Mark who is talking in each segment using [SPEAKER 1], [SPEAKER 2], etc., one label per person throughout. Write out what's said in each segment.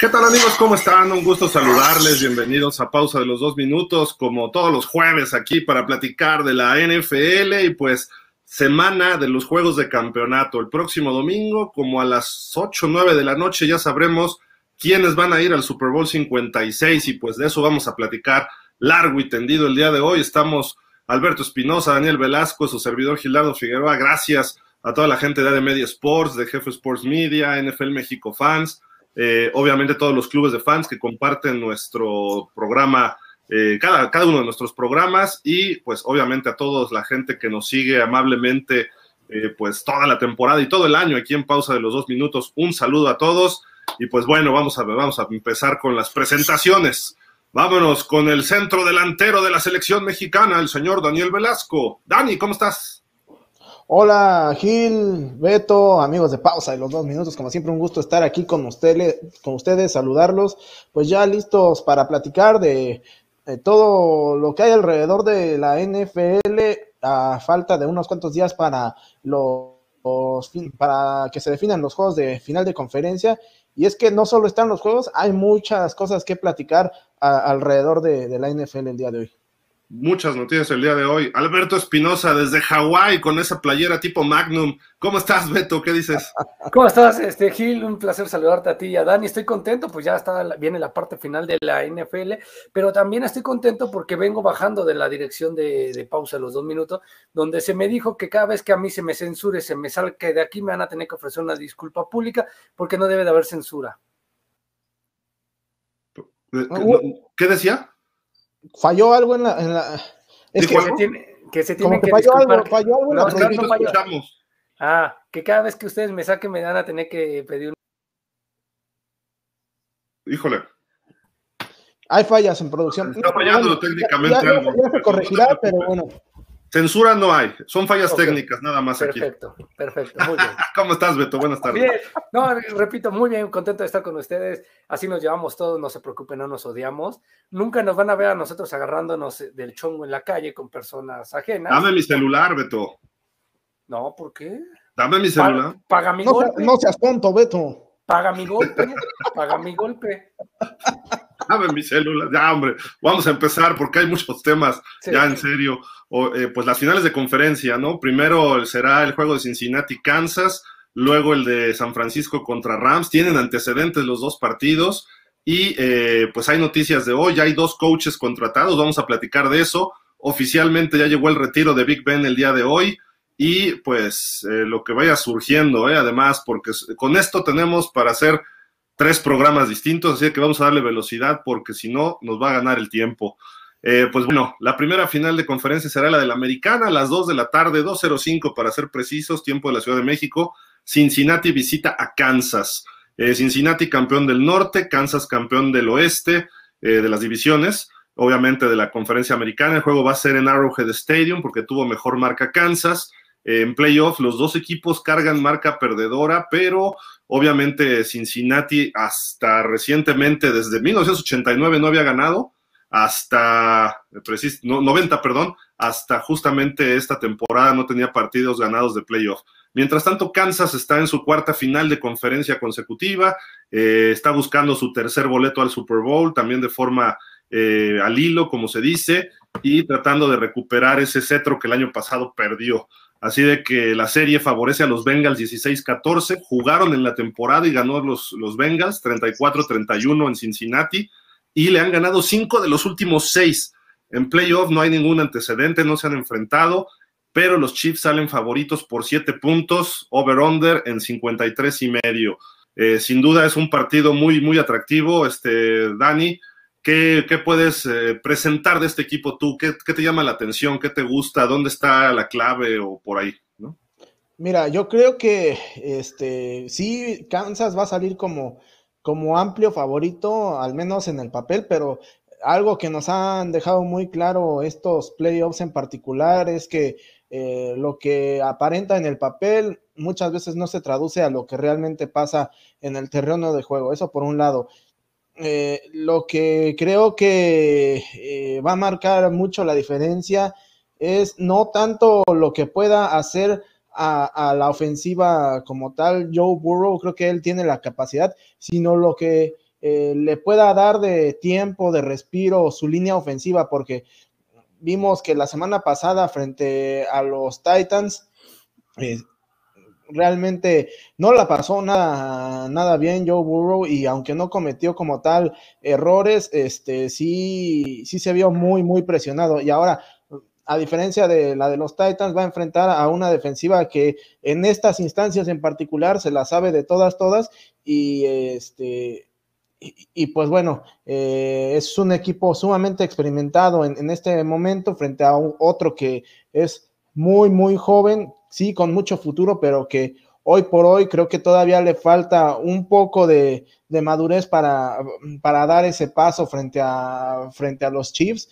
[SPEAKER 1] ¿Qué tal, amigos? ¿Cómo están? Un gusto saludarles. Bienvenidos a Pausa de los 2 minutos, como todos los jueves aquí para platicar de la NFL y pues semana de los juegos de campeonato. El próximo domingo, como a las 8 o 9 de la noche, ya sabremos quiénes van a ir al Super Bowl 56 y pues de eso vamos a platicar largo y tendido el día de hoy. Estamos Alberto Espinosa, Daniel Velasco, su servidor Gilardo Figueroa. Gracias a toda la gente de AD Media Sports, de Jefe Sports Media, NFL México Fans. Obviamente todos los clubes de fans que comparten nuestro programa, cada uno de nuestros programas, y pues obviamente a toda la gente que nos sigue amablemente pues toda la temporada y todo el año aquí en Pausa de los 2 minutos. Un saludo a todos y pues bueno, vamos a empezar con las presentaciones. Vámonos con el centro delantero de la selección mexicana, el señor Daniel Velasco. Dani, ¿cómo estás?
[SPEAKER 2] Hola Gil, Beto, amigos de Pausa de los 2 minutos, como siempre un gusto estar aquí con ustedes, saludarlos, pues ya listos para platicar de todo lo que hay alrededor de la NFL a falta de unos cuantos días para para que se definan los juegos de final de conferencia. Y es que no solo están los juegos, hay muchas cosas que platicar alrededor de la NFL el día de hoy.
[SPEAKER 1] Muchas noticias el día de hoy. Alberto Espinosa desde Hawái con esa playera tipo Magnum. ¿Cómo estás, Beto? ¿Qué dices?
[SPEAKER 3] ¿Cómo estás, Gil? Un placer saludarte a ti y a Dani. Estoy contento, pues ya viene la parte final de la NFL, pero también estoy contento porque vengo bajando de la dirección de Pausa de los 2 minutos, donde se me dijo que cada vez que a mí se me censure, se me salga de aquí, me van a tener que ofrecer una disculpa pública porque no debe de haber censura.
[SPEAKER 1] ¿Qué decía?
[SPEAKER 2] Falló algo en la...
[SPEAKER 3] Es que se tienen que
[SPEAKER 2] falló
[SPEAKER 3] disculpar.
[SPEAKER 2] Falló algo en la
[SPEAKER 1] producción. No escuchamos.
[SPEAKER 3] Que cada vez que ustedes me saquen me van a tener que pedir
[SPEAKER 1] Híjole.
[SPEAKER 2] Hay fallas en producción.
[SPEAKER 1] Está fallando técnicamente algo.
[SPEAKER 2] Ya se corregirá, pero bueno.
[SPEAKER 1] Censura no hay, son fallas técnicas nada más
[SPEAKER 3] perfecto,
[SPEAKER 1] aquí.
[SPEAKER 3] Perfecto, muy bien.
[SPEAKER 1] ¿Cómo estás, Beto? Buenas tardes.
[SPEAKER 3] Bien, no, repito, muy bien, contento de estar con ustedes, así nos llevamos todos, no se preocupen, no nos odiamos, nunca nos van a ver a nosotros agarrándonos del chongo en la calle con personas ajenas.
[SPEAKER 1] Dame mi celular, Beto.
[SPEAKER 3] No, ¿por qué?
[SPEAKER 1] Dame mi celular.
[SPEAKER 3] Paga mi golpe.
[SPEAKER 2] No seas tonto, Beto.
[SPEAKER 3] Paga mi golpe.
[SPEAKER 1] Dame mi celular. Ya, hombre, vamos a empezar porque hay muchos temas, ya en serio. Pues las finales de conferencia, ¿no? Primero será el juego de Cincinnati-Kansas, luego el de San Francisco contra Rams. Tienen antecedentes los dos partidos y pues hay noticias de hoy. Ya hay 2 coaches contratados, vamos a platicar de eso. Oficialmente ya llegó el retiro de Big Ben el día de hoy y pues lo que vaya surgiendo, además, porque con esto tenemos para hacer 3 programas distintos, así que vamos a darle velocidad porque si no nos va a ganar el tiempo. Pues bueno, la primera final de conferencia será la de la Americana a las 2 de la tarde, 2:05 para ser precisos, tiempo de la Ciudad de México. Cincinnati visita a Kansas. Cincinnati campeón del norte, Kansas campeón del oeste de las divisiones, obviamente de la conferencia americana. El juego va a ser en Arrowhead Stadium porque tuvo mejor marca Kansas. En playoff los 2 equipos cargan marca perdedora, pero obviamente Cincinnati hasta recientemente, desde 1989 no había ganado, hasta 90, hasta justamente esta temporada no tenía partidos ganados de playoff. Mientras tanto, Kansas está en su 4ª final de conferencia consecutiva, está buscando su 3er boleto al Super Bowl, también de forma al hilo, como se dice, y tratando de recuperar ese cetro que el año pasado perdió. Así de que la serie favorece a los Bengals 16-14, jugaron en la temporada y ganó los Bengals 34-31 en Cincinnati y le han ganado 5 de los últimos 6. En playoff no hay ningún antecedente, no se han enfrentado, pero los Chiefs salen favoritos por 7 puntos, over-under en 53.5. Sin duda es un partido muy, muy atractivo. Dani, ¿qué puedes presentar de este equipo tú? ¿Qué te llama la atención? ¿Qué te gusta? ¿Dónde está la clave o por ahí, ¿no?
[SPEAKER 2] Mira, yo creo que sí, Kansas va a salir como amplio favorito, al menos en el papel, pero algo que nos han dejado muy claro estos playoffs en particular es que lo que aparenta en el papel muchas veces no se traduce a lo que realmente pasa en el terreno de juego. Eso por un lado. Lo que creo que va a marcar mucho la diferencia es no tanto lo que pueda hacer a la ofensiva como tal Joe Burrow, creo que él tiene la capacidad, sino lo que le pueda dar de tiempo, de respiro su línea ofensiva, porque vimos que la semana pasada frente a los Titans realmente no la pasó nada bien Joe Burrow, y aunque no cometió como tal errores, sí se vio muy presionado, y ahora, a diferencia de la de los Titans, va a enfrentar a una defensiva que en estas instancias en particular se la sabe de todas, y pues bueno, es un equipo sumamente experimentado en este momento frente a otro que es muy joven, sí, con mucho futuro, pero que hoy por hoy creo que todavía le falta un poco de madurez para dar ese paso frente a los Chiefs.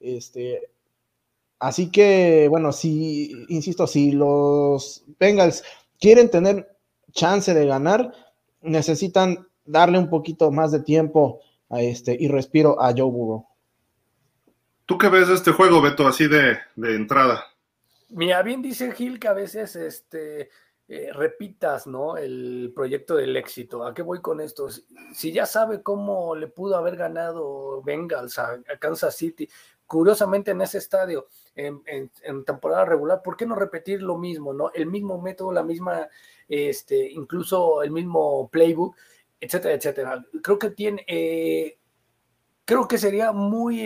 [SPEAKER 2] Así que, bueno, insisto, si los Bengals quieren tener chance de ganar, necesitan darle un poquito más de tiempo y respiro a Joe Burrow.
[SPEAKER 1] ¿Tú qué ves de este juego, Beto, así de entrada?
[SPEAKER 3] Mira, bien dice Gil que a veces repitas, ¿no? El proyecto del éxito. ¿A qué voy con esto? Si ya sabe cómo le pudo haber ganado Bengals a Kansas City, curiosamente en ese estadio, en temporada regular, ¿por qué no repetir lo mismo, ¿no? El mismo método, la misma, incluso el mismo playbook, etcétera, etcétera. Creo que sería muy,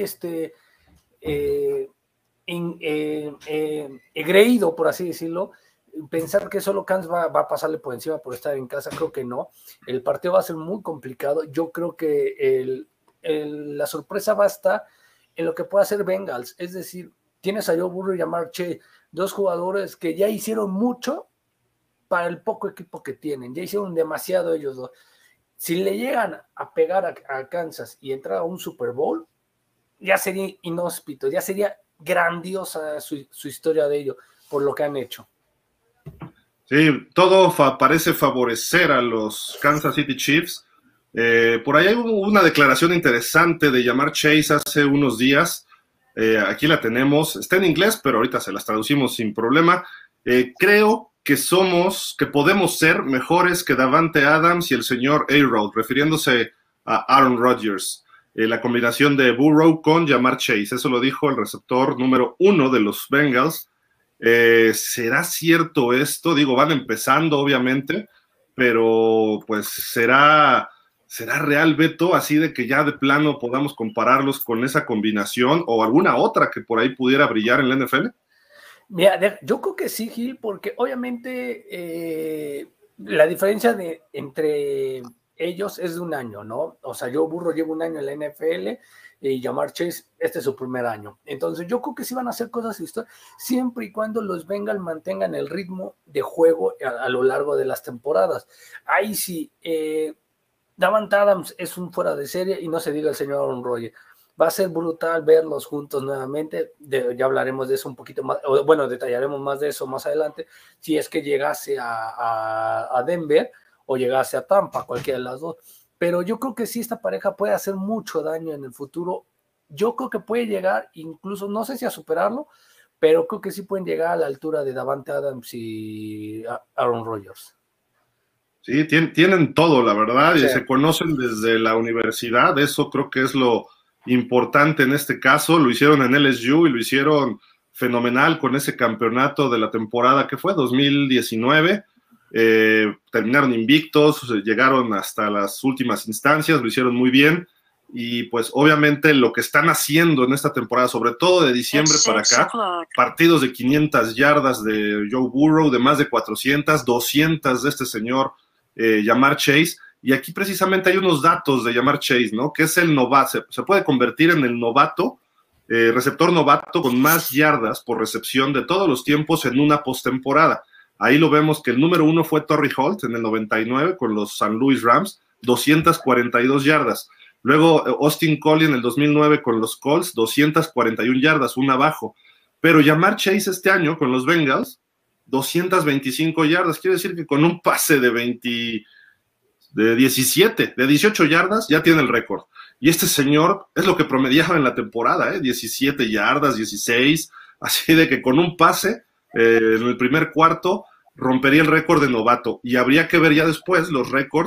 [SPEAKER 3] engreído, por así decirlo, pensar que solo Kansas va a pasarle por encima por estar en casa. Creo que no. El partido va a ser muy complicado. Yo creo que la sorpresa va a estar en lo que pueda hacer Bengals. Es decir, tienes a Joe Burrow y a Ja'Marr Chase, dos jugadores que ya hicieron mucho para el poco equipo que tienen. Ya hicieron demasiado ellos dos. Si le llegan a pegar a Kansas y entrar a un Super Bowl, ya sería inhóspito, ya sería grandiosa su historia de ello, por lo que han hecho.
[SPEAKER 1] Sí, todo parece favorecer a los Kansas City Chiefs. Por ahí hubo una declaración interesante de Ja'Marr Chase hace unos días. Aquí la tenemos, está en inglés, pero ahorita se las traducimos sin problema. Creo que podemos ser mejores que Davante Adams y el señor A-Rod, refiriéndose a Aaron Rodgers. La combinación de Burrow con Ja'Marr Chase, eso lo dijo el receptor número 1 de los Bengals. ¿Será cierto esto? Digo, van empezando obviamente, pero pues será real, Beto, así de que ya de plano podamos compararlos con esa combinación o alguna otra que por ahí pudiera brillar en la NFL.
[SPEAKER 3] Mira, yo creo que sí, Gil, porque obviamente la diferencia entre ellos es de un año, ¿no? O sea, Joe Burrow lleva un año en la NFL y Ja'Marr Chase, este es su primer año. Entonces, yo creo que sí van a hacer cosas siempre y cuando los Bengals mantengan el ritmo de juego a lo largo de las temporadas. Ahí sí, Davante Adams es un fuera de serie y no se diga el señor Aaron Rodgers. Va a ser brutal verlos juntos nuevamente, ya hablaremos de eso un poquito más, bueno, detallaremos más de eso más adelante, si es que llegase a Denver o llegase a Tampa, cualquiera de las dos. Pero yo creo que sí, esta pareja puede hacer mucho daño en el futuro. Yo creo que puede llegar, incluso, no sé si a superarlo, pero creo que sí pueden llegar a la altura de Davante Adams y Aaron Rodgers.
[SPEAKER 1] Sí, tienen todo, la verdad,
[SPEAKER 3] sí.
[SPEAKER 1] Y se conocen desde la universidad, eso creo que es lo importante en este caso. Lo hicieron en LSU y lo hicieron fenomenal con ese campeonato de la temporada que fue 2019. Terminaron invictos, llegaron hasta las últimas instancias, lo hicieron muy bien, y pues obviamente lo que están haciendo en esta temporada, sobre todo de diciembre para acá, partidos de 500 yardas de Joe Burrow, de más de 400, 200 de este señor Ja'Marr Chase, y aquí precisamente hay unos datos de Ja'Marr Chase, ¿no? Que es el novato, se puede convertir en el novato, receptor novato con más yardas por recepción de todos los tiempos en una postemporada. Ahí lo vemos que el número 1 fue Torrey Holt en el 99 con los St. Louis Rams, 242 yardas. Luego Austin Collie en el 2009 con los Colts, 241 yardas, una abajo. Pero Ja'Marr Chase este año con los Bengals, 225 yardas. Quiere decir que con un pase de 18 yardas ya tiene el récord. Y este señor es lo que promediaba en la temporada, 17 yardas, 16, así de que con un pase en el primer cuarto rompería el récord de novato, y habría que ver ya después los récords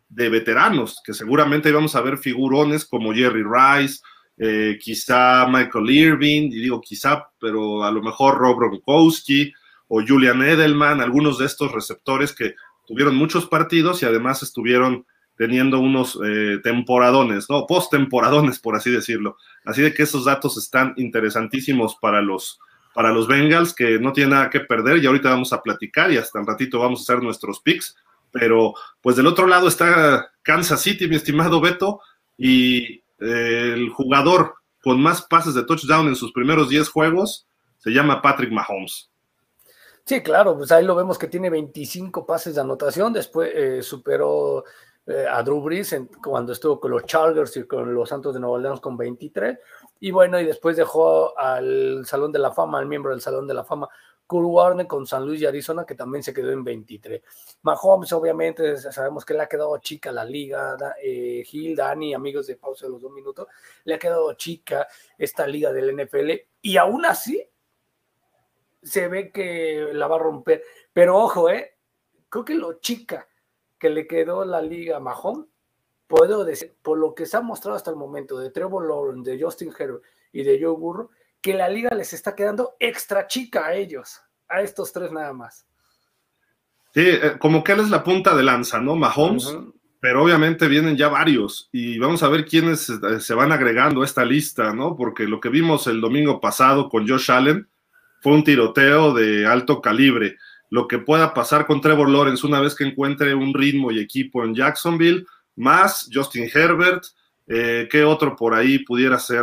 [SPEAKER 1] de veteranos, que seguramente íbamos a ver figurones como Jerry Rice, quizá Michael Irvin, y digo quizá, pero a lo mejor Rob Gronkowski o Julian Edelman, algunos de estos receptores que tuvieron muchos partidos y además estuvieron teniendo unos temporadones, ¿no? Post-temporadones, por así decirlo. Así de que esos datos están interesantísimos para los Bengals, que no tienen nada que perder, y ahorita vamos a platicar y hasta un ratito vamos a hacer nuestros picks, pero pues del otro lado está Kansas City, mi estimado Beto, y el jugador con más pases de touchdown en sus primeros 10 juegos se llama Patrick Mahomes.
[SPEAKER 3] Sí, claro, pues ahí lo vemos que tiene 25 pases de anotación, después superó a Drew Brees cuando estuvo con los Chargers y con los Santos de Nueva Orleans con 23, y bueno, y después dejó al Salón de la Fama, al miembro del Salón de la Fama, Kurt Warner con San Luis y Arizona, que también se quedó en 23. Mahomes, obviamente, sabemos que le ha quedado chica la liga, Gil, Dani, amigos de Pausa de los 2 minutos, le ha quedado chica esta liga del NFL, y aún así se ve que la va a romper, pero ojo, creo que lo chica que le quedó la liga a Mahomes, puedo decir, por lo que se ha mostrado hasta el momento de Trevor Lawrence, de Justin Herbert y de Joe Burrow, que la liga les está quedando extra chica a ellos, a estos tres nada más.
[SPEAKER 1] Sí, como que él es la punta de lanza, ¿no? Mahomes, pero obviamente vienen ya varios, y vamos a ver quiénes se van agregando a esta lista, ¿no? Porque lo que vimos el domingo pasado con Josh Allen fue un tiroteo de alto calibre. Lo que pueda pasar con Trevor Lawrence una vez que encuentre un ritmo y equipo en Jacksonville, más Justin Herbert, ¿qué otro por ahí pudiera ser?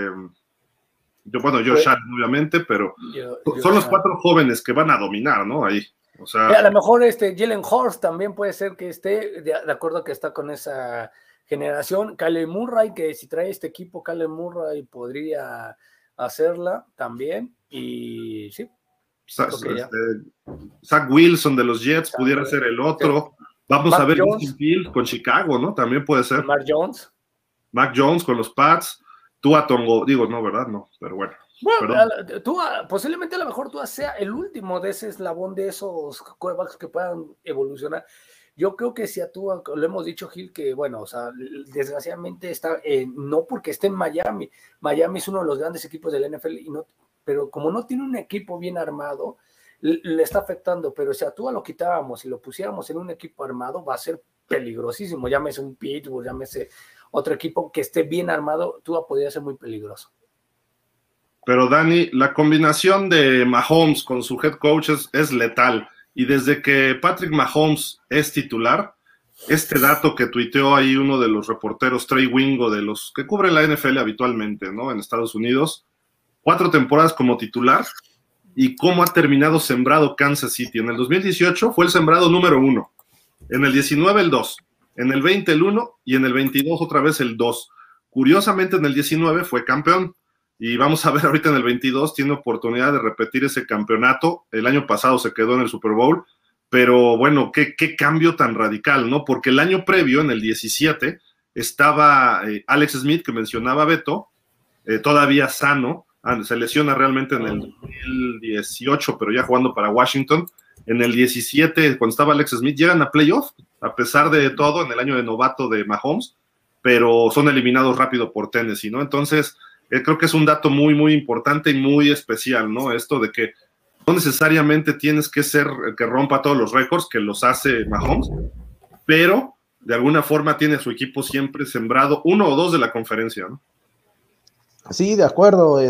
[SPEAKER 1] Josh Allen, obviamente, pero son los 4 jóvenes que van a dominar, ¿no? Ahí. O sea,
[SPEAKER 3] a lo mejor Jalen Hurts también puede ser que esté, de acuerdo que está con esa generación. Kyler Murray, que si trae este equipo, Kyler Murray podría hacerla también, y sí.
[SPEAKER 1] Zach Wilson de los Jets pudiera ser el otro. Sí. Vamos a ver Justin Fields con Chicago, ¿no? También puede ser. Mac Jones con los Pats. Tua Tongo, digo, no, ¿verdad? No, pero bueno.
[SPEAKER 3] Posiblemente a lo mejor Tua sea el último de ese eslabón de esos quarterbacks que puedan evolucionar. Yo creo que si a Tua, lo hemos dicho, Gil, que bueno, o sea, desgraciadamente está, no porque esté en Miami. Miami es uno de los grandes equipos del NFL, pero como no tiene un equipo bien armado, le está afectando. Pero si a Tua lo quitábamos y lo pusiéramos en un equipo armado, va a ser peligrosísimo. Llámese un Pittsburgh, llámese otro equipo que esté bien armado, Tua podría ser muy peligroso.
[SPEAKER 1] Pero Dani, la combinación de Mahomes con su head coach es letal. Y desde que Patrick Mahomes es titular, este dato que tuiteó ahí uno de los reporteros, Trey Wingo, de los que cubre la NFL habitualmente, ¿no? En Estados Unidos, 4 temporadas como titular, y cómo ha terminado sembrado Kansas City. En el 2018 fue el sembrado número 1, en el 19 el 2, en el 20 el 1, y en el 22 otra vez el 2. Curiosamente en el 19 fue campeón, y vamos a ver ahorita en el 22, tiene oportunidad de repetir ese campeonato. El año pasado se quedó en el Super Bowl, pero bueno, qué cambio tan radical, ¿no? Porque el año previo, en el 17, estaba Alex Smith, que mencionaba Beto, todavía sano, se lesiona realmente en el 2018, pero ya jugando para Washington. En el 17, cuando estaba Alex Smith, llegan a playoff, a pesar de todo, en el año de novato de Mahomes, pero son eliminados rápido por Tennessee, ¿no? Entonces, creo que es un dato muy, muy importante y muy especial, ¿no? Esto de que no necesariamente tienes que ser el que rompa todos los récords, que los hace Mahomes, pero de alguna forma tiene a su equipo siempre sembrado 1 o 2 de la conferencia, ¿no?
[SPEAKER 2] Sí, de acuerdo.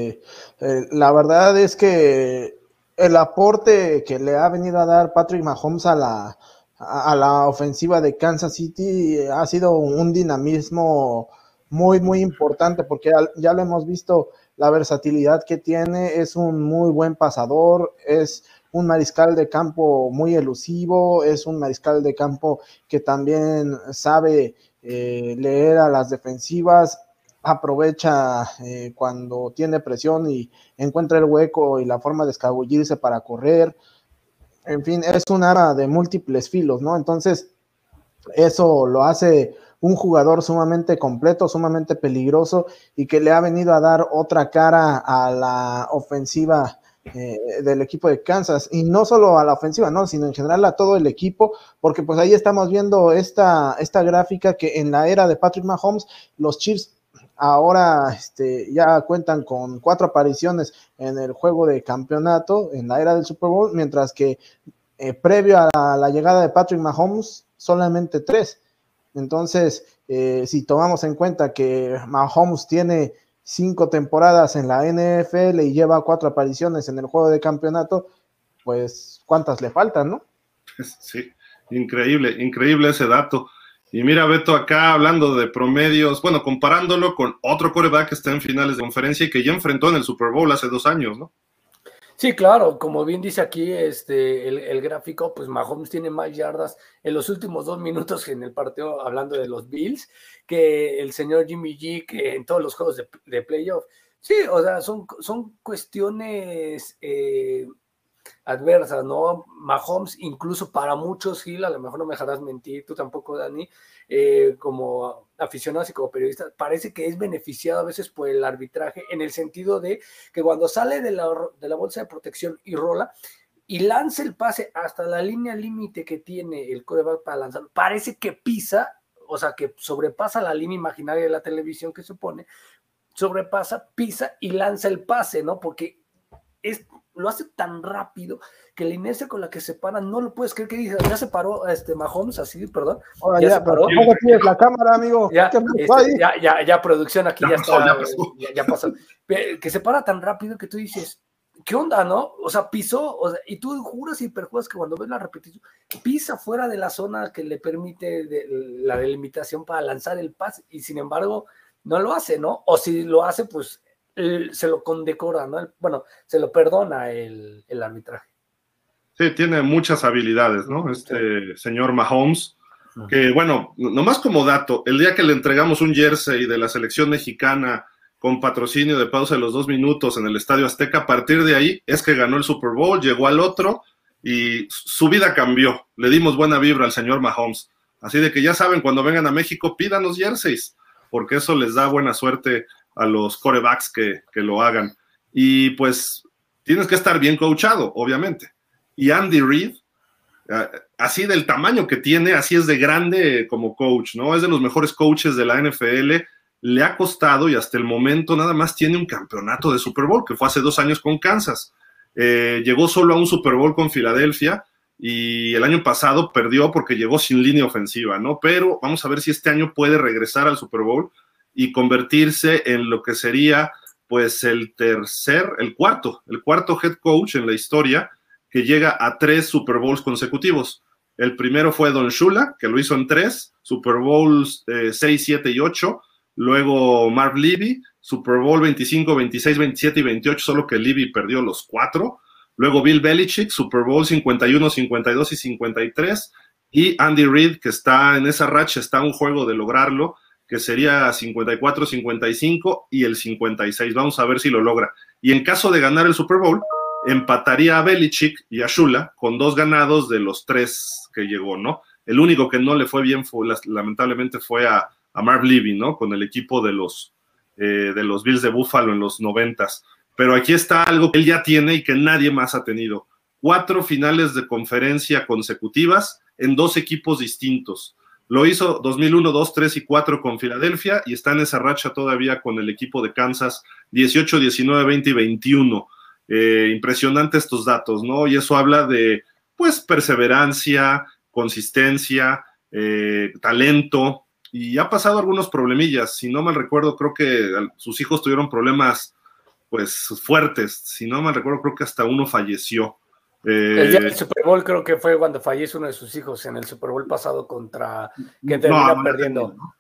[SPEAKER 2] La verdad es que el aporte que le ha venido a dar Patrick Mahomes a la ofensiva de Kansas City ha sido un dinamismo muy, muy importante, porque ya lo hemos visto, la versatilidad que tiene, es un muy buen pasador, es un mariscal de campo muy elusivo, es un mariscal de campo que también sabe leer a las defensivas, aprovecha cuando tiene presión y encuentra el hueco y la forma de escabullirse para correr. En fin, es un arma de múltiples filos, ¿no? Entonces, eso lo hace un jugador sumamente completo, sumamente peligroso, y que le ha venido a dar otra cara a la ofensiva del equipo de Kansas, y no solo a la ofensiva, ¿no? Sino en general a todo el equipo, porque pues ahí estamos viendo esta gráfica que en la era de Patrick Mahomes, los Chiefs ahora ya cuentan con 4 apariciones en el juego de campeonato en la era del Super Bowl, mientras que previo a la llegada de Patrick Mahomes, solamente 3. Entonces, si tomamos en cuenta que Mahomes tiene 5 temporadas en la NFL y lleva 4 apariciones en el juego de campeonato, pues ¿cuántas le faltan, no?
[SPEAKER 1] Sí, increíble ese dato. Y mira, Beto, acá hablando de promedios, bueno, comparándolo con otro quarterback que está en finales de conferencia y que ya enfrentó en el Super Bowl hace 2 años, ¿no?
[SPEAKER 3] Sí, claro, como bien dice aquí el gráfico, pues Mahomes tiene más yardas en los últimos 2 minutos en el partido, hablando de los Bills, que el señor Jimmy G, que en todos los juegos de playoff. Sí, o sea, son cuestiones adversas, ¿no? Mahomes, incluso para muchos, Gil, a lo mejor no me dejarás mentir, tú tampoco, Dani, como aficionados y como periodistas, parece que es beneficiado a veces por el arbitraje, en el sentido de que cuando sale de la bolsa de protección y rola, y lanza el pase hasta la línea límite que tiene el quarterback para lanzarlo, parece que pisa, o sea, que sobrepasa la línea imaginaria de la televisión que se pone, pisa y lanza el pase, ¿no? Porque lo hace tan rápido que la inercia con la que se para, no lo puedes creer, que dice, ya se paró Mahomes, así, perdón.
[SPEAKER 2] Ahora ya se paró. ¿Cómo tienes la cámara, amigo?
[SPEAKER 3] Ya, producción, aquí ya pasó. Que se para tan rápido que tú dices, ¿qué onda, no? O sea, pisó, y tú juras y perjuras que cuando ves la repetición, pisa fuera de la zona que le permite la delimitación para lanzar el pase, y sin embargo, no lo hace, ¿no? O si lo hace, pues se lo condecora, ¿no? Bueno, se lo perdona el arbitraje.
[SPEAKER 1] Sí, tiene muchas habilidades, ¿no? Señor Mahomes, que bueno, nomás como dato, el día que le entregamos un jersey de la selección mexicana con patrocinio de pausa de los 2 minutos en el Estadio Azteca, a partir de ahí es que ganó el Super Bowl, llegó al otro y su vida cambió. Le dimos buena vibra al señor Mahomes. Así de que ya saben, cuando vengan a México, pidan los jerseys, porque eso les da buena suerte a los quarterbacks que lo hagan. Y pues tienes que estar bien coachado, obviamente. Y Andy Reid, así del tamaño que tiene, así es de grande como coach, ¿no? Es de los mejores coaches de la NFL, le ha costado y hasta el momento nada más tiene un campeonato de Super Bowl, que fue hace 2 años con Kansas. Llegó solo a un Super Bowl con Filadelfia y el año pasado perdió porque llegó sin línea ofensiva, ¿no? Pero vamos a ver si este año puede regresar al Super Bowl y convertirse en lo que sería pues el cuarto head coach en la historia que llega a 3 Super Bowls consecutivos. El primero fue Don Shula, que lo hizo en 3, Super Bowls 6, 7 y 8, luego Marv Levy, Super Bowl 25, 26, 27 y 28, solo que Levy perdió los 4, luego Bill Belichick, Super Bowl 51, 52 y 53, y Andy Reid, que está en esa racha, está a un juego de lograrlo, que sería 54, 55 y el 56. Vamos a ver si lo logra. Y en caso de ganar el Super Bowl, empataría a Belichick y a Shula con 2 ganados de los 3 que llegó, ¿no? El único que no le fue bien, lamentablemente, fue a Marv Levy, ¿no? Con el equipo de los Bills de Buffalo en los 90s. Pero aquí está algo que él ya tiene y que nadie más ha tenido. 4 finales de conferencia consecutivas en 2 equipos distintos. Lo hizo 2001, 2, 3 y 4 con Filadelfia y está en esa racha todavía con el equipo de Kansas 18, 19, 20 y 21. Impresionante estos datos, ¿no? Y eso habla de, pues, perseverancia, consistencia, talento, y ha pasado algunos problemillas. Si no mal recuerdo, creo que sus hijos tuvieron problemas, pues, fuertes. Si no mal recuerdo, creo que hasta uno falleció.
[SPEAKER 3] El día del Super Bowl creo que fue cuando falleció uno de sus hijos en el Super Bowl pasado que termina perdiendo.
[SPEAKER 1] No.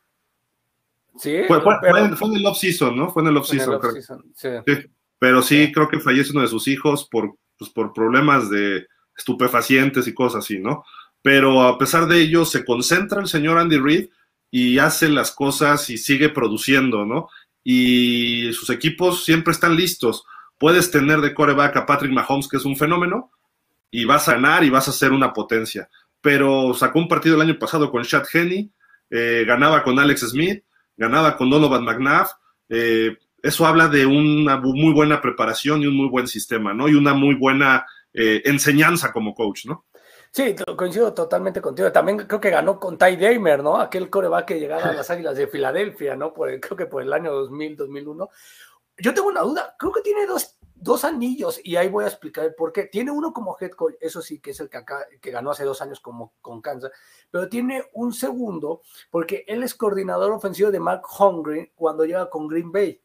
[SPEAKER 3] Sí,
[SPEAKER 1] fue en el off-season, ¿no? Fue en el off-season, creo. Sí. Pero sí, creo que fallece uno de sus hijos por problemas de estupefacientes y cosas así, ¿no? Pero a pesar de ello, se concentra el señor Andy Reid y hace las cosas y sigue produciendo, ¿no? Y sus equipos siempre están listos. Puedes tener de quarterback a Patrick Mahomes, que es un fenómeno, y vas a ganar y vas a ser una potencia. Pero sacó un partido el año pasado con Chad Henne, ganaba con Alex Smith, ganaba con Donovan McNabb, eso habla de una muy buena preparación y un muy buen sistema, ¿no? Y una muy buena enseñanza como coach, ¿no?
[SPEAKER 3] Sí, coincido totalmente contigo. También creo que ganó con Ty Damer, ¿no? Aquel coreback que llegaba a las Águilas de Filadelfia, ¿no? Creo que por el año 2000, 2001. Yo tengo una duda. Creo que tiene dos anillos y ahí voy a explicar el por qué. Tiene uno como head coach, eso sí, que es el que ganó hace 2 años con Kansas, pero tiene un segundo porque él es coordinador ofensivo de Mark Holmgren cuando llega con Green Bay.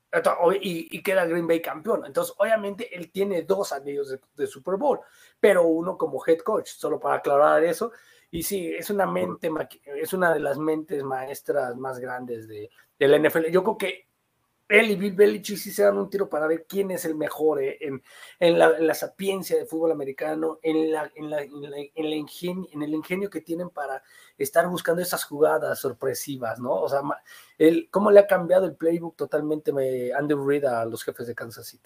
[SPEAKER 3] Y queda Green Bay campeón. Entonces, obviamente, él tiene 2 anillos de Super Bowl, pero uno como head coach, solo para aclarar eso. Y sí, es una de las mentes maestras más grandes del NFL. Yo creo que él y Bill Belichick sí se dan un tiro para ver quién es el mejor en la sapiencia del fútbol americano, en el ingenio que tienen para estar buscando esas jugadas sorpresivas, ¿no? O sea, cómo le ha cambiado el playbook totalmente Andy Reid a los Jefes de Kansas City.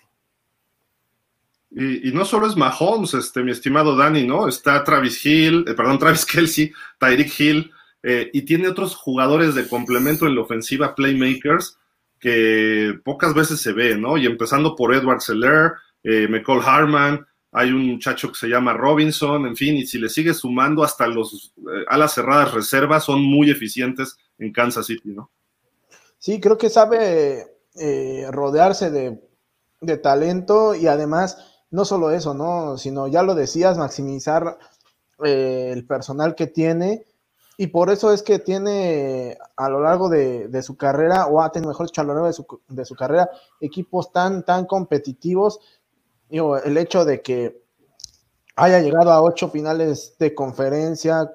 [SPEAKER 1] Y no solo es Mahomes, mi estimado Dani, ¿no? Está Travis Kelce, Tyreek Hill, y tiene otros jugadores de complemento en la ofensiva, playmakers, que pocas veces se ve, ¿no? Y empezando por Edward Seller, McCall Harman, hay un muchacho que se llama Robinson, en fin, y si le sigue sumando hasta los alas cerradas reservas, son muy eficientes en Kansas City, ¿no?
[SPEAKER 2] Sí, creo que sabe rodearse de talento y además, no solo eso, ¿no? Sino, ya lo decías, maximizar el personal que tiene. Y por eso es que tiene a lo largo de su carrera, o ha tenido, mejor dicho, a lo largo de su carrera, equipos tan competitivos. Digo, el hecho de que haya llegado a 8 finales de conferencia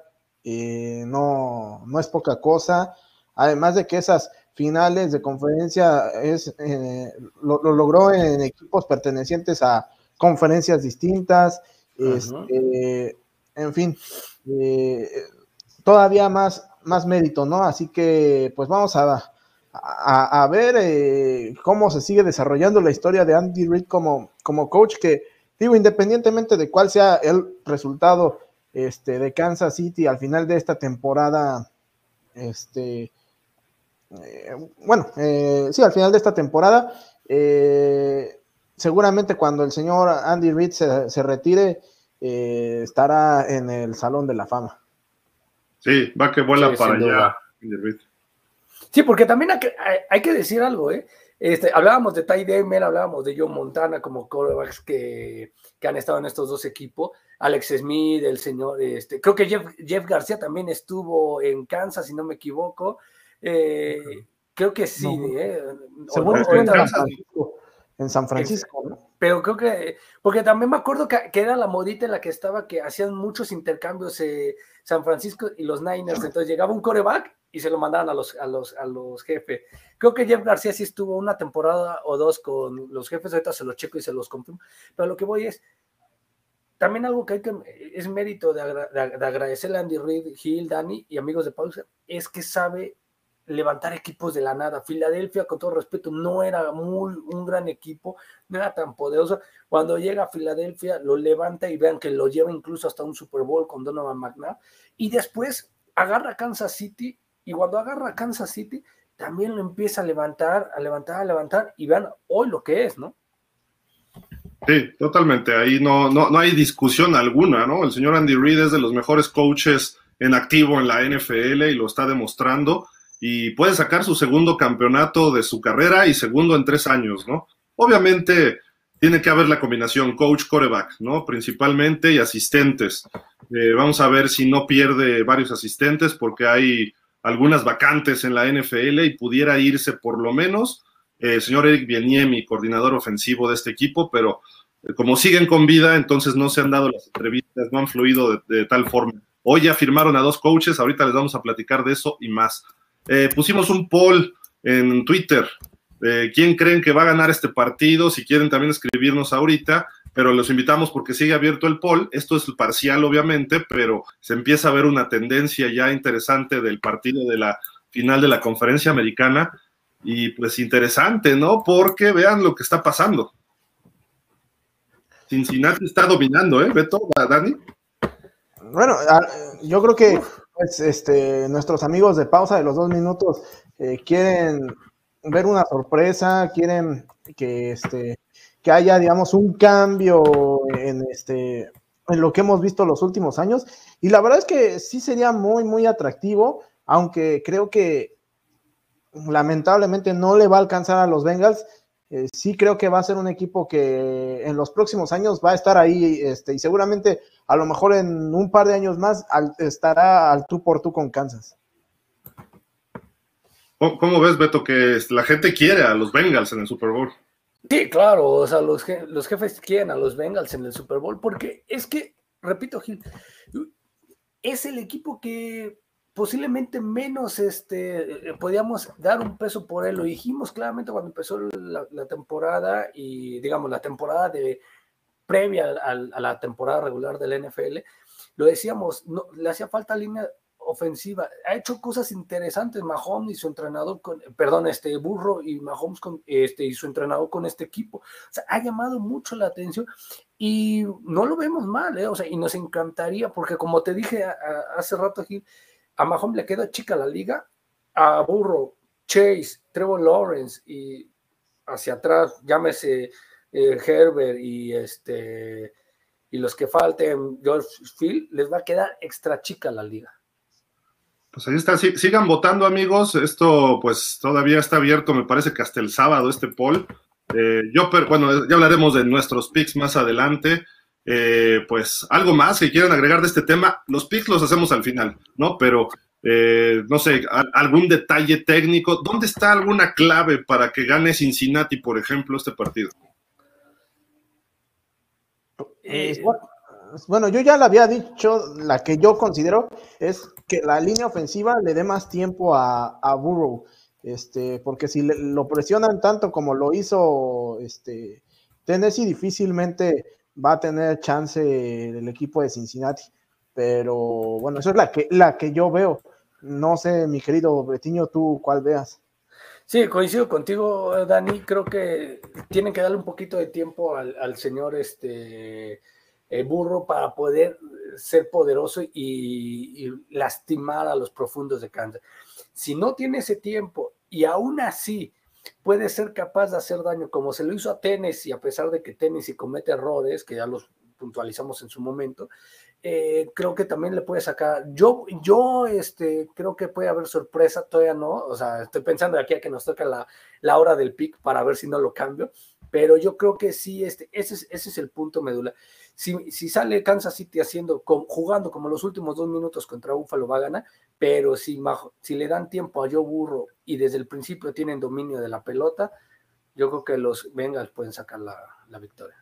[SPEAKER 2] no es poca cosa. Además de que esas finales de conferencia lo logró en equipos pertenecientes a conferencias distintas. En fin, todavía más mérito, ¿no? Así que pues vamos a ver cómo se sigue desarrollando la historia de Andy Reid como coach, que digo, independientemente de cuál sea el resultado de Kansas City al final de esta temporada, sí, al final de esta temporada, seguramente cuando el señor Andy Reid se retire, estará en el Salón de la Fama.
[SPEAKER 1] Sí, va que vuela para allá.
[SPEAKER 3] Sí, porque también hay que decir algo, ¿eh? Hablábamos de Ty Damer, hablábamos de Joe Montana como quarterbacks que han estado en estos 2 equipos. Alex Smith, el señor, creo que Jeff García también estuvo en Kansas, si no me equivoco. Creo que sí.
[SPEAKER 2] Según en San Francisco, ¿no?
[SPEAKER 3] Pero creo que, porque también me acuerdo que era la modita en la que estaba, que hacían muchos intercambios San Francisco y los Niners. Entonces llegaba un quarterback y se lo mandaban a los jefes. Creo que Jeff García sí estuvo 1 temporada o 2 con los jefes, ahorita se los checo y se los confirmo. Pero lo que voy es, también algo que es mérito de agradecerle a Andy Reid, Hill, Dani y amigos de Pausa, es que sabe levantar equipos de la nada. Filadelfia, con todo respeto, no era un gran equipo, no era tan poderoso. Cuando llega a Filadelfia, lo levanta y vean que lo lleva incluso hasta un Super Bowl con Donovan McNabb, y después agarra a Kansas City, y cuando agarra a Kansas City, también lo empieza a levantar, y vean hoy lo que es, ¿no?
[SPEAKER 1] Sí, totalmente, ahí no hay discusión alguna, ¿no? El señor Andy Reid es de los mejores coaches en activo en la NFL y lo está demostrando, y puede sacar su segundo campeonato de su carrera y segundo en 3 años, ¿no? Obviamente tiene que haber la combinación coach-quarterback, ¿no? Principalmente, y asistentes. Vamos a ver si no pierde varios asistentes, porque hay algunas vacantes en la NFL y pudiera irse por lo menos el señor Eric Bieniemy, coordinador ofensivo de este equipo, pero como siguen con vida, entonces no se han dado las entrevistas, no han fluido de tal forma. Hoy ya firmaron a 2 coaches, ahorita les vamos a platicar de eso y más. Pusimos un poll en Twitter, ¿quién creen que va a ganar este partido? Si quieren también escribirnos ahorita, pero los invitamos porque sigue abierto el poll. Esto es parcial, obviamente, pero se empieza a ver una tendencia ya interesante del partido de la final de la Conferencia Americana, y pues interesante, ¿no? Porque vean lo que está pasando. Cincinnati está dominando, Beto, Dani.
[SPEAKER 2] Bueno, yo creo que pues, nuestros amigos de Pausa de los 2 minutos quieren ver una sorpresa, quieren que haya, digamos, un cambio en lo que hemos visto los últimos años, y la verdad es que sí sería muy, muy atractivo, aunque creo que lamentablemente no le va a alcanzar a los Bengals. Sí creo que va a ser un equipo que en los próximos años va a estar ahí, y seguramente a lo mejor en un par de años más estará al tú por tú con Kansas.
[SPEAKER 1] ¿Cómo ves, Beto, que la gente quiere a los Bengals en el Super Bowl?
[SPEAKER 3] Sí, claro, o sea, los jefes quieren a los Bengals en el Super Bowl, porque es que, repito, Gil, es el equipo que posiblemente menos podíamos dar un peso por él. Lo dijimos claramente cuando empezó la temporada, y digamos la temporada previa a la temporada regular del NFL, lo decíamos, no, le hacía falta línea ofensiva. Ha hecho cosas interesantes Mahomes y su entrenador Burrow y Mahomes y su entrenador con este equipo. O sea, ha llamado mucho la atención y no lo vemos mal, o sea, y nos encantaría, porque como te dije hace rato aquí, a Mahomes le queda chica la liga, a Burrow, Chase, Trevor Lawrence y hacia atrás, llámese Herbert y los que falten, George Field, les va a quedar extra chica la liga.
[SPEAKER 1] Pues ahí está, sigan votando, amigos. Esto pues todavía está abierto, me parece que hasta el sábado este poll. Bueno, ya hablaremos de nuestros picks más adelante. Pues algo más que quieran agregar de este tema. Los picks los hacemos al final, ¿no? Pero no sé, algún detalle técnico. ¿Dónde está alguna clave para que gane Cincinnati, por ejemplo, este partido?
[SPEAKER 2] Bueno, yo ya le había dicho, la que yo considero es que la línea ofensiva le dé más tiempo a Burrow, porque si lo presionan tanto como lo hizo Tennessee, difícilmente va a tener chance el equipo de Cincinnati. Pero bueno, eso es la que yo veo. No sé, mi querido Bretiño, tú cuál veas.
[SPEAKER 3] Sí, coincido contigo, Dani. Creo que tienen que darle un poquito de tiempo al señor Burrow para poder ser poderoso y lastimar a los profundos de Kansas. Si no tiene ese tiempo y aún así puede ser capaz de hacer daño como se lo hizo a Tennessee, a pesar de que Tennessee comete errores, que ya los puntualizamos en su momento, creo que también le puede sacar. Yo creo que puede haber sorpresa, todavía no, o sea, estoy pensando de aquí a que nos toca la hora del pick para ver si no lo cambio, pero yo creo que sí, ese es el punto medular. Si sale Kansas City jugando como los últimos 2 minutos contra Buffalo, va a ganar, pero si le dan tiempo a Joe Burrow y desde el principio tienen dominio de la pelota, yo creo que los Bengals pueden sacar la victoria.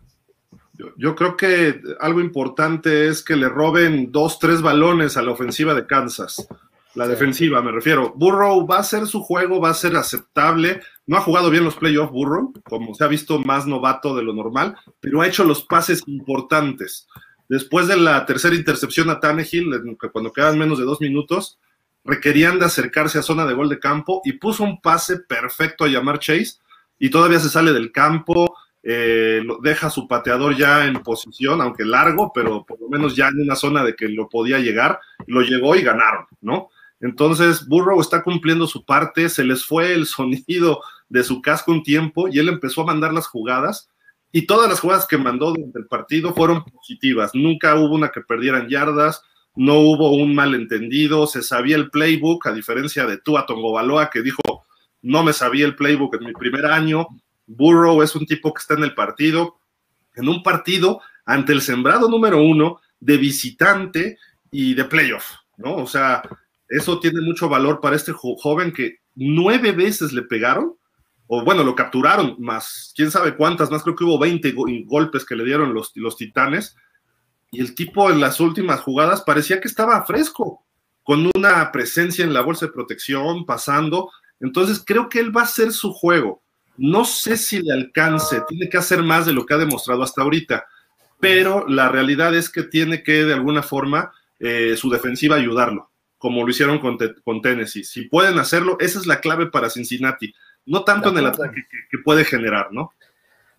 [SPEAKER 1] Yo creo que algo importante es que le roben 2-3 balones a la ofensiva de Kansas. La defensiva, me refiero. Burrow va a hacer su juego, va a ser aceptable. No ha jugado bien los playoffs Burrow, como se ha visto más novato de lo normal, pero ha hecho los pases importantes. Después de la tercera intercepción a Tannehill, cuando quedan menos de 2 minutos, requerían de acercarse a zona de gol de campo y puso un pase perfecto a Ja'Marr Chase y todavía se sale del campo, deja a su pateador ya en posición, aunque largo, pero por lo menos ya en una zona de que lo podía llegar, lo llegó y ganaron, ¿no? Entonces Burrow está cumpliendo su parte, se les fue el sonido de su casco un tiempo y él empezó a mandar las jugadas y todas las jugadas que mandó durante el partido fueron positivas, nunca hubo una que perdieran yardas, no hubo un malentendido, se sabía el playbook, a diferencia de Tua Tagovailoa que dijo, no me sabía el playbook en mi primer año. Burrow es un tipo que está en el partido, en un partido ante el sembrado número 1 de visitante y de playoff, ¿no? O sea, eso tiene mucho valor para este joven que 9 veces le pegaron, o bueno, lo capturaron, más quién sabe cuántas, más creo que hubo 20 golpes que le dieron los Titanes, y el tipo en las últimas jugadas parecía que estaba fresco, con una presencia en la bolsa de protección, pasando. Entonces creo que él va a hacer su juego. No sé si le alcance, tiene que hacer más de lo que ha demostrado hasta ahorita, pero la realidad es que tiene que de alguna forma su defensiva ayudarlo, como lo hicieron con Tennessee. Si pueden hacerlo, esa es la clave para Cincinnati, no tanto en el ataque que puede generar, ¿no?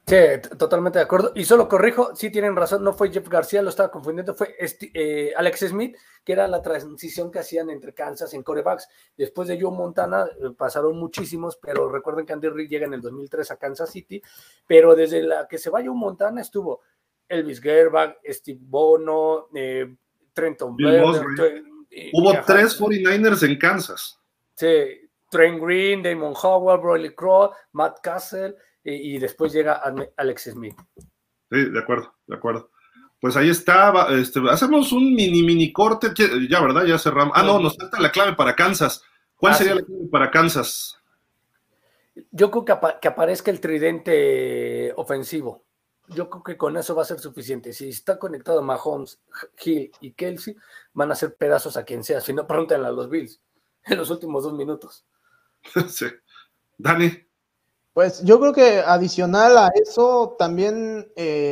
[SPEAKER 3] Sí, totalmente de acuerdo. Y solo corrijo, sí tienen razón, no fue Jeff García, lo estaba confundiendo, fue Alex Smith, que era la transición que hacían entre Kansas en quarterbacks. Después de Joe Montana pasaron muchísimos, pero recuerden que Andy Reid llega en el 2003 a Kansas City, pero desde la que se va Joe Montana estuvo Elvis Gerbach, Steve Bono, Trenton Berner.
[SPEAKER 1] Hubo 3 49ers en Kansas.
[SPEAKER 3] Sí, Trent Green, Damon Howard, Broly Crow, Matt Cassell, y después llega Alex Smith.
[SPEAKER 1] Sí, de acuerdo. Pues ahí está, hacemos un mini corte, ya, ¿verdad? Ya cerramos. No, nos falta la clave para Kansas. ¿Cuál sería la clave para Kansas?
[SPEAKER 3] Yo creo que aparezca el tridente ofensivo. Yo creo que con eso va a ser suficiente. Si está conectado Mahomes, Hill y Kelsey, van a hacer pedazos a quien sea. Si no, pregúntenle a los Bills en los últimos 2 minutos.
[SPEAKER 1] Sí. Dani.
[SPEAKER 2] Pues yo creo que adicional a eso, también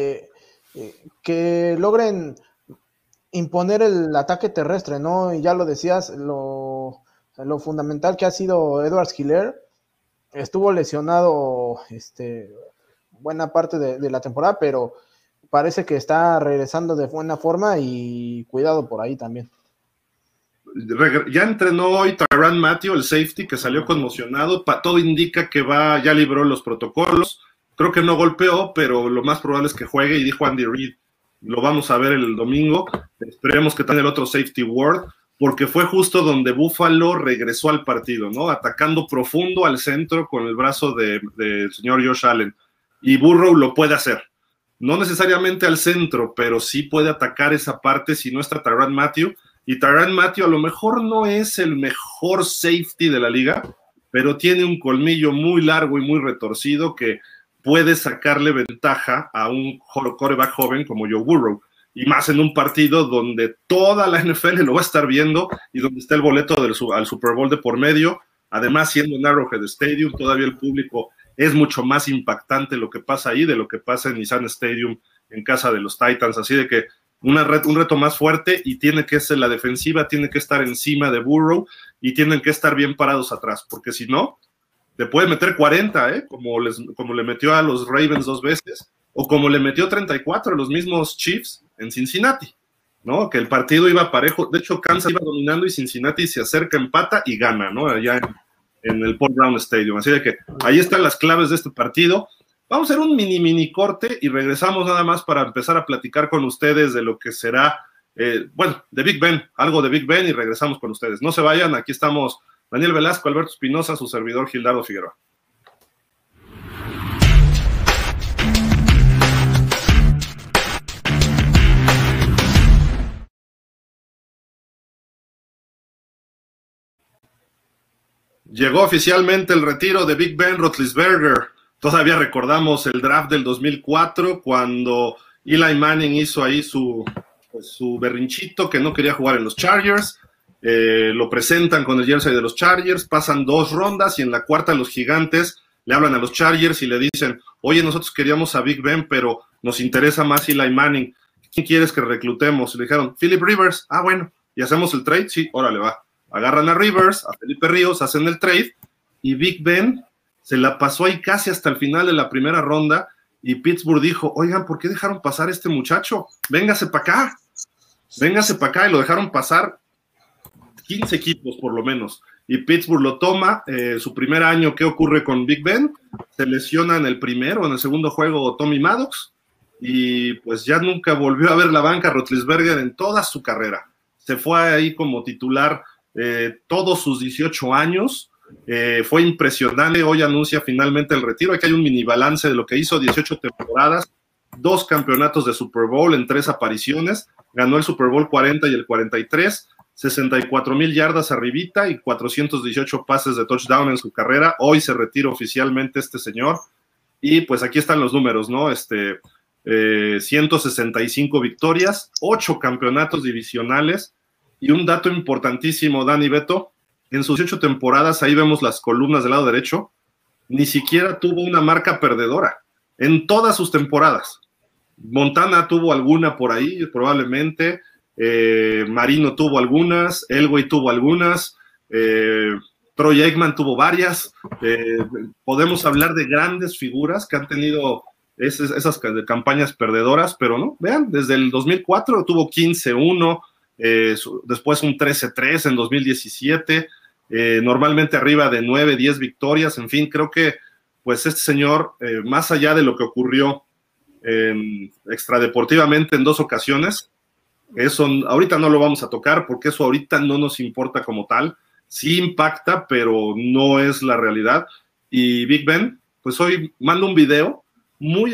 [SPEAKER 2] que logren imponer el ataque terrestre, ¿no? Y ya lo decías, lo fundamental que ha sido Edwards Helaire. Estuvo lesionado buena parte de la temporada, pero parece que está regresando de buena forma y cuidado por ahí también.
[SPEAKER 1] Ya entrenó hoy Tyrann Mathieu, el safety, que salió conmocionado. Todo indica que ya libró los protocolos. Creo que no golpeó, pero lo más probable es que juegue, y dijo Andy Reid, lo vamos a ver el domingo. Esperemos que tenga el otro safety Ward, porque fue justo donde Buffalo regresó al partido, ¿no? Atacando profundo al centro con el brazo del señor Josh Allen. Y Burrow lo puede hacer. No necesariamente al centro, pero sí puede atacar esa parte si no está Tyrann Mathieu. Y Tyrann Mathieu a lo mejor no es el mejor safety de la liga, pero tiene un colmillo muy largo y muy retorcido que puede sacarle ventaja a un quarterback joven como Joe Burrow, y más en un partido donde toda la NFL lo va a estar viendo y donde está el boleto al Super Bowl de por medio. Además, siendo en Arrowhead Stadium, todavía el público es mucho más impactante lo que pasa ahí de lo que pasa en Nissan Stadium en casa de los Titans, así de que un reto más fuerte, y tiene que ser la defensiva, tiene que estar encima de Burrow y tienen que estar bien parados atrás, porque si no, te puede meter 40, como le metió a los Ravens 2 veces, o como le metió 34 a los mismos Chiefs en Cincinnati, ¿no? Que el partido iba parejo. De hecho, Kansas iba dominando y Cincinnati se acerca, empata y gana, ¿no? Allá en el Paul Brown Stadium. Así de que ahí están las claves de este partido. Vamos a hacer un mini corte y regresamos nada más para empezar a platicar con ustedes de lo que será, de Big Ben, algo de Big Ben, y regresamos con ustedes. No se vayan, aquí estamos Daniel Velasco, Alberto Espinosa, su servidor Gildardo Figueroa. Llegó oficialmente el retiro de Big Ben Roethlisberger. Todavía recordamos el draft del 2004, cuando Eli Manning hizo ahí su berrinchito que no quería jugar en los Chargers. Lo presentan con el jersey de los Chargers, pasan 2 rondas y en la cuarta los Gigantes le hablan a los Chargers y le dicen: oye, nosotros queríamos a Big Ben, pero nos interesa más Eli Manning. ¿Quién quieres que reclutemos? Y le dijeron: Philip Rivers. Ah, bueno, ¿y hacemos el trade? Sí, órale, va. Agarran a Rivers, a Felipe Ríos, hacen el trade, y Big Ben se la pasó ahí casi hasta el final de la primera ronda, y Pittsburgh dijo: oigan, ¿por qué dejaron pasar a este muchacho? Véngase para acá, y lo dejaron pasar 15 equipos por lo menos, y Pittsburgh lo toma. Su primer año, ¿qué ocurre con Big Ben? Se lesiona en el segundo juego Tommy Maddox, y pues ya nunca volvió a ver la banca Roethlisberger en toda su carrera. Se fue ahí como titular todos sus 18 años. Fue impresionante. Hoy anuncia finalmente el retiro. Aquí hay un mini balance de lo que hizo: 18 temporadas, 2 campeonatos de Super Bowl en 3 apariciones, ganó el Super Bowl 40 y el 43, 64,000 yardas arribita y 418 pases de touchdown en su carrera. Hoy se retira oficialmente este señor, y pues aquí están los números, ¿no? 165 victorias, 8 campeonatos divisionales, y un dato importantísimo, Dani, Beto: en sus 8 temporadas, ahí vemos las columnas del lado derecho, ni siquiera tuvo una marca perdedora en todas sus temporadas. Montana tuvo alguna por ahí, probablemente, Marino tuvo algunas, Elway tuvo algunas, Troy Aikman tuvo varias. Podemos hablar de grandes figuras que han tenido esas campañas perdedoras, pero no, vean, desde el 2004 tuvo 15-1, después un 13-3 en 2017, normalmente arriba de 9, 10 victorias, en fin, creo que pues este señor, más allá de lo que ocurrió extradeportivamente en 2 ocasiones, eso ahorita no lo vamos a tocar porque eso ahorita no nos importa como tal, sí impacta, pero no es la realidad. Y Big Ben, pues hoy manda un video muy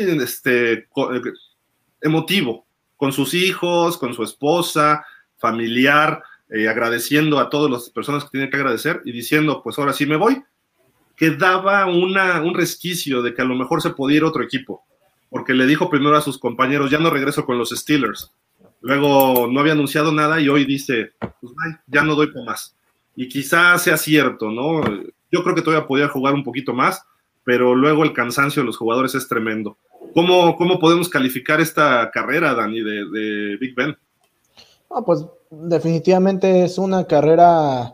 [SPEAKER 1] emotivo, con sus hijos, con su esposa, familiar, agradeciendo a todas las personas que tiene que agradecer y diciendo, pues ahora sí me voy, que daba un resquicio de que a lo mejor se podía ir a otro equipo, porque le dijo primero a sus compañeros, ya no regreso con los Steelers. Luego no había anunciado nada y hoy dice, pues ya no doy por más. Y quizás sea cierto, ¿no? Yo creo que todavía podía jugar un poquito más, pero luego el cansancio de los jugadores es tremendo. ¿Cómo podemos calificar esta carrera, Dani, de Big Ben?
[SPEAKER 2] Pues definitivamente es una carrera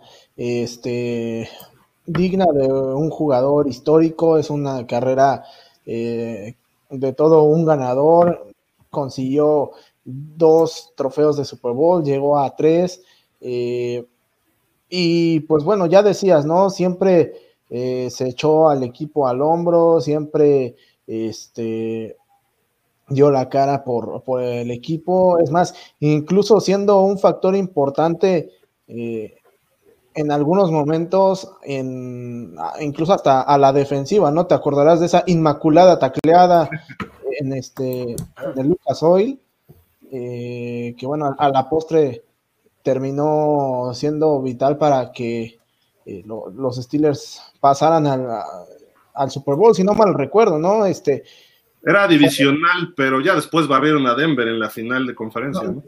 [SPEAKER 2] digna de un jugador histórico, es una carrera de todo un ganador, consiguió 2 trofeos de Super Bowl, llegó a 3, y pues bueno, ya decías, ¿no? Siempre se echó al equipo al hombro, siempre dio la cara por el equipo, es más, incluso siendo un factor importante en algunos momentos, incluso hasta a la defensiva, ¿no? Te acordarás de esa inmaculada tacleada de Lucas Oil, que bueno, a la postre terminó siendo vital para que los Steelers pasaran al Super Bowl, si no mal recuerdo, ¿no?
[SPEAKER 1] Era divisional, pero ya después barrieron a Denver en la final de conferencia, ¿no?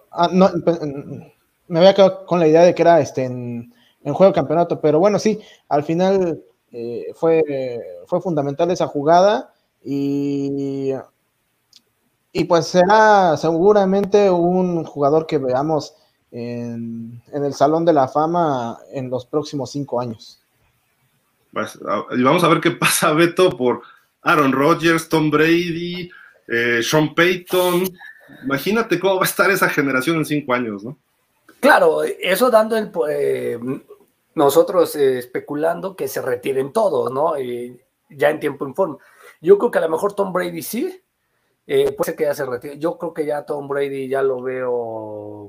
[SPEAKER 2] Me había quedado con la idea de que era en juego de campeonato, pero bueno, sí, al final fue fundamental esa jugada y pues será seguramente un jugador que veamos en el Salón de la Fama en los próximos 5 años.
[SPEAKER 1] Pues, y vamos a ver qué pasa, Beto, por Aaron Rodgers, Tom Brady, Sean Payton. Imagínate cómo va a estar esa generación en 5 años, ¿no?
[SPEAKER 3] Claro, eso dando nosotros especulando que se retiren todos, ¿no? Ya en tiempo y forma. Yo creo que a lo mejor Tom Brady sí, puede ser que ya se retire. Yo creo que ya Tom Brady ya lo veo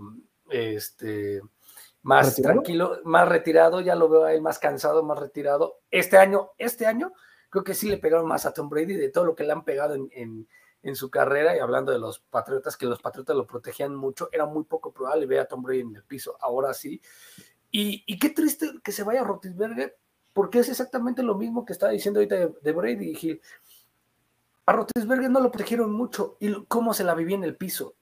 [SPEAKER 3] más ¿retirado? Tranquilo, más retirado, ya lo veo a él más cansado, más retirado. Este año creo que sí le pegaron más a Tom Brady de todo lo que le han pegado en su carrera, y hablando de los Patriotas, que los Patriotas lo protegían mucho, era muy poco probable ver a Tom Brady en el piso, ahora sí. Y qué triste que se vaya Roethlisberger, porque es exactamente lo mismo que estaba diciendo ahorita de Brady y Gil. A Roethlisberger no lo protegieron mucho, y cómo se la vivía en el piso,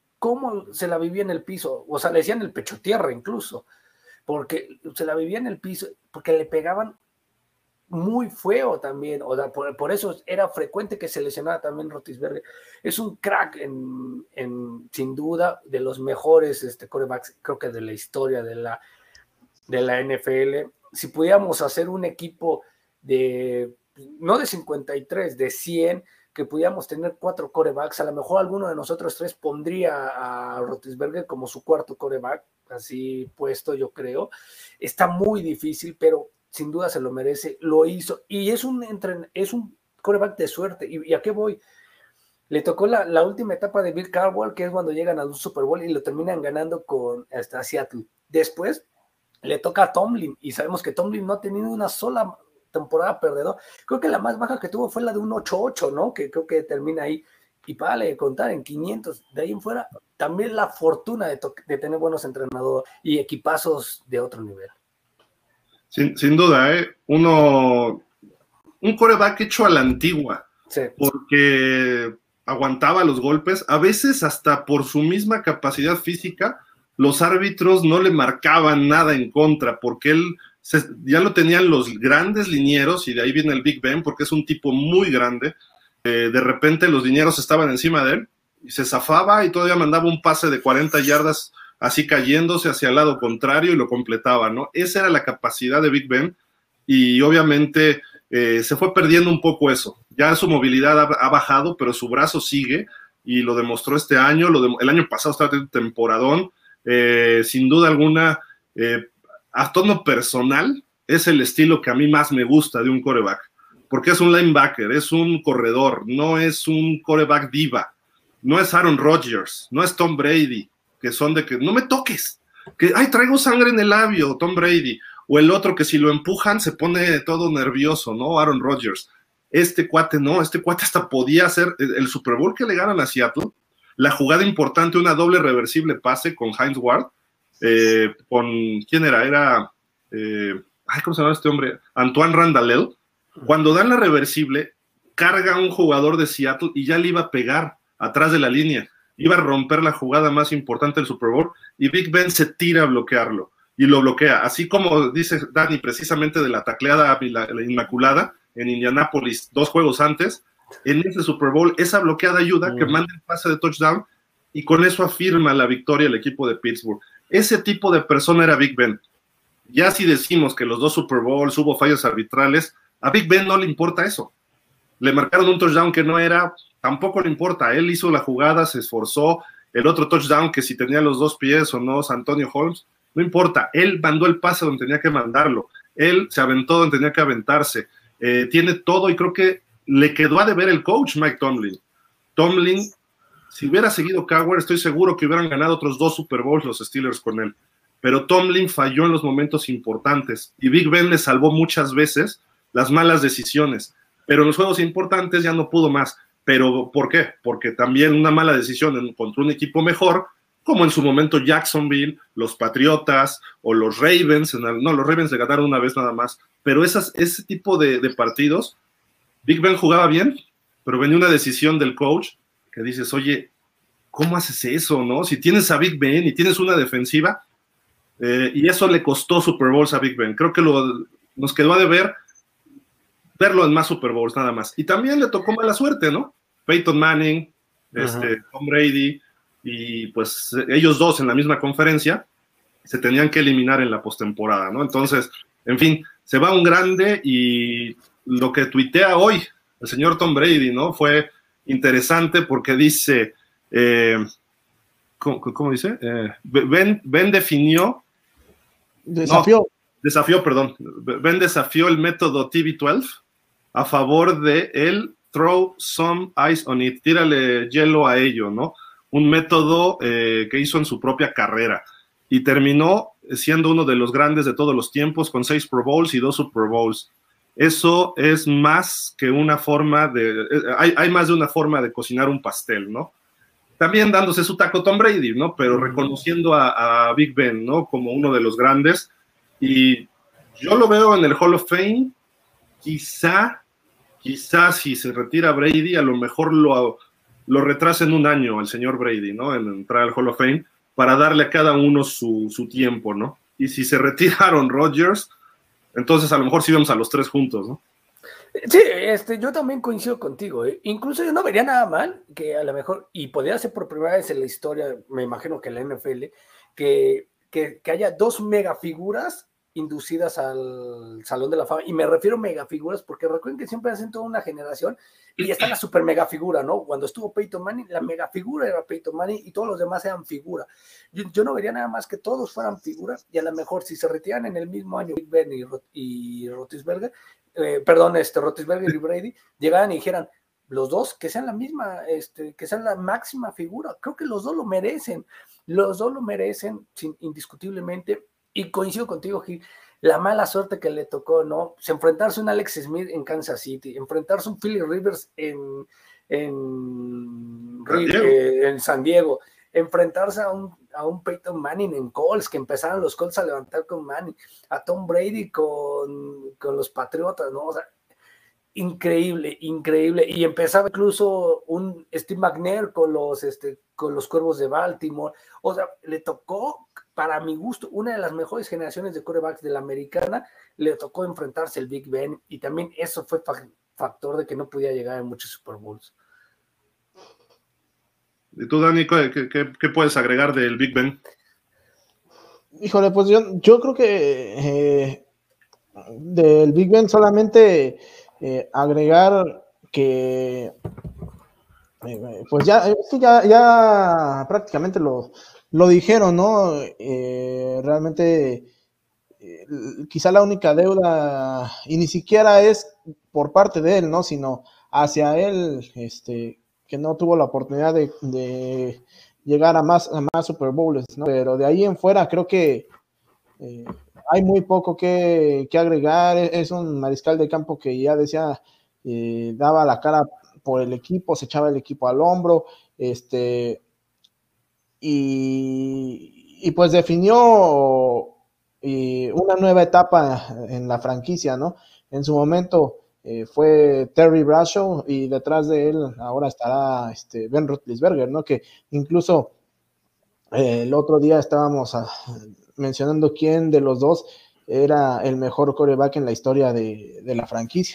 [SPEAKER 3] o sea, le decían el pecho tierra incluso, porque se la vivía en el piso, porque le pegaban muy feo también, o sea, por eso era frecuente que se lesionara también Roethlisberger. Es un crack sin duda, de los mejores quarterbacks, creo que de la historia de la NFL. Si pudiéramos hacer un equipo no de 53, de 100, que pudiéramos tener 4 quarterbacks, a lo mejor alguno de nosotros 3 pondría a Roethlisberger como su cuarto quarterback, así puesto, yo creo. Está muy difícil, pero sin duda se lo merece, lo hizo, y es un quarterback de suerte. ¿Y a qué voy? Le tocó la última etapa de Bill Caldwell, que es cuando llegan a un Super Bowl y lo terminan ganando hasta Seattle. Después le toca a Tomlin, y sabemos que Tomlin no ha tenido una sola temporada perdedora. Creo que la más baja que tuvo fue la de un 8-8, ¿no? Que creo que termina ahí. Y para contar en 500, de ahí en fuera, también la fortuna de tener buenos entrenadores y equipazos de otro nivel.
[SPEAKER 1] Sin duda, un quarterback hecho a la antigua, sí, porque aguantaba los golpes, a veces hasta por su misma capacidad física, los árbitros no le marcaban nada en contra, porque él ya lo tenían los grandes linieros, y de ahí viene el Big Ben, porque es un tipo muy grande. De repente los linieros estaban encima de él, y se zafaba, y todavía mandaba un pase de 40 yardas, así cayéndose hacia el lado contrario, y lo completaba, ¿no? Esa era la capacidad de Big Ben, y obviamente se fue perdiendo un poco eso. Ya su movilidad ha bajado, pero su brazo sigue y lo demostró este año. El año pasado estaba teniendo un temporadón. Sin duda alguna, a tono personal, es el estilo que a mí más me gusta de un quarterback, porque es un linebacker, es un corredor, no es un quarterback diva, no es Aaron Rodgers, no es Tom Brady, que son de que no me toques, que ay, traigo sangre en el labio, Tom Brady, o el otro que si lo empujan se pone todo nervioso, ¿no? Aaron Rodgers. Este cuate no, este cuate hasta podía hacer el Super Bowl que le ganan a Seattle, la jugada importante, una doble reversible pase con Hines Ward, con, ¿quién era? Era, ¿cómo se llama este hombre? Antoine Randall. Cuando dan la reversible, carga a un jugador de Seattle y ya le iba a pegar atrás de la línea, iba a romper la jugada más importante del Super Bowl, y Big Ben se tira a bloquearlo, y lo bloquea, así como dice Dani precisamente de la tacleada la Inmaculada en Indianápolis 2 juegos antes. En ese Super Bowl, esa bloqueada ayuda que manda el pase de touchdown, y con eso afirma la victoria el equipo de Pittsburgh. Ese tipo de persona era Big Ben. Ya si decimos que los 2 Super Bowls hubo fallos arbitrales, a Big Ben no le importa eso. Le marcaron un touchdown que no era, tampoco le importa. Él hizo la jugada, se esforzó. El otro touchdown, que si tenía los 2 pies o no, Antonio Holmes, no importa. Él mandó el pase donde tenía que mandarlo. Él se aventó donde tenía que aventarse. Tiene todo, y creo que le quedó a deber el coach Mike Tomlin. Tomlin, si hubiera seguido Cowher, estoy seguro que hubieran ganado otros 2 Super Bowls los Steelers con él. Pero Tomlin falló en los momentos importantes, y Big Ben le salvó muchas veces las malas decisiones, pero en los juegos importantes ya no pudo más. ¿Pero por qué? Porque también una mala decisión contra un equipo mejor, como en su momento Jacksonville, los Patriotas o los Ravens, los Ravens le ganaron una vez nada más, pero ese tipo de partidos, Big Ben jugaba bien, pero venía una decisión del coach que dices, oye, ¿cómo haces eso, no? Si tienes a Big Ben y tienes una defensiva, y eso le costó Super Bowls a Big Ben. Creo que nos quedó a deber verlo en más Super Bowls nada más. Y también le tocó mala suerte, ¿no? Peyton Manning, Tom Brady, y pues ellos 2 en la misma conferencia se tenían que eliminar en la postemporada, ¿no? Entonces, en fin, se va un grande, y lo que tuitea hoy el señor Tom Brady, ¿no? Fue interesante porque dice, ¿cómo dice? Ben definió... Ben desafió el método TB12 a favor de el throw some ice on it, tírale hielo a ello, ¿no? Un método que hizo en su propia carrera, y terminó siendo uno de los grandes de todos los tiempos con 6 Pro Bowls y 2 Super Bowls. Eso es más que una forma de... Hay más de una forma de cocinar un pastel, ¿no? También dándose su taco Tom Brady, ¿no? Pero reconociendo a Big Ben, ¿no? Como uno de los grandes. Y yo lo veo en el Hall of Fame. Quizá si se retira Brady, a lo mejor lo retrasa en un año el señor Brady, ¿no? En entrar al Hall of Fame, para darle a cada uno su tiempo, ¿no? Y si se retiraron Rodgers, entonces a lo mejor sí vamos a los 3 juntos, ¿no?
[SPEAKER 3] Sí, yo también coincido contigo, ¿eh? Incluso yo no vería nada mal que a lo mejor, y podría ser por primera vez en la historia, me imagino que en la NFL, que haya 2 megafiguras inducidas al Salón de la Fama, y me refiero a megafiguras porque recuerden que siempre hacen toda una generación y está la super megafigura, ¿no? Cuando estuvo Peyton Manning, la megafigura era Peyton Manning y todos los demás eran figuras. Yo no vería nada más que todos fueran figuras, y a lo mejor si se retiran en el mismo año Big Ben y Roethlisberger, Roethlisberger y Brady, llegaran y dijeran, los 2 que sean la misma, que sean la máxima figura. Creo que los 2 lo merecen, indiscutiblemente. Y coincido contigo, Gil, la mala suerte que le tocó, ¿no? Pues enfrentarse a un Alex Smith en Kansas City, enfrentarse a un Philip Rivers en San Diego, enfrentarse a un Peyton Manning en Colts, que empezaron los Colts a levantar con Manning, a Tom Brady con los Patriotas, ¿no? O sea, increíble, y empezaba incluso un Steve McNair con los Cuervos de Baltimore. O sea, le tocó, para mi gusto, una de las mejores generaciones de quarterbacks de la americana, le tocó enfrentarse el Big Ben, y también eso fue factor de que no podía llegar a muchos Super Bowls.
[SPEAKER 1] ¿Y tú, Dani, qué puedes agregar del Big Ben?
[SPEAKER 2] Híjole, pues yo creo que del Big Ben solamente agregar que pues ya prácticamente lo dijeron, ¿no? Realmente quizá la única deuda, y ni siquiera es por parte de él, ¿no? Sino hacia él, que no tuvo la oportunidad de llegar a más Super Bowls, ¿no? Pero de ahí en fuera creo que hay muy poco que agregar. Es un mariscal de campo que ya decía, daba la cara por el equipo, se echaba el equipo al hombro, y pues definió una nueva etapa en la franquicia, ¿no? En su momento fue Terry Bradshaw, y detrás de él ahora estará Ben Roethlisberger, ¿no? Que incluso el otro día estábamos mencionando quién de los dos era el mejor quarterback en la historia de la franquicia.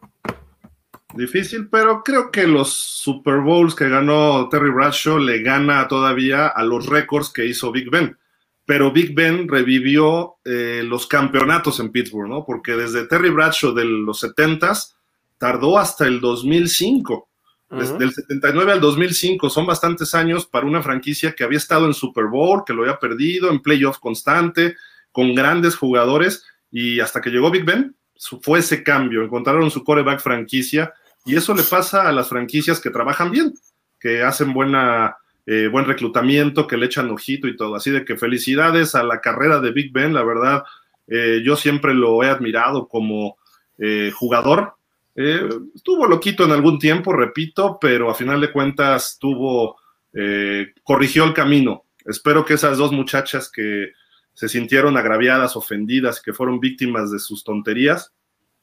[SPEAKER 1] Difícil, pero creo que los Super Bowls que ganó Terry Bradshaw le gana todavía a los récords que hizo Big Ben. Pero Big Ben revivió los campeonatos en Pittsburgh, ¿no? Porque desde Terry Bradshaw de los 70s tardó hasta el 2005. Desde el 79 al 2005 son bastantes años para una franquicia que había estado en Super Bowl, que lo había perdido, en playoff constante, con grandes jugadores, y hasta que llegó Big Ben, fue ese cambio, encontraron su quarterback franquicia, y eso le pasa a las franquicias que trabajan bien, que hacen buen reclutamiento, que le echan ojito y todo, así de que felicidades a la carrera de Big Ben, la verdad, yo siempre lo he admirado como jugador. Estuvo loquito en algún tiempo, repito, pero a final de cuentas corrigió el camino. Espero que esas dos muchachas que se sintieron agraviadas, ofendidas, que fueron víctimas de sus tonterías,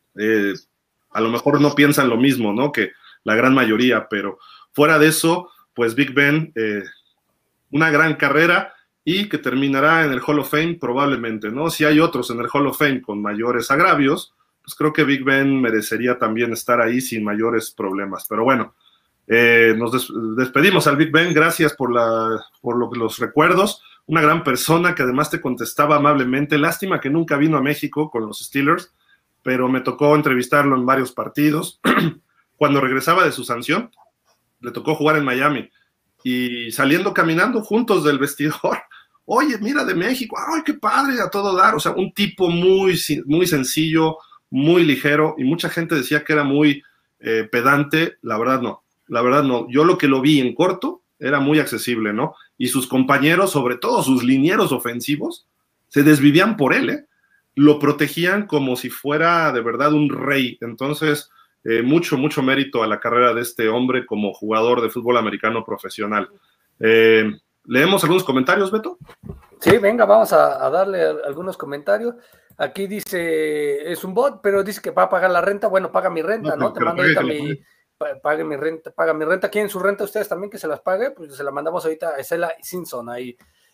[SPEAKER 1] a lo mejor no piensan lo mismo, ¿no? Que la gran mayoría, pero fuera de eso, pues Big Ben, una gran carrera, y que terminará en el Hall of Fame probablemente, ¿no? Si hay otros en el Hall of Fame con mayores agravios, pues creo que Big Ben merecería también estar ahí sin mayores problemas. Pero bueno, nos despedimos al Big Ben. Gracias por los recuerdos. Una gran persona que además te contestaba amablemente. Lástima que nunca vino a México con los Steelers, pero me tocó entrevistarlo en varios partidos. Cuando regresaba de su sanción, le tocó jugar en Miami, y saliendo caminando juntos del vestidor, oye, mira, de México, ay, qué padre, a todo dar. O sea, un tipo muy, muy sencillo, muy ligero, y mucha gente decía que era muy pedante. La verdad no, yo lo que lo vi en corto era muy accesible, ¿no? Y sus compañeros, sobre todo sus linieros ofensivos, se desvivían por él, lo protegían como si fuera de verdad un rey. Entonces, mucho mérito a la carrera de este hombre como jugador de fútbol americano profesional. ¿Leemos algunos comentarios, Beto?
[SPEAKER 3] Sí, venga, vamos a darle algunos comentarios. Aquí dice, es un bot, pero dice que va a pagar la renta. Bueno, paga mi renta, ¿no? Te mando ahorita paga mi renta. ¿Quieren su renta ustedes también que se las pague? Pues se la mandamos ahorita a Estela Simpson, ahí,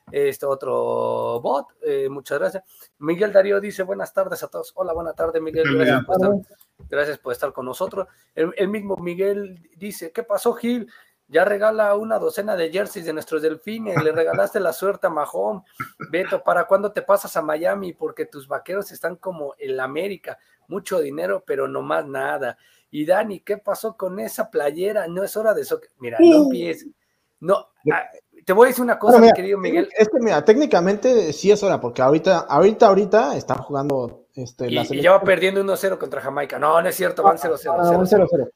[SPEAKER 3] otro bot. Muchas gracias. Miguel Darío dice, buenas tardes a todos. Hola, buenas tardes, Miguel. Gracias por estar con nosotros. El mismo Miguel dice, ¿qué pasó, Gil? Ya regala una docena de jerseys de nuestros delfines, le regalaste la suerte a Mahomes. Beto, ¿para cuándo te pasas a Miami? Porque tus vaqueros están como en la América, mucho dinero, pero no más nada. Y Dani, ¿qué pasó con esa playera? No es hora de eso. Mira, no empieces. No, te voy a decir una cosa, mi querido Miguel.
[SPEAKER 2] Es que mira, técnicamente sí es hora, porque ahorita están jugando
[SPEAKER 3] y ya va perdiendo 1-0 contra Jamaica. No es cierto, van 0-0.
[SPEAKER 2] 0-0.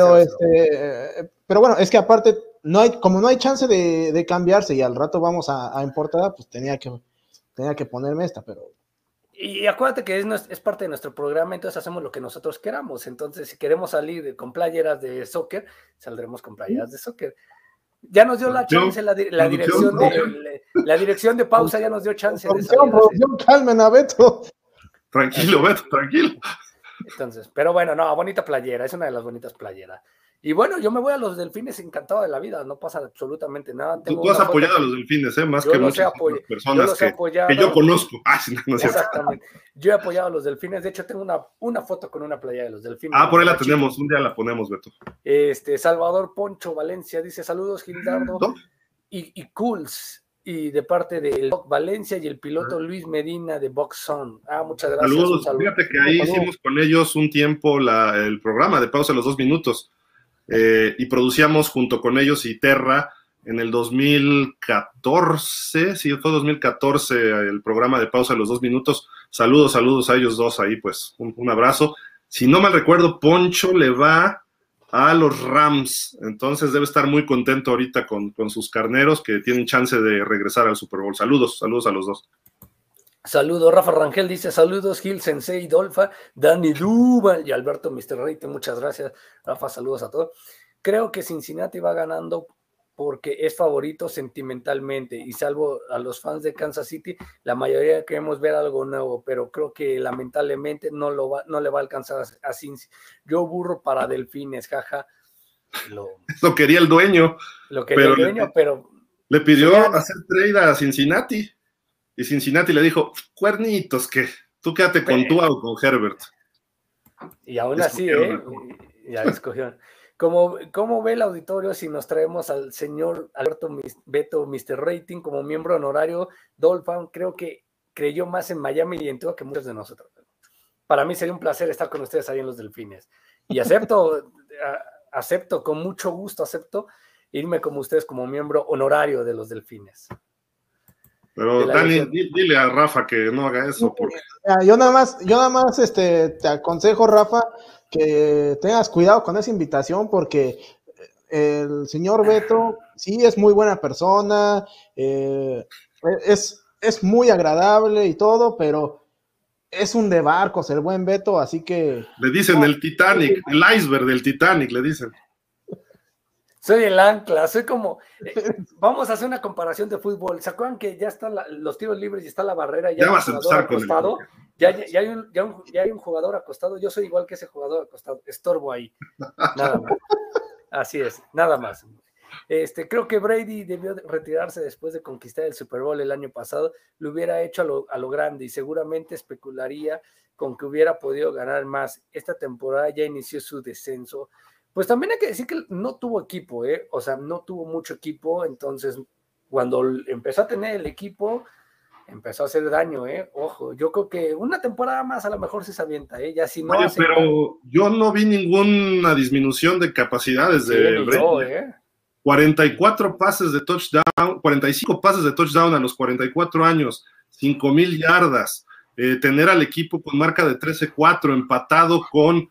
[SPEAKER 2] Pero bueno, es que aparte, como no hay chance de cambiarse, y al rato vamos a importar, pues tenía que ponerme esta, pero...
[SPEAKER 3] Y acuérdate que es parte de nuestro programa, entonces hacemos lo que nosotros queramos. Entonces, si queremos salir con playeras de soccer, saldremos con playeras de soccer. Ya nos dio la chance la dirección de pausa, ya nos dio chance de salir.
[SPEAKER 2] Producción, calmen a Beto.
[SPEAKER 1] Tranquilo, Beto, tranquilo.
[SPEAKER 3] Entonces, pero bueno, no, bonita playera, es una de las bonitas playeras. Y bueno, yo me voy a los delfines encantado de la vida, no pasa absolutamente nada.
[SPEAKER 1] Tú has apoyado a los delfines, más que muchas personas que yo conozco.
[SPEAKER 3] Exactamente. Yo he apoyado a los delfines, de hecho tengo una foto con una playera de los delfines.
[SPEAKER 1] Por ahí la tenemos, un día la ponemos, Beto.
[SPEAKER 3] Salvador Poncho Valencia dice, saludos, Gildardo y Cools. Y de parte del Doc Valencia y el piloto Luis Medina de Boxon. Muchas gracias.
[SPEAKER 1] Saludos. Fíjate que ahí hicimos con ellos un tiempo el programa de Pausa a los 2 minutos. y producíamos junto con ellos y Terra en el 2014, sí, fue 2014 el programa de Pausa de los 2 minutos. Saludos a ellos dos ahí, pues un abrazo. Si no mal recuerdo, Poncho le va a los Rams, entonces debe estar muy contento ahorita con sus carneros que tienen chance de regresar al Super Bowl. Saludos a los dos.
[SPEAKER 3] Saludos, Rafa Rangel dice, saludos Gil, Sensei, Dolfa, Dani Duval y Alberto Mr. Reite, muchas gracias, Rafa, saludos a todos. Creo que Cincinnati va ganando porque es favorito sentimentalmente y salvo a los fans de Kansas City, la mayoría queremos ver algo nuevo, pero creo que lamentablemente no le va a alcanzar a Cincy. Yo burro para Delfines, jaja.
[SPEAKER 1] Eso quería el dueño.
[SPEAKER 3] Lo quería el dueño, pero...
[SPEAKER 1] Le pidió hacer trade a Cincinnati y Cincinnati le dijo, cuernitos, que tú quédate con Tua o con Herbert.
[SPEAKER 3] Y aún así, ya escogió. ¿Cómo ve el auditorio si nos traemos al señor Alberto Beto Mr. Rating como miembro honorario? Dolphin creo que creyó más en Miami y en Tua que muchos de nosotros. Para mí sería un placer estar con ustedes ahí en los Delfines. Y acepto, con mucho gusto, irme como ustedes como miembro honorario de los Delfines.
[SPEAKER 1] Pero Dani, dile a Rafa que no haga eso. Porque...
[SPEAKER 2] Yo nada más te aconsejo, Rafa, que tengas cuidado con esa invitación porque el señor Beto sí es muy buena persona, es muy agradable y todo, pero es un de barcos el buen Beto, así que...
[SPEAKER 1] Le dicen el Titanic, el iceberg del Titanic, le dicen.
[SPEAKER 3] Soy el ancla, soy como... vamos a hacer una comparación de fútbol. ¿Se acuerdan que ya están los tiros libres y está la barrera?
[SPEAKER 1] Ya vas a empezar con
[SPEAKER 3] acostado. Ya hay un jugador acostado. Yo soy igual que ese jugador acostado. Estorbo ahí. Nada más. Así es, nada más. Creo que Brady debió retirarse después de conquistar el Super Bowl el año pasado. Lo hubiera hecho a lo grande y seguramente especularía con que hubiera podido ganar más. Esta temporada ya inició su descenso. Pues también hay que decir que no tuvo equipo, o sea, no tuvo mucho equipo, entonces cuando empezó a tener el equipo, empezó a hacer daño, ojo, yo creo que una temporada más a lo mejor se avienta, ya si no...
[SPEAKER 1] Oye, pero yo no vi ninguna disminución de capacidades de Brady. 44 pases de touchdown, 45 pases de touchdown a los 44 años, 5,000 yardas, tener al equipo con marca de 13-4, empatado con...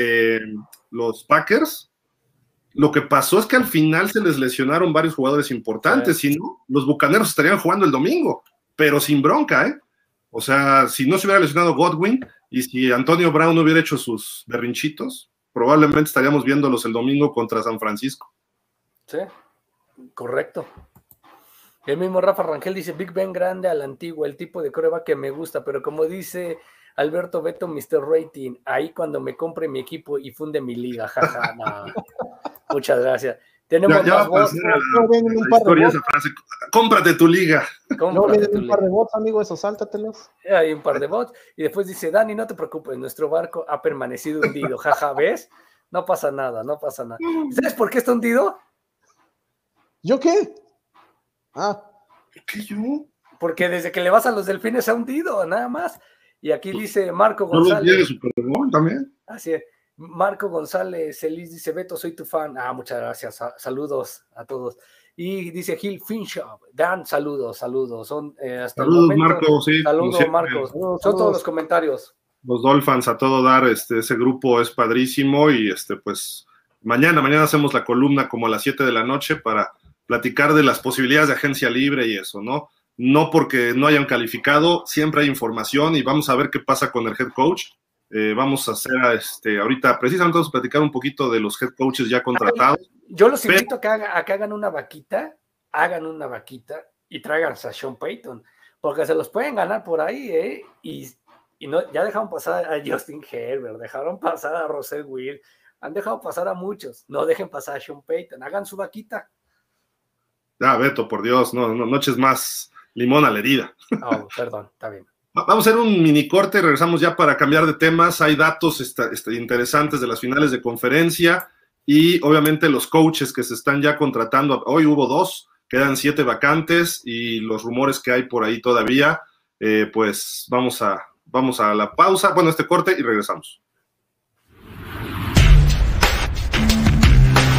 [SPEAKER 1] los Packers. Lo que pasó es que al final se les lesionaron varios jugadores importantes, si no, los Bucaneros estarían jugando el domingo, pero sin bronca, o sea, si no se hubiera lesionado Godwin y si Antonio Brown no hubiera hecho sus berrinchitos, probablemente estaríamos viéndolos el domingo contra San Francisco.
[SPEAKER 3] Sí, correcto. El mismo Rafa Rangel dice, Big Ben grande a la antigua, el tipo de coreback que me gusta, pero como dice Alberto Beto, Mr. Rating, ahí cuando me compre mi equipo y funde mi liga, jaja, no. Muchas gracias. Tenemos
[SPEAKER 1] ya más votos. Esa frase, cómprate tu liga.
[SPEAKER 2] Un par de bots, amigo, eso, sáltatelos.
[SPEAKER 3] Hay un par de bots. Y después dice, Dani, no te preocupes, nuestro barco ha permanecido hundido, jaja, ¿ves? No pasa nada. ¿Sabes por qué está hundido?
[SPEAKER 2] ¿Yo qué?
[SPEAKER 1] ¿Qué yo?
[SPEAKER 3] Porque desde que le vas a los Delfines se ha hundido, nada más. Y aquí dice Marco González.
[SPEAKER 1] ¿No Super Bowl también?
[SPEAKER 3] Así es. Marco González Celis dice, Beto, soy tu fan. Muchas gracias. Saludos a todos. Y dice Gil Finchop. Dan, saludos. Son hasta
[SPEAKER 1] saludos,
[SPEAKER 3] el momento.
[SPEAKER 1] Marco, sí.
[SPEAKER 3] Saludos, Marcos. Son todos los comentarios.
[SPEAKER 1] Los Dolphins a todo dar, ese grupo es padrísimo y pues mañana hacemos la columna como a las 7 de la noche para platicar de las posibilidades de agencia libre y eso, ¿no? No porque no hayan calificado, siempre hay información y vamos a ver qué pasa con el head coach. Vamos a hacer ahorita precisamente vamos a platicar un poquito de los head coaches ya contratados.
[SPEAKER 3] Yo los invito a que hagan una vaquita y traigan a Sean Payton, porque se los pueden ganar por ahí, y no, ya dejaron pasar a Justin Herbert, dejaron pasar a Russell Wilson, han dejado pasar a muchos, no dejen pasar a Sean Payton, hagan su vaquita.
[SPEAKER 1] Beto, por Dios, no eches más limón a la herida.
[SPEAKER 3] Perdón, está bien.
[SPEAKER 1] Vamos a hacer un mini corte y regresamos ya para cambiar de temas. Hay datos interesantes de las finales de conferencia y obviamente los coaches que se están ya contratando. Hoy hubo 2, quedan 7 vacantes y los rumores que hay por ahí todavía. Pues vamos a la pausa, este corte y regresamos.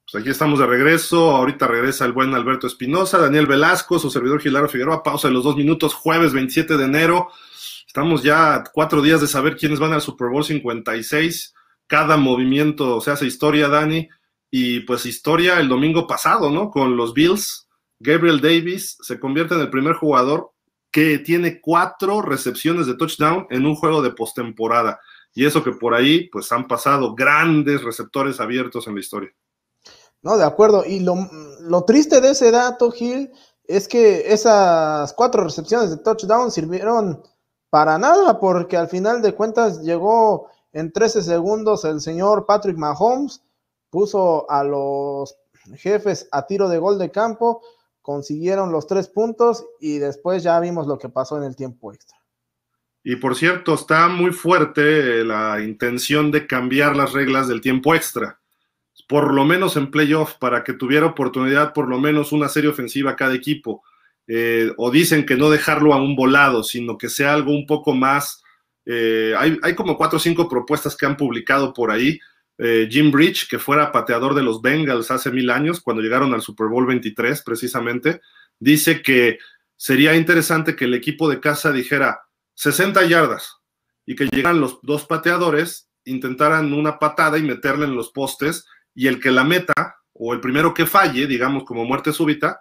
[SPEAKER 1] Pues aquí estamos de regreso, ahorita regresa el buen Alberto Espinosa, Daniel Velasco, su servidor Gilardo Figueroa, pausa de los 2 minutos, jueves 27 de enero, estamos ya a 4 días de saber quiénes van al Super Bowl 56, cada movimiento se hace historia, Dani, y pues historia el domingo pasado, ¿no? Con los Bills, Gabriel Davis se convierte en el primer jugador que tiene 4 recepciones de touchdown en un juego de postemporada, y eso que por ahí pues han pasado grandes receptores abiertos en la historia.
[SPEAKER 2] No, de acuerdo. Y lo triste de ese dato, Gil, es que esas 4 recepciones de touchdown sirvieron para nada, porque al final de cuentas llegó en 13 segundos el señor Patrick Mahomes, puso a los jefes a tiro de gol de campo, consiguieron los 3 puntos y después ya vimos lo que pasó en el tiempo extra.
[SPEAKER 1] Y por cierto, está muy fuerte la intención de cambiar las reglas del tiempo extra, por lo menos en playoff, para que tuviera oportunidad por lo menos una serie ofensiva cada equipo, o dicen que no dejarlo a un volado, sino que sea algo un poco más, hay como 4 o 5 propuestas que han publicado por ahí. Jim Bridge, que fuera pateador de los Bengals hace 1000 años, cuando llegaron al Super Bowl 23 precisamente, dice que sería interesante que el equipo de casa dijera 60 yardas, y que llegaran los 2 pateadores, intentaran una patada y meterla en los postes, y el que la meta, o el primero que falle, digamos como muerte súbita,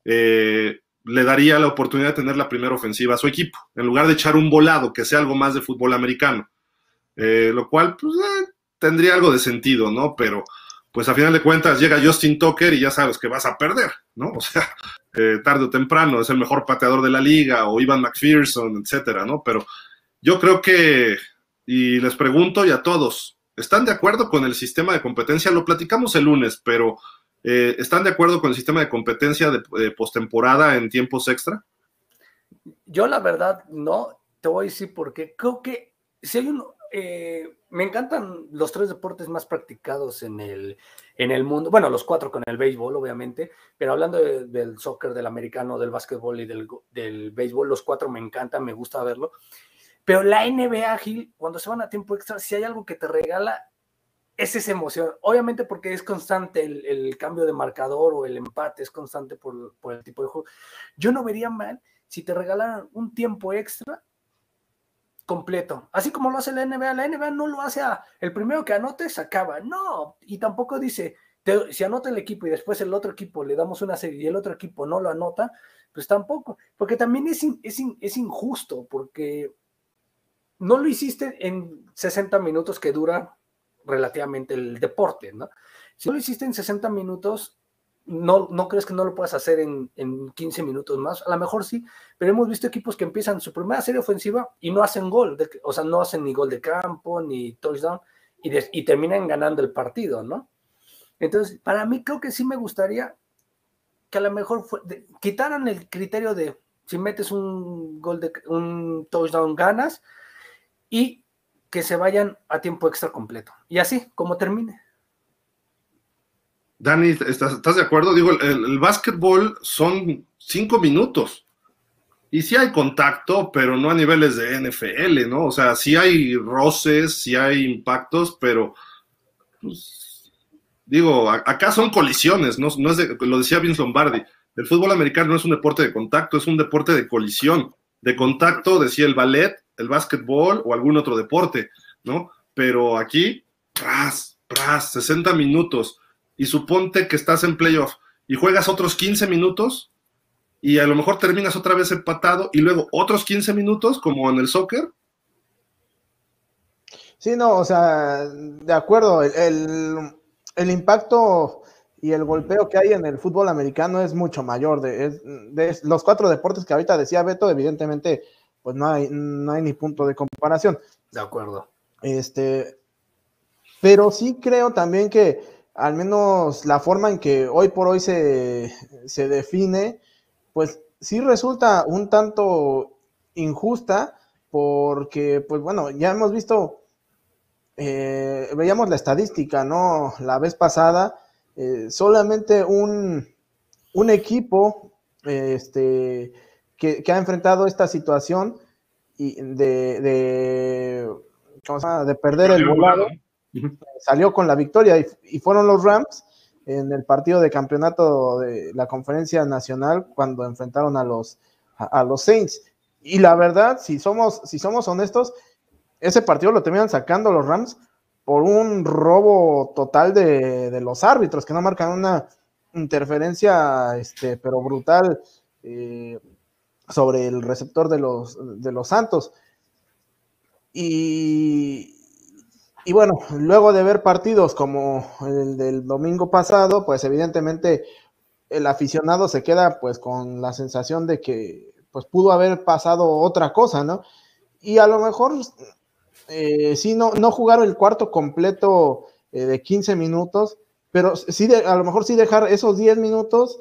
[SPEAKER 1] le daría la oportunidad de tener la primera ofensiva a su equipo, en lugar de echar un volado, que sea algo más de fútbol americano, lo cual pues, tendría algo de sentido, ¿no? Pero pues a final de cuentas llega Justin Tucker y ya sabes que vas a perder, ¿no? O sea, tarde o temprano es el mejor pateador de la liga, o Ivan McPherson, etcétera, ¿no? Pero yo creo que, y les pregunto y a todos, ¿están de acuerdo con el sistema de competencia? Lo platicamos el lunes, pero ¿están de acuerdo con el sistema de competencia de postemporada en tiempos extra?
[SPEAKER 3] Yo la verdad no, te voy a decir por qué. Creo que si hay uno, me encantan los 3 deportes más practicados en el mundo, bueno, los 4 con el béisbol, obviamente, pero hablando del soccer, del americano, del básquetbol y del béisbol, los 4 me encantan, me gusta verlo. Pero la NBA, Gil, cuando se van a tiempo extra, si hay algo que te regala, es esa emoción. Obviamente porque es constante el cambio de marcador o el empate, es constante por el tipo de juego. Yo no vería mal si te regalaran un tiempo extra completo, así como lo hace la NBA. La NBA no lo hace el primero que anote se acaba, no, y tampoco dice, si anota el equipo y después el otro equipo le damos una serie y el otro equipo no lo anota, pues tampoco, porque también es injusto, porque no lo hiciste en 60 minutos que dura relativamente el deporte, ¿no? Si no lo hiciste en 60 minutos, no crees que no lo puedas hacer en 15 minutos más. A lo mejor sí, pero hemos visto equipos que empiezan su primera serie ofensiva y no hacen gol, o sea, no hacen ni gol de campo, ni touchdown, y terminan ganando el partido, ¿no? Entonces, para mí creo que sí me gustaría que a lo mejor quitaran el criterio de si metes un touchdown ganas, y que se vayan a tiempo extra completo. Y así, como termine.
[SPEAKER 1] Dani, ¿estás de acuerdo? Digo, el básquetbol son 5 minutos. Y sí hay contacto, pero no a niveles de NFL, ¿no? O sea, sí hay roces, sí hay impactos, pero, pues, digo, acá son colisiones, ¿no? No es lo decía Vince Lombardi. El fútbol americano no es un deporte de contacto, es un deporte de colisión. De contacto, decía el ballet, el básquetbol o algún otro deporte, ¿no? Pero aquí, 60 minutos, y suponte que estás en playoff y juegas otros 15 minutos y a lo mejor terminas otra vez empatado y luego otros 15 minutos como en el soccer.
[SPEAKER 2] Sí, no, o sea, de acuerdo, el impacto y el golpeo que hay en el fútbol americano es mucho mayor. De los 4 deportes que ahorita decía Beto, evidentemente, pues no hay ni punto de comparación.
[SPEAKER 3] De acuerdo.
[SPEAKER 2] Pero sí creo también que al menos la forma en que hoy por hoy se define, pues sí resulta un tanto injusta, porque, pues bueno, ya hemos visto, veíamos la estadística, ¿no? La vez pasada, solamente un equipo que ha enfrentado esta situación y ¿cómo se llama? De perder el volado, salió con la victoria y fueron los Rams, en el partido de campeonato de la Conferencia Nacional cuando enfrentaron a los Saints. Y la verdad, si somos honestos, ese partido lo terminan sacando los Rams por un robo total de los árbitros, que no marcan una interferencia, pero brutal, sobre el receptor de los Santos. Y bueno, luego de ver partidos como el del domingo pasado, pues evidentemente el aficionado se queda pues con la sensación de que pues pudo haber pasado otra cosa, ¿no? Y a lo mejor sí no jugaron el cuarto completo de 15 minutos, pero sí a lo mejor sí dejar esos 10 minutos,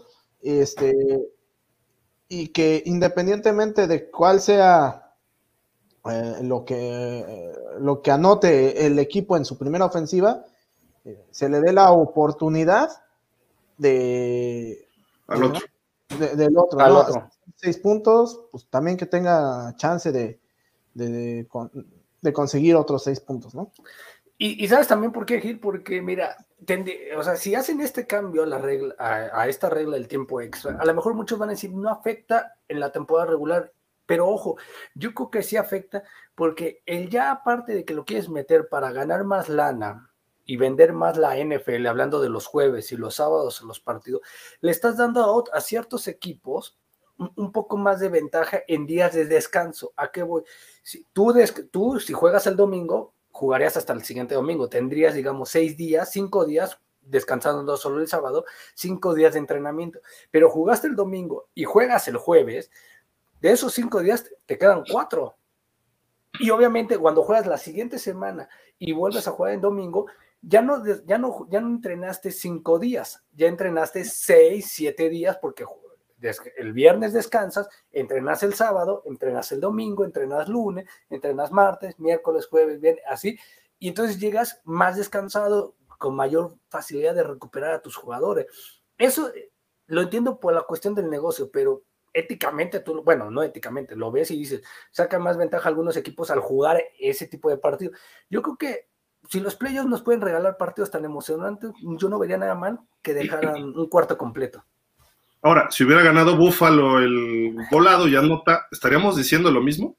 [SPEAKER 2] y que independientemente de cuál sea lo que anote el equipo en su primera ofensiva, se le dé la oportunidad del otro,
[SPEAKER 3] al
[SPEAKER 2] ¿no?
[SPEAKER 3] otro.
[SPEAKER 2] 6 puntos, pues también que tenga chance de conseguir otros 6 puntos, ¿no?
[SPEAKER 3] Y ¿sabes también por qué, Gil? Porque mira, o sea, si hacen este cambio a esta regla del tiempo extra, a lo mejor muchos van a decir no afecta en la temporada regular, pero ojo, yo creo que sí afecta, porque ya aparte de que lo quieres meter para ganar más lana y vender más la NFL, hablando de los jueves y los sábados en los partidos, le estás dando a ciertos equipos un poco más de ventaja en días de descanso. ¿A qué voy? Si tú si juegas el domingo, jugarías hasta el siguiente domingo, tendrías, digamos, 5 días, descansando solo el sábado, 5 días de entrenamiento, pero jugaste el domingo y juegas el jueves, de esos 5 días te quedan 4, y obviamente cuando juegas la siguiente semana y vuelves a jugar el domingo, ya no entrenaste 5 días, ya entrenaste 6, 7 días, porque el viernes descansas, entrenas el sábado, entrenas el domingo, entrenas lunes, entrenas martes, miércoles, jueves, viernes, así, y entonces llegas más descansado, con mayor facilidad de recuperar a tus jugadores. Eso lo entiendo por la cuestión del negocio, pero éticamente, no éticamente, lo ves y dices, sacan más ventaja algunos equipos al jugar ese tipo de partido. Yo creo que si los playoffs nos pueden regalar partidos tan emocionantes, yo no vería nada mal que dejaran un cuarto completo.
[SPEAKER 1] Ahora, si hubiera ganado Buffalo el volado y anota, ¿estaríamos diciendo lo mismo?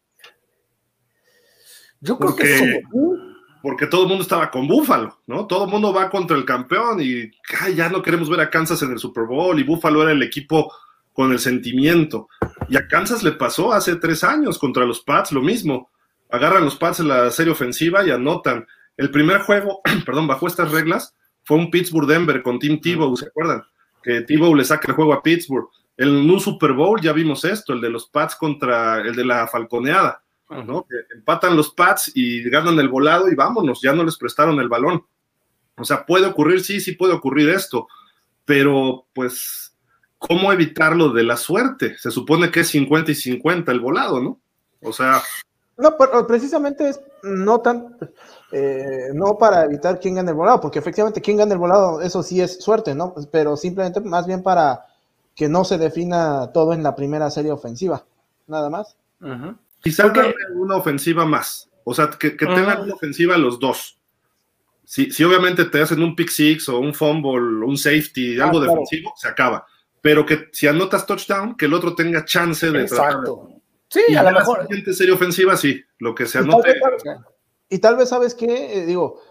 [SPEAKER 3] Yo creo que sí.
[SPEAKER 1] Porque todo el mundo estaba con Buffalo, ¿no? Todo el mundo va contra el campeón y ya no queremos ver a Kansas en el Super Bowl, y Buffalo era el equipo con el sentimiento. Y a Kansas le pasó hace 3 años contra los Pats, lo mismo. Agarran los Pats en la serie ofensiva y anotan. El primer juego, perdón, bajo estas reglas, fue un Pittsburgh-Denver con Tim Tebow, ¿se acuerdan? Que Tebow le saca el juego a Pittsburgh. En un Super Bowl ya vimos esto, el de los Pats contra el de la falconeada, ¿no? Que empatan los Pats y ganan el volado y vámonos, ya no les prestaron el balón. O sea, puede ocurrir, sí puede ocurrir esto, pero pues, ¿cómo evitarlo de la suerte? Se supone que es 50 y 50 el volado, ¿no? O sea...
[SPEAKER 2] No, pero precisamente es no para evitar quién gane el volado, porque efectivamente quién gane el volado, eso sí es suerte, ¿no? Pero simplemente más bien para que no se defina todo en la primera serie ofensiva, nada más.
[SPEAKER 1] Quizá darle una ofensiva más, o sea, que tengan una ofensiva los dos. Si obviamente te hacen un pick six o un fumble, un safety, algo defensivo, se acaba. Pero que si anotas touchdown, que el otro tenga chance de
[SPEAKER 3] Exacto. Sí,
[SPEAKER 1] y
[SPEAKER 3] a lo mejor.
[SPEAKER 1] La siguiente serie ofensiva, sí, lo que se anote.
[SPEAKER 2] Y tal vez, ¿sabes qué?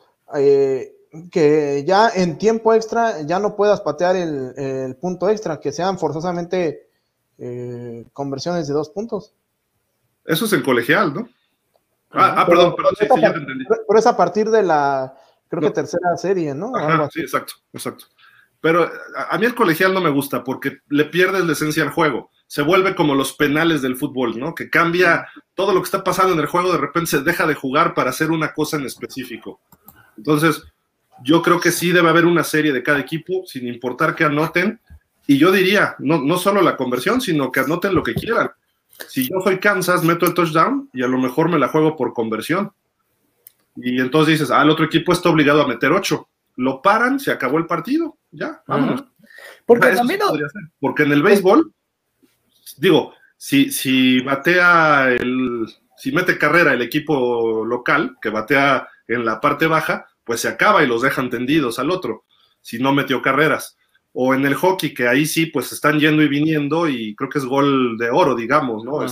[SPEAKER 2] Que ya en tiempo extra ya no puedas patear el punto extra, que sean forzosamente conversiones de 2 puntos.
[SPEAKER 1] Eso es en colegial, ¿no? Perdón, sí, ya te entendí.
[SPEAKER 2] Pero es a partir de la, creo que tercera serie, ¿no?
[SPEAKER 1] Ajá, sí, exacto. Pero a mí el colegial no me gusta porque le pierdes la esencia al juego. Se vuelve como los penales del fútbol, ¿no? Que cambia todo lo que está pasando en el juego, de repente se deja de jugar para hacer una cosa en específico. Entonces, yo creo que sí debe haber una serie de cada equipo, sin importar que anoten. Y yo diría, no solo la conversión, sino que anoten lo que quieran. Si yo soy Kansas, meto el touchdown y a lo mejor me la juego por conversión. Y entonces dices, el otro equipo está obligado a meter 8. Lo paran, se acabó el partido, ya, vámonos.
[SPEAKER 3] Porque
[SPEAKER 1] eso
[SPEAKER 3] también
[SPEAKER 1] podría ser. Porque en el béisbol, digo, si batea si mete carrera el equipo local, que batea en la parte baja, pues se acaba y los dejan tendidos al otro. si no metió carreras. O en el hockey, que ahí sí, pues están yendo y viniendo, y creo que es gol de oro, digamos, ¿no?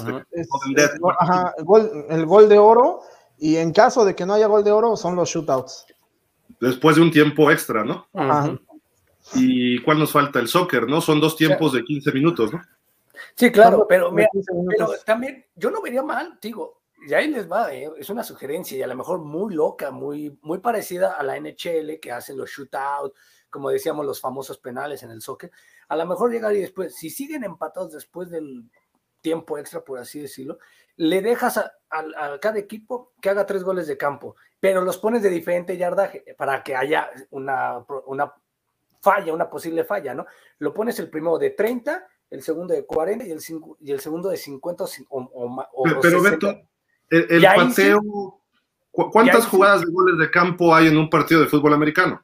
[SPEAKER 2] El gol de oro, y en caso de que no haya gol de oro, son los shootouts.
[SPEAKER 1] Después de un tiempo extra, ¿no?
[SPEAKER 2] Ajá.
[SPEAKER 1] ¿Y cuál nos falta? El soccer, ¿no? Son 2 tiempos de 15 minutos, ¿no?
[SPEAKER 3] Sí, claro, pero mira, pero también yo no vería mal, digo, y ahí les va, es una sugerencia y a lo mejor muy loca, muy parecida a la NHL que hacen los shootouts, como decíamos, los famosos penales en el soccer. A lo mejor llegar y después, si siguen empatados después del tiempo extra, por así decirlo, le dejas a cada equipo que haga 3 goles de campo, pero los pones de diferente yardaje para que haya una falla, una posible falla, ¿no? Lo pones el primero de 30, el segundo de 40 y el segundo de 50
[SPEAKER 1] pero
[SPEAKER 3] 60.
[SPEAKER 1] Beto, el pateo, sí, ¿cuántas jugadas de goles de campo hay en un partido de fútbol americano?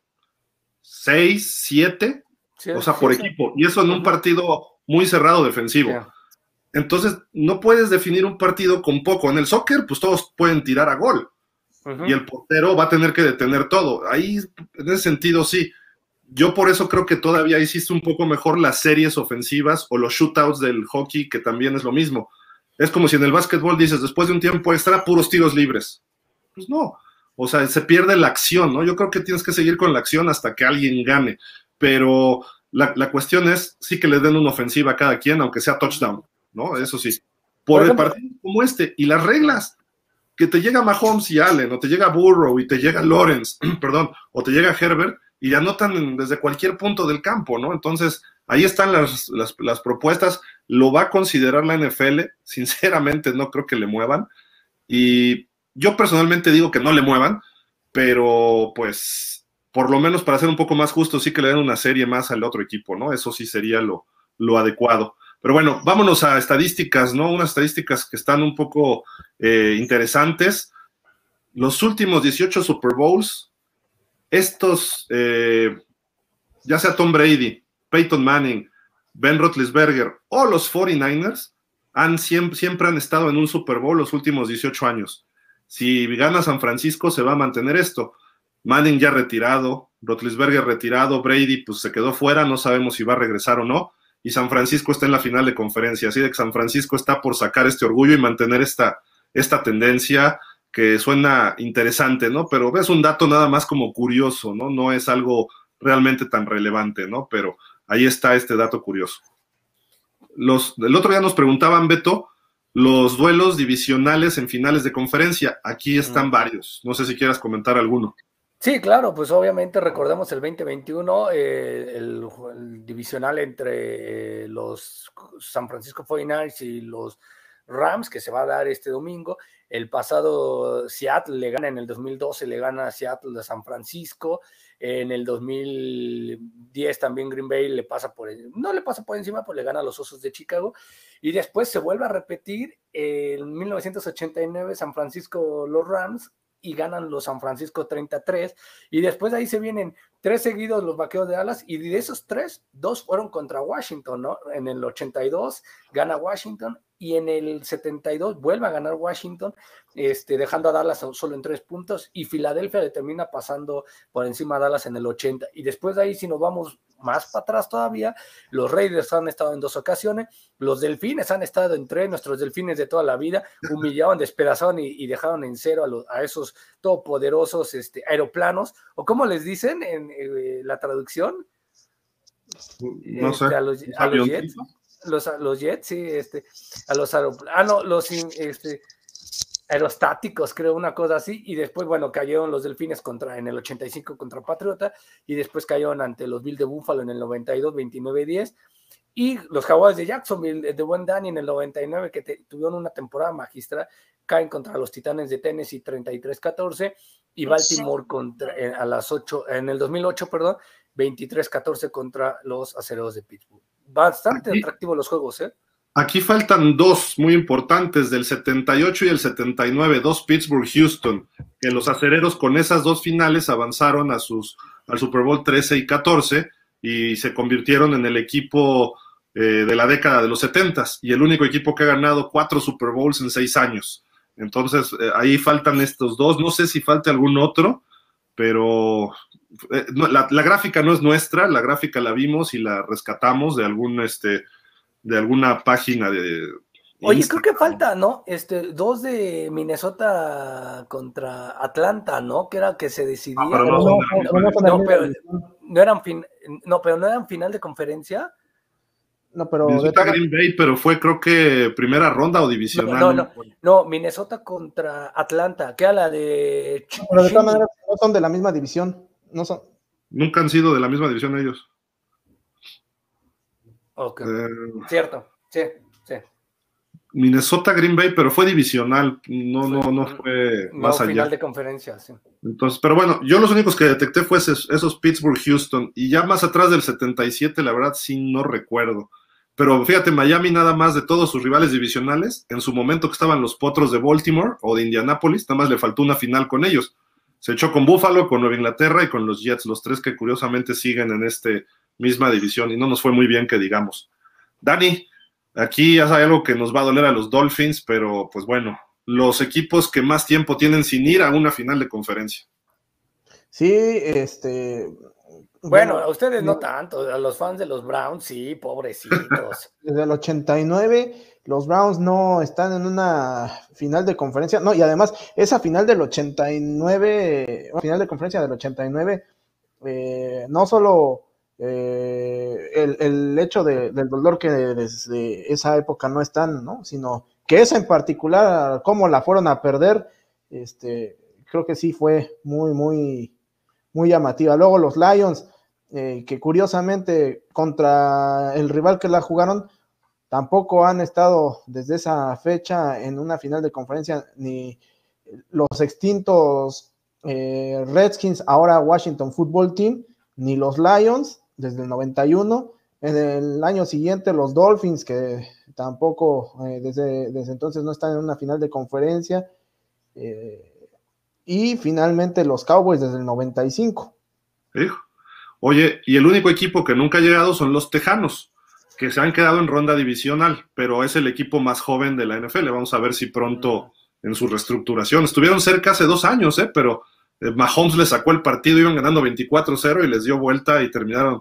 [SPEAKER 1] 6, 7, sí, o sea, por equipo, y eso en un partido muy cerrado defensivo. Yeah. Entonces, no puedes definir un partido con poco. En el soccer, pues todos pueden tirar a gol, y el portero va a tener que detener todo. Ahí, en ese sentido, sí. Yo por eso creo que todavía hiciste un poco mejor las series ofensivas o los shootouts del hockey, que también es lo mismo. Es como si en el básquetbol dices, después de un tiempo extra, puros tiros libres. Pues no. O sea, se pierde la acción, ¿no? Yo creo que tienes que seguir con la acción hasta que alguien gane. Pero la cuestión es sí que le den una ofensiva a cada quien, aunque sea touchdown, ¿no? Eso sí. Por el partido como este, y las reglas, que te llega Mahomes y Allen, o te llega Burrow y te llega Lawrence, perdón, o te llega Herbert, y anotan desde cualquier punto del campo, ¿no? Entonces, ahí están las propuestas. Lo va a considerar la NFL. Sinceramente, no creo que le muevan. Y yo personalmente digo que no le muevan, pero pues, por lo menos para ser un poco más justo, sí que le den una serie más al otro equipo, ¿no? Eso sí sería lo adecuado. Pero bueno, vámonos a estadísticas, ¿no? Unas estadísticas que están un poco interesantes. Los últimos 18 Super Bowls, estos, ya sea Tom Brady, Peyton Manning, Ben Roethlisberger o los 49ers, siempre han estado en un Super Bowl los últimos 18 años. Si gana San Francisco, se va a mantener esto. Manning ya retirado, Roethlisberger retirado, Brady pues se quedó fuera, no sabemos si va a regresar o no, y San Francisco está en la final de conferencia, así de que San Francisco está por sacar este orgullo y mantener esta tendencia que suena interesante, ¿no? Pero es un dato nada más como curioso, ¿no? No es algo realmente tan relevante, ¿no? Pero ahí está este dato curioso. El otro día nos preguntaban, Beto, los duelos divisionales en finales de conferencia. Aquí están varios. No sé si quieras comentar alguno.
[SPEAKER 3] Sí, claro, pues obviamente recordemos el 2021, el divisional entre los San Francisco 49ers y los Rams, que se va a dar este domingo. El pasado Seattle le gana, en el 2012 le gana a Seattle de San Francisco. En el 2010 también Green Bay no le pasa por encima, pues le gana a los Osos de Chicago. Y después se vuelve a repetir en 1989 San Francisco los Rams, y ganan los San Francisco 33, y después ahí se vienen 3 seguidos los Vaqueros de Dallas, y de esos 3, 2 fueron contra Washington, ¿no? En el 82 gana Washington, y en el 72 vuelve a ganar Washington, dejando a Dallas solo en 3 puntos, y Filadelfia le termina pasando por encima a Dallas en el 80, y después de ahí, si nos vamos más para atrás todavía, los Raiders han estado en 2 ocasiones, los Delfines han estado en 3, nuestros Delfines de toda la vida, humillaban, despedazaron y dejaron en 0 a esos todopoderosos aeroplanos, o como les dicen en la traducción,
[SPEAKER 1] no sé,
[SPEAKER 3] a los Jets, los Jets, sí, a los aeroplanos, los aerostáticos, creo, una cosa así, y después, bueno, cayeron los Delfines en el 85 contra Patriota, y después cayeron ante los Bills de Buffalo en el 92, 29-10, y los Jaguares de Jacksonville, de buen Danny, en el 99, que tuvieron una temporada magistral, caen contra los Titanes de Tennessee 33-14, y Baltimore a las 8, en el 2008, perdón, 23-14 contra los Acereros de Pittsburgh. Bastante atractivos los juegos, ¿eh?
[SPEAKER 1] Aquí faltan 2 muy importantes, del 78 y el 79, 2 Pittsburgh-Houston, que los acereros con esas 2 finales avanzaron al Super Bowl 13 y 14 y se convirtieron en el equipo de la década de los 70s y el único equipo que ha ganado 4 Super Bowls en 6 años. Entonces, ahí faltan estos 2, no sé si falta algún otro, pero la gráfica no es nuestra, la gráfica la vimos y la rescatamos de alguna página de
[SPEAKER 3] Oye,
[SPEAKER 1] Instagram.
[SPEAKER 3] creo que falta, ¿no? 2 de Minnesota contra Atlanta, ¿no? Que era que se decidía.
[SPEAKER 1] Pero
[SPEAKER 3] no eran final de conferencia.
[SPEAKER 2] No, pero
[SPEAKER 1] Minnesota Green Bay, pero fue creo que primera ronda o divisional.
[SPEAKER 3] No, Minnesota contra Atlanta, que era la de...
[SPEAKER 2] Pero de todas maneras no son de la misma división, no son.
[SPEAKER 1] Nunca han sido de la misma división ellos.
[SPEAKER 3] Ok, cierto, sí.
[SPEAKER 1] Minnesota Green Bay, pero fue divisional, no fue más allá.
[SPEAKER 3] Final de conferencia, sí.
[SPEAKER 1] Entonces, pero bueno, yo los únicos que detecté fue esos Pittsburgh-Houston, y ya más atrás del 77, la verdad sí no recuerdo. Pero fíjate, Miami nada más de todos sus rivales divisionales, en su momento que estaban los Potros de Baltimore o de Indianapolis, nada más le faltó una final con ellos. Se echó con Buffalo, con Nueva Inglaterra y con los Jets, los tres que curiosamente siguen en misma división, y no nos fue muy bien que digamos. Dani, aquí ya sabe algo que nos va a doler a los Dolphins, pero pues bueno, los equipos que más tiempo tienen sin ir a una final de conferencia.
[SPEAKER 2] Sí,
[SPEAKER 3] Bueno, a ustedes no tanto, a los fans de los Browns, sí, pobrecitos.
[SPEAKER 2] Desde el 89, los Browns no están en una final de conferencia, no, y además, esa final del 89, final de conferencia del 89, no solo el hecho del dolor que desde esa época no están, ¿no? Sino que esa en particular, cómo la fueron a perder, creo que sí fue muy, muy, muy llamativa. Luego los Lions, que curiosamente contra el rival que la jugaron, tampoco han estado desde esa fecha en una final de conferencia, ni los extintos Redskins, ahora Washington Football Team, ni los Lions desde el 91. En el año siguiente los Dolphins, que tampoco desde entonces no están en una final de conferencia, y finalmente los Cowboys desde el 95.
[SPEAKER 1] Oye, y el único equipo que nunca ha llegado son los Tejanos, que se han quedado en ronda divisional, pero es el equipo más joven de la NFL. Vamos a ver si pronto en su reestructuración. Estuvieron cerca hace 2 años, pero Mahomes les sacó el partido, iban ganando 24-0 y les dio vuelta y terminaron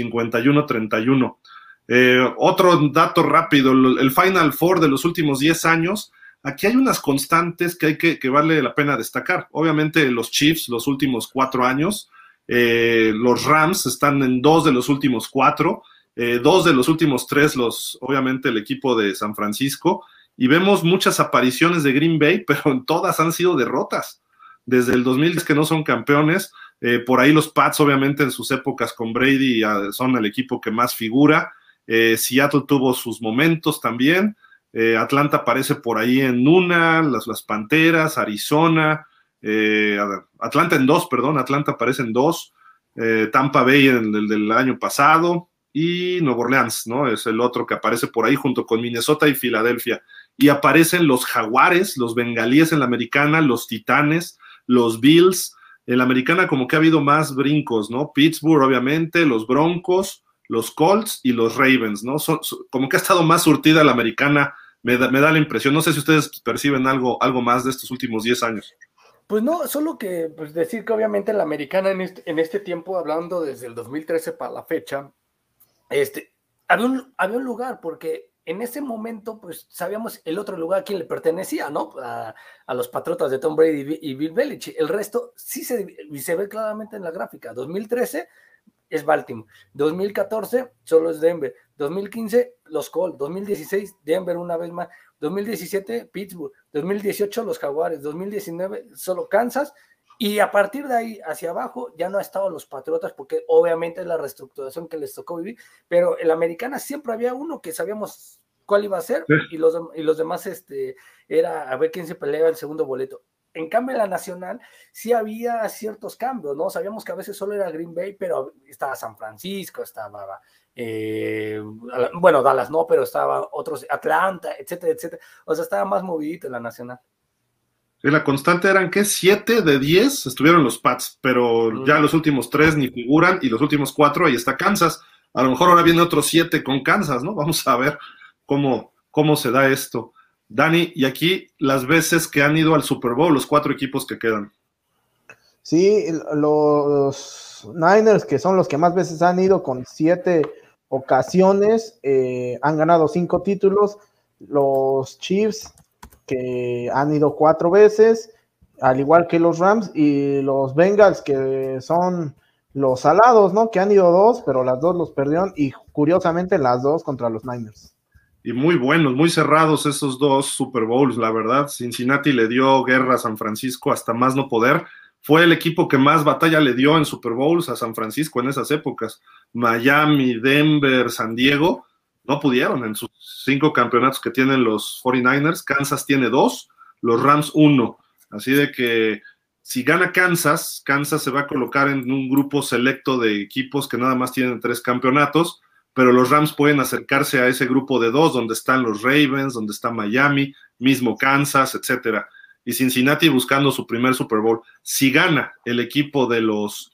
[SPEAKER 1] 51-31. Otro dato rápido, el Final Four de los últimos 10 años, aquí hay unas constantes que vale la pena destacar. Obviamente los Chiefs los últimos 4 años, los Rams están en 2 de los últimos 4, 2 de los últimos 3, obviamente el equipo de San Francisco, y vemos muchas apariciones de Green Bay, pero en todas han sido derrotas. Desde el 2010 que no son campeones, por ahí los Pats obviamente en sus épocas con Brady son el equipo que más figura. Seattle tuvo sus momentos también, Atlanta aparece por ahí en una, las Panteras, Arizona, Atlanta aparece en 2, Tampa Bay en el del año pasado, y Nueva Orleans, ¿no? Es el otro que aparece por ahí junto con Minnesota y Filadelfia. Y aparecen los Jaguares, los Bengalíes en la Americana, los Titanes, los Bills. En la Americana como que ha habido más brincos, ¿no? Pittsburgh, obviamente, los Broncos, los Colts y los Ravens, ¿no? Como que ha estado más surtida la Americana, me da la impresión. No sé si ustedes perciben algo más de estos últimos 10 años.
[SPEAKER 3] Pues no, solo que pues decir que obviamente la Americana en este tiempo, hablando desde el 2013 para la fecha, había un lugar, porque en ese momento pues sabíamos el otro lugar a quién le pertenecía, ¿no? A los Patriotas de Tom Brady y Bill Belichick. El resto sí se ve claramente en la gráfica. 2013 es Baltimore, 2014 solo es Denver, 2015 los Colts, 2016 Denver una vez más, 2017 Pittsburgh, 2018 los Jaguares, 2019 solo Kansas, y a partir de ahí hacia abajo ya no ha estado los Patriotas, porque obviamente es la reestructuración que les tocó vivir, pero en la Americana siempre había uno que sabíamos cuál iba a ser, sí. y los demás era a ver quién se peleaba el segundo boleto. En cambio, en la nacional sí había ciertos cambios, ¿no? Sabíamos que a veces solo era Green Bay, pero estaba San Francisco, estaba, Dallas no, pero estaba otros, Atlanta, etcétera, etcétera. O sea, estaba más movidito en la nacional.
[SPEAKER 1] Sí, la constante eran que 7 de 10 estuvieron los Pats, pero ya los últimos 3 ni figuran, y los últimos 4 ahí está Kansas. A lo mejor ahora viene otros 7 con Kansas, ¿no? Vamos a ver cómo se da esto. Dani, y aquí las veces que han ido al Super Bowl, los 4 equipos que quedan.
[SPEAKER 2] Sí, los Niners, que son los que más veces han ido con 7 ocasiones, han ganado 5 títulos. Los Chiefs, que han ido 4 veces, al igual que los Rams, y los Bengals, que son los salados, ¿no? Que han ido 2, pero las 2 los perdieron, y curiosamente las 2 contra los Niners.
[SPEAKER 1] Y muy buenos, muy cerrados esos 2 Super Bowls, la verdad. Cincinnati le dio guerra a San Francisco hasta más no poder. Fue el equipo que más batalla le dio en Super Bowls a San Francisco en esas épocas. Miami, Denver, San Diego, no pudieron en sus 5 campeonatos que tienen los 49ers. Kansas tiene 2, los Rams 1. Así de que si gana Kansas, Kansas se va a colocar en un grupo selecto de equipos que nada más tienen 3 campeonatos, pero los Rams pueden acercarse a ese grupo de 2, donde están los Ravens, donde está Miami, mismo Kansas, etcétera. Y Cincinnati buscando su primer Super Bowl. Si gana el equipo de los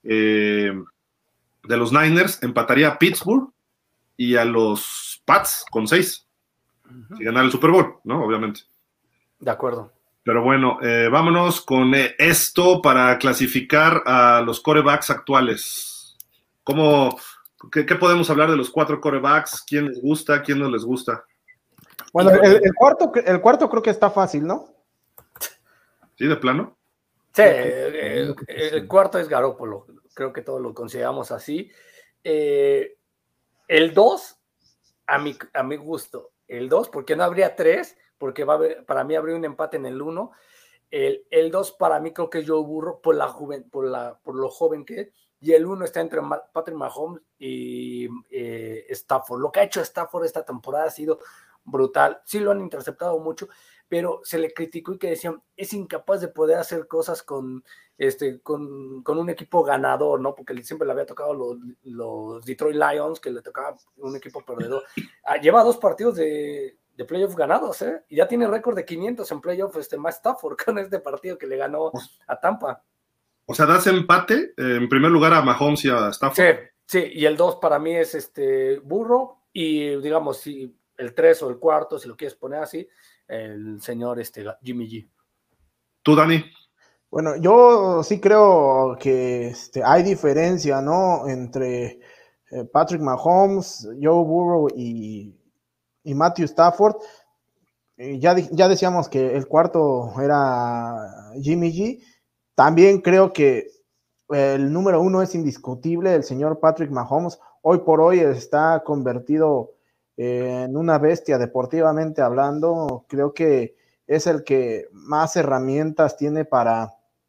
[SPEAKER 1] Niners, empataría a Pittsburgh y a los Pats con 6. Si ganara el Super Bowl, ¿no? Obviamente.
[SPEAKER 3] De acuerdo.
[SPEAKER 1] Pero bueno, vámonos con esto para clasificar a los quarterbacks actuales. ¿Qué podemos hablar de los 4 quarterbacks? ¿Quién les gusta? ¿Quién no les gusta?
[SPEAKER 2] Bueno, el cuarto creo que está fácil, ¿no?
[SPEAKER 1] ¿Sí, de plano?
[SPEAKER 3] Sí, el cuarto es Garoppolo. Creo que todos lo consideramos así. El 2, a mi gusto. El 2, porque no habría 3, porque para mí habría un empate en el 1. El 2 para mí creo que es Joe Burrow por lo joven que es. Y el 1 está entre Patrick Mahomes y Stafford. Lo que ha hecho Stafford esta temporada ha sido brutal. Sí lo han interceptado mucho, pero se le criticó y que decían, es incapaz de poder hacer cosas con un equipo ganador, ¿no? Porque siempre le había tocado los Detroit Lions, que le tocaba un equipo perdedor. Lleva 2 partidos de playoff ganados, ¿eh? Y ya tiene récord de 500 en playoff más Stafford con este partido que le ganó a Tampa.
[SPEAKER 1] O sea, das empate en primer lugar a Mahomes y a Stafford.
[SPEAKER 3] Sí, y el 2 para mí es Burrow, y digamos, si el 3 o el 4, si lo quieres poner así, el señor Jimmy G.
[SPEAKER 1] ¿Tú, Dani?
[SPEAKER 2] Bueno, yo sí creo que hay diferencia, ¿no? Entre Patrick Mahomes, Joe Burrow y Matthew Stafford. Ya decíamos que el cuarto era Jimmy G. También creo que el número 1 es indiscutible, el señor Patrick Mahomes. Hoy por hoy está convertido en una bestia deportivamente hablando. Creo que es el que más herramientas tiene para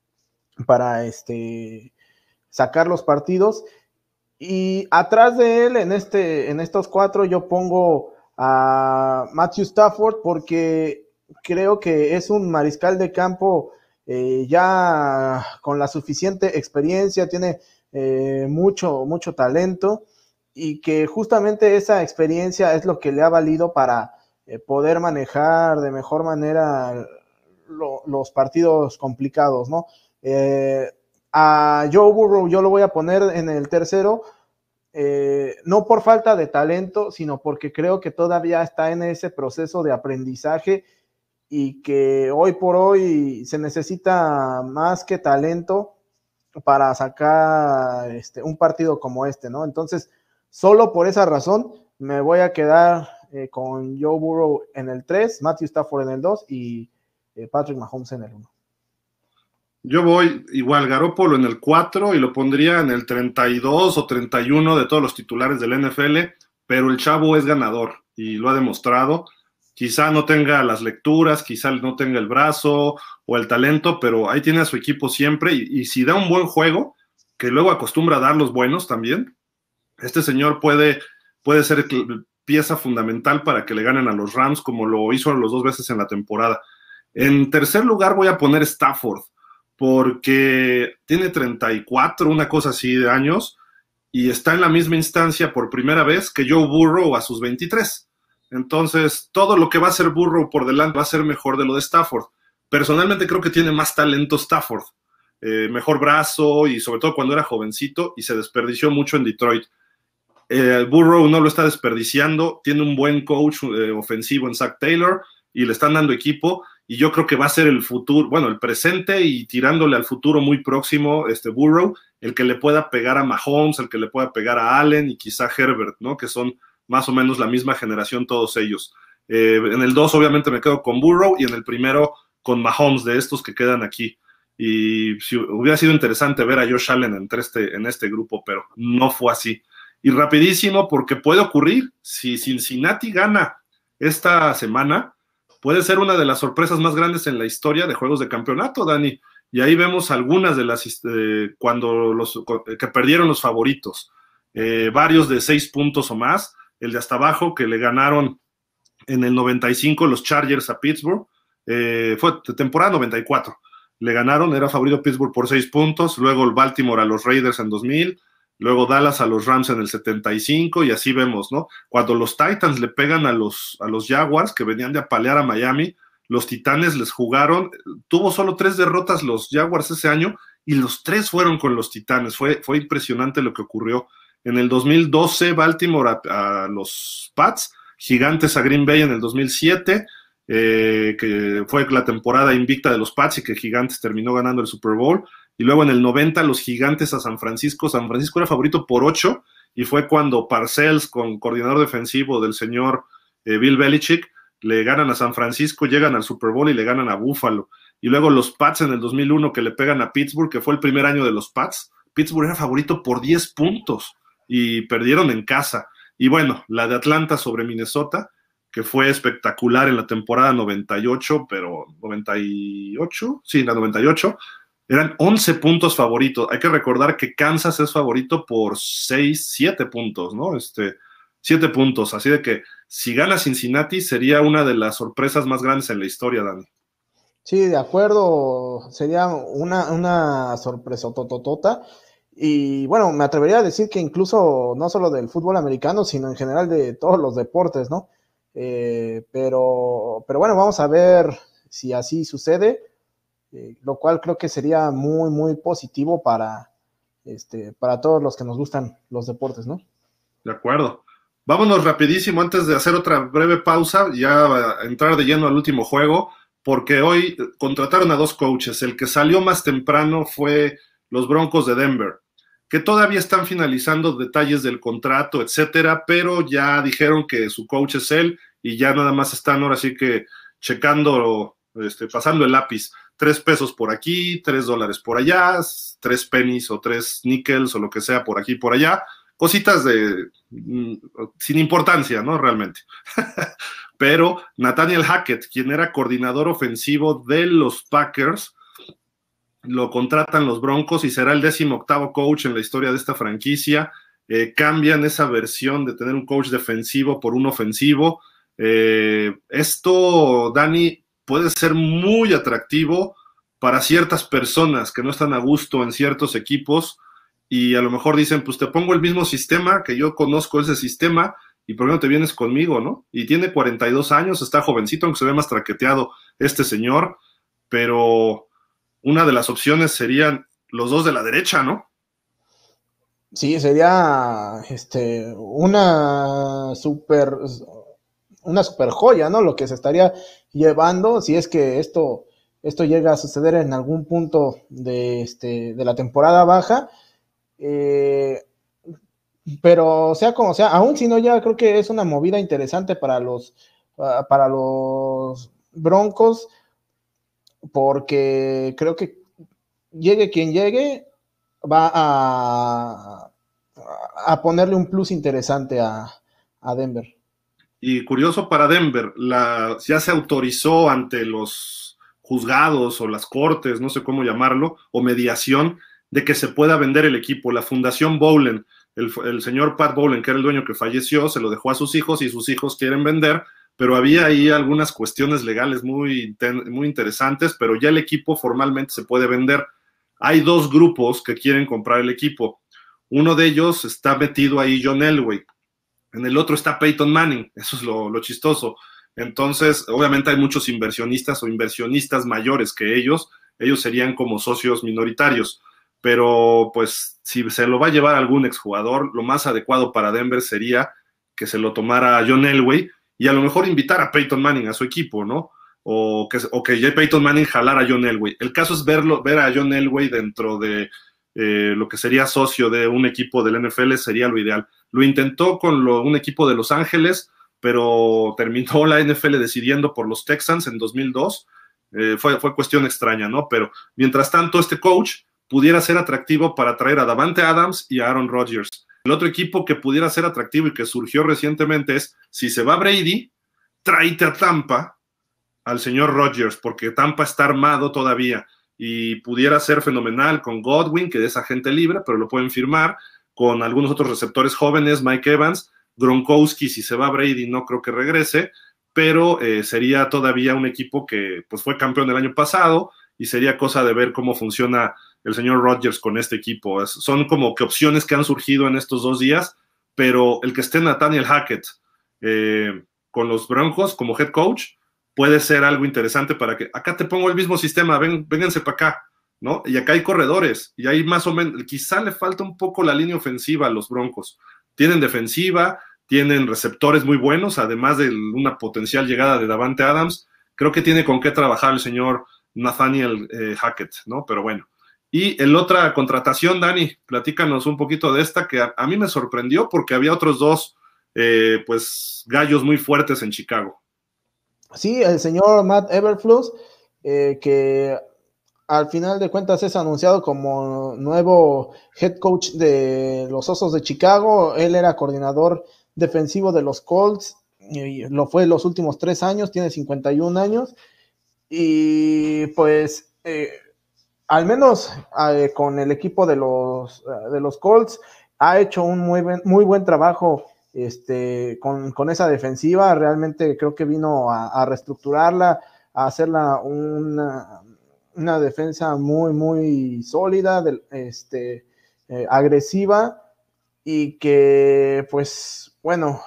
[SPEAKER 2] sacar los partidos. Y atrás de él, en estos 4, yo pongo a Matthew Stafford, porque creo que es un mariscal de campo ya con la suficiente experiencia, tiene mucho talento, y que justamente esa experiencia es lo que le ha valido para poder manejar de mejor manera los partidos complicados, ¿no? A Joe Burrow yo lo voy a poner en el tercero, no por falta de talento, sino porque creo que todavía está en ese proceso de aprendizaje, y que hoy por hoy se necesita más que talento para sacar un partido como ¿no? Entonces, solo por esa razón me voy a quedar con Joe Burrow en el 3, Matthew Stafford en el 2 y Patrick Mahomes en el 1.
[SPEAKER 1] Yo voy igual, Garoppolo en el 4 y lo pondría en el 32 o 31 de todos los titulares del NFL, pero el chavo es ganador y lo ha demostrado. Quizá no tenga las lecturas, quizá no tenga el brazo o el talento, pero ahí tiene a su equipo siempre, y si da un buen juego, que luego acostumbra a dar los buenos también, este señor puede ser pieza fundamental para que le ganen a los Rams, como lo hizo las 2 veces en la temporada. En tercer lugar voy a poner Stafford, porque tiene 34, una cosa así de años, y está en la misma instancia por primera vez que Joe Burrow a sus 23. Entonces, todo lo que va a hacer Burrow por delante va a ser mejor de lo de Stafford. Personalmente creo que tiene más talento Stafford, mejor brazo, y sobre todo cuando era jovencito, y se desperdició mucho en Detroit. Burrow no lo está desperdiciando, tiene un buen coach ofensivo en Zach Taylor, y le están dando equipo, y yo creo que va a ser el futuro, bueno, el presente y tirándole al futuro muy próximo, Burrow, el que le pueda pegar a Mahomes, el que le pueda pegar a Allen y quizá Herbert, ¿no? Que son más o menos la misma generación todos ellos. En el 2 obviamente me quedo con Burrow y en el primero con Mahomes, de estos que quedan aquí. Y si hubiera sido interesante ver a Josh Allen en este grupo, pero no fue así. Y rapidísimo, porque puede ocurrir, si Cincinnati gana esta semana, puede ser una de las sorpresas más grandes en la historia de juegos de campeonato, Dani. Y ahí vemos algunas de las que perdieron los favoritos. Varios de 6 puntos o más. El de hasta abajo, que le ganaron en el 95 los Chargers a Pittsburgh. Fue de temporada 94. Le ganaron, era favorito Pittsburgh por 6 puntos. Luego el Baltimore a los Raiders en 2000. Luego Dallas a los Rams en el 75, y así vemos, ¿no? Cuando los Titans le pegan a los Jaguars, que venían de apalear a Miami, los Titanes les jugaron, tuvo solo 3 derrotas los Jaguars ese año, y los 3 fueron con los Titanes. Fue impresionante lo que ocurrió. En el 2012, Baltimore a los Pats, Gigantes a Green Bay en el 2007, que fue la temporada invicta de los Pats y que Gigantes terminó ganando el Super Bowl. Y luego en el 90 los Gigantes a San Francisco. San Francisco era favorito por 8 y fue cuando Parcells, con coordinador defensivo del señor Bill Belichick, le ganan a San Francisco, llegan al Super Bowl y le ganan a Buffalo. Y luego los Pats en el 2001 que le pegan a Pittsburgh, que fue el primer año de los Pats. Pittsburgh era favorito por 10 puntos y perdieron en casa. Y bueno, la de Atlanta sobre Minnesota, que fue espectacular en la temporada 98, pero 98, sí, la 98, eran 11 puntos favoritos. Hay que recordar que Kansas es favorito por 7 puntos, ¿no? 7 puntos. Así de que si gana Cincinnati sería una de las sorpresas más grandes en la historia, Dani.
[SPEAKER 2] Sí, de acuerdo. Sería una sorpresa tototota. Y bueno, me atrevería a decir que incluso no solo del fútbol americano, sino en general de todos los deportes, ¿no? Pero bueno, vamos a ver si así sucede. Lo cual creo que sería muy, muy positivo para todos los que nos gustan los deportes, ¿no?
[SPEAKER 1] De acuerdo. Vámonos rapidísimo antes de hacer otra breve pausa, ya a entrar de lleno al último juego, porque hoy contrataron a 2 coaches. El que salió más temprano fue los Broncos de Denver, que todavía están finalizando detalles del contrato, etcétera, pero ya dijeron que su coach es él y ya nada más están ahora sí que checando, pasando el lápiz. 3 pesos por aquí, $3 por allá, 3 pennies o 3 nickels o lo que sea por aquí y por allá. Cositas sin importancia, ¿no? Realmente. Pero Nathaniel Hackett, quien era coordinador ofensivo de los Packers, lo contratan los Broncos y será el 18º coach en la historia de esta franquicia. Cambian esa versión de tener un coach defensivo por un ofensivo. Esto, Dani, puede ser muy atractivo para ciertas personas que no están a gusto en ciertos equipos y a lo mejor dicen, pues te pongo el mismo sistema, que yo conozco ese sistema, y por qué no te vienes conmigo, ¿no? Y tiene 42 años, está jovencito, aunque se ve más traqueteado este señor, pero una de las opciones serían los 2 de la derecha, ¿no?
[SPEAKER 2] Sí, sería una super joya, ¿no? Lo que se estaría llevando, si es que esto llega a suceder en algún punto de la temporada baja, pero sea como sea, aún si no, ya creo que es una movida interesante para los Broncos, porque creo que llegue quien llegue, va a ponerle un plus interesante a Denver.
[SPEAKER 1] Y curioso para Denver, ya se autorizó ante los juzgados o las cortes, no sé cómo llamarlo, o mediación, de que se pueda vender el equipo. La Fundación Bowlen, el señor Pat Bowlen, que era el dueño que falleció, se lo dejó a sus hijos y sus hijos quieren vender, pero había ahí algunas cuestiones legales muy interesantes, pero ya el equipo formalmente se puede vender. Hay 2 grupos que quieren comprar el equipo. Uno de ellos está metido ahí John Elway. En el otro está Peyton Manning, eso es lo chistoso. Entonces, obviamente hay muchos inversionistas o inversionistas mayores que ellos serían como socios minoritarios, pero pues si se lo va a llevar algún exjugador, lo más adecuado para Denver sería que se lo tomara John Elway y a lo mejor invitar a Peyton Manning a su equipo, ¿no? o que J. Peyton Manning jalara a John Elway. El caso es ver a John Elway dentro de lo que sería socio de un equipo del NFL, sería lo ideal. Lo intentó con un equipo de Los Ángeles, pero terminó la NFL decidiendo por los Texans en 2002. Fue cuestión extraña, ¿no? Pero mientras tanto, este coach pudiera ser atractivo para traer a Davante Adams y a Aaron Rodgers. El otro equipo que pudiera ser atractivo y que surgió recientemente es, si se va Brady, tráete a Tampa al señor Rodgers, porque Tampa está armado todavía y pudiera ser fenomenal con Godwin, que es agente libre, pero lo pueden firmar, con algunos otros receptores jóvenes, Mike Evans, Gronkowski, si se va Brady no creo que regrese, pero sería todavía un equipo que pues fue campeón el año pasado y sería cosa de ver cómo funciona el señor Rodgers con este equipo. Son como que opciones que han surgido en estos 2 días, pero el que esté Nathaniel Hackett con los Broncos como head coach puede ser algo interesante para que, acá te pongo el mismo sistema, vénganse para acá, ¿no? Y acá hay corredores, y hay más o menos, quizá le falta un poco la línea ofensiva a los Broncos. Tienen defensiva, tienen receptores muy buenos, además de una potencial llegada de Davante Adams. Creo que tiene con qué trabajar el señor Nathaniel Hackett, ¿no? Pero bueno. Y en otra contratación, Dani, platícanos un poquito de esta, que a mí me sorprendió porque había otros 2, pues, gallos muy fuertes en Chicago.
[SPEAKER 2] Sí, el señor Matt Eberflus, que al final de cuentas es anunciado como nuevo head coach de los Osos de Chicago. Él era coordinador defensivo de los Colts, y lo fue los últimos 3 años, tiene 51 años, y pues al menos con el equipo de los Colts ha hecho un muy buen trabajo con esa defensiva. Realmente creo que vino a reestructurarla, a hacerla una defensa muy sólida, agresiva, y que pues bueno,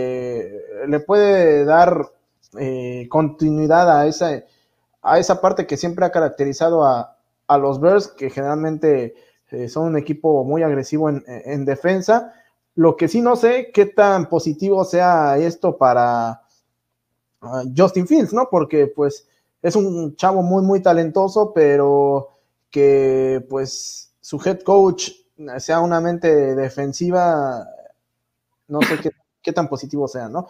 [SPEAKER 2] le puede dar continuidad a esa parte que siempre ha caracterizado a los Bears, que generalmente son un equipo muy agresivo en defensa. Lo que sí no sé qué tan positivo sea esto para Justin Fields, ¿no? Porque pues es un chavo muy talentoso, pero que pues su head coach sea una mente defensiva, no sé qué tan positivo sea, ¿no?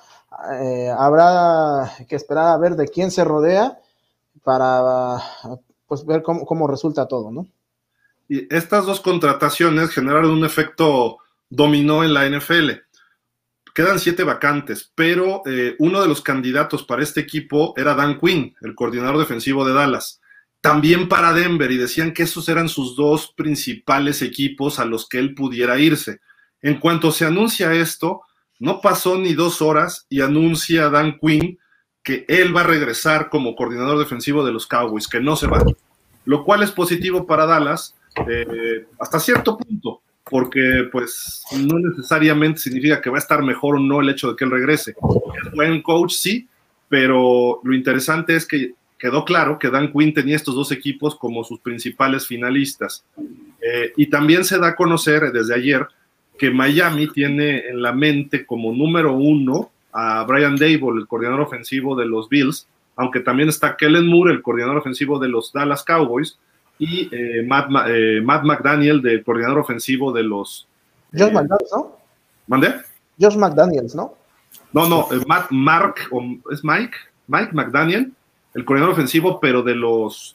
[SPEAKER 2] Habrá que esperar a ver de quién se rodea para pues ver cómo resulta todo, ¿no?
[SPEAKER 1] Y estas 2 contrataciones generaron un efecto dominó en la NFL. Quedan 7 vacantes, pero uno de los candidatos para este equipo era Dan Quinn, el coordinador defensivo de Dallas. También para Denver, y decían que esos eran sus 2 principales equipos a los que él pudiera irse. En cuanto se anuncia esto, no pasó ni 2 horas y anuncia Dan Quinn que él va a regresar como coordinador defensivo de los Cowboys, que no se va. Lo cual es positivo para Dallas hasta cierto punto, porque pues no necesariamente significa que va a estar mejor o no el hecho de que él regrese. Es buen coach, sí, pero lo interesante es que quedó claro que Dan Quinn tenía estos 2 equipos como sus principales finalistas. Y también se da a conocer desde ayer que Miami tiene en la mente como número 1 a Brian Daboll, el coordinador ofensivo de los Bills, aunque también está Kellen Moore, el coordinador ofensivo de los Dallas Cowboys, y Matt McDaniel, del coordinador ofensivo de los...
[SPEAKER 2] Josh McDaniels, ¿no?
[SPEAKER 1] ¿Mandé?
[SPEAKER 2] Josh McDaniels, ¿no?
[SPEAKER 1] No, Mike McDaniel, el coordinador ofensivo, pero de los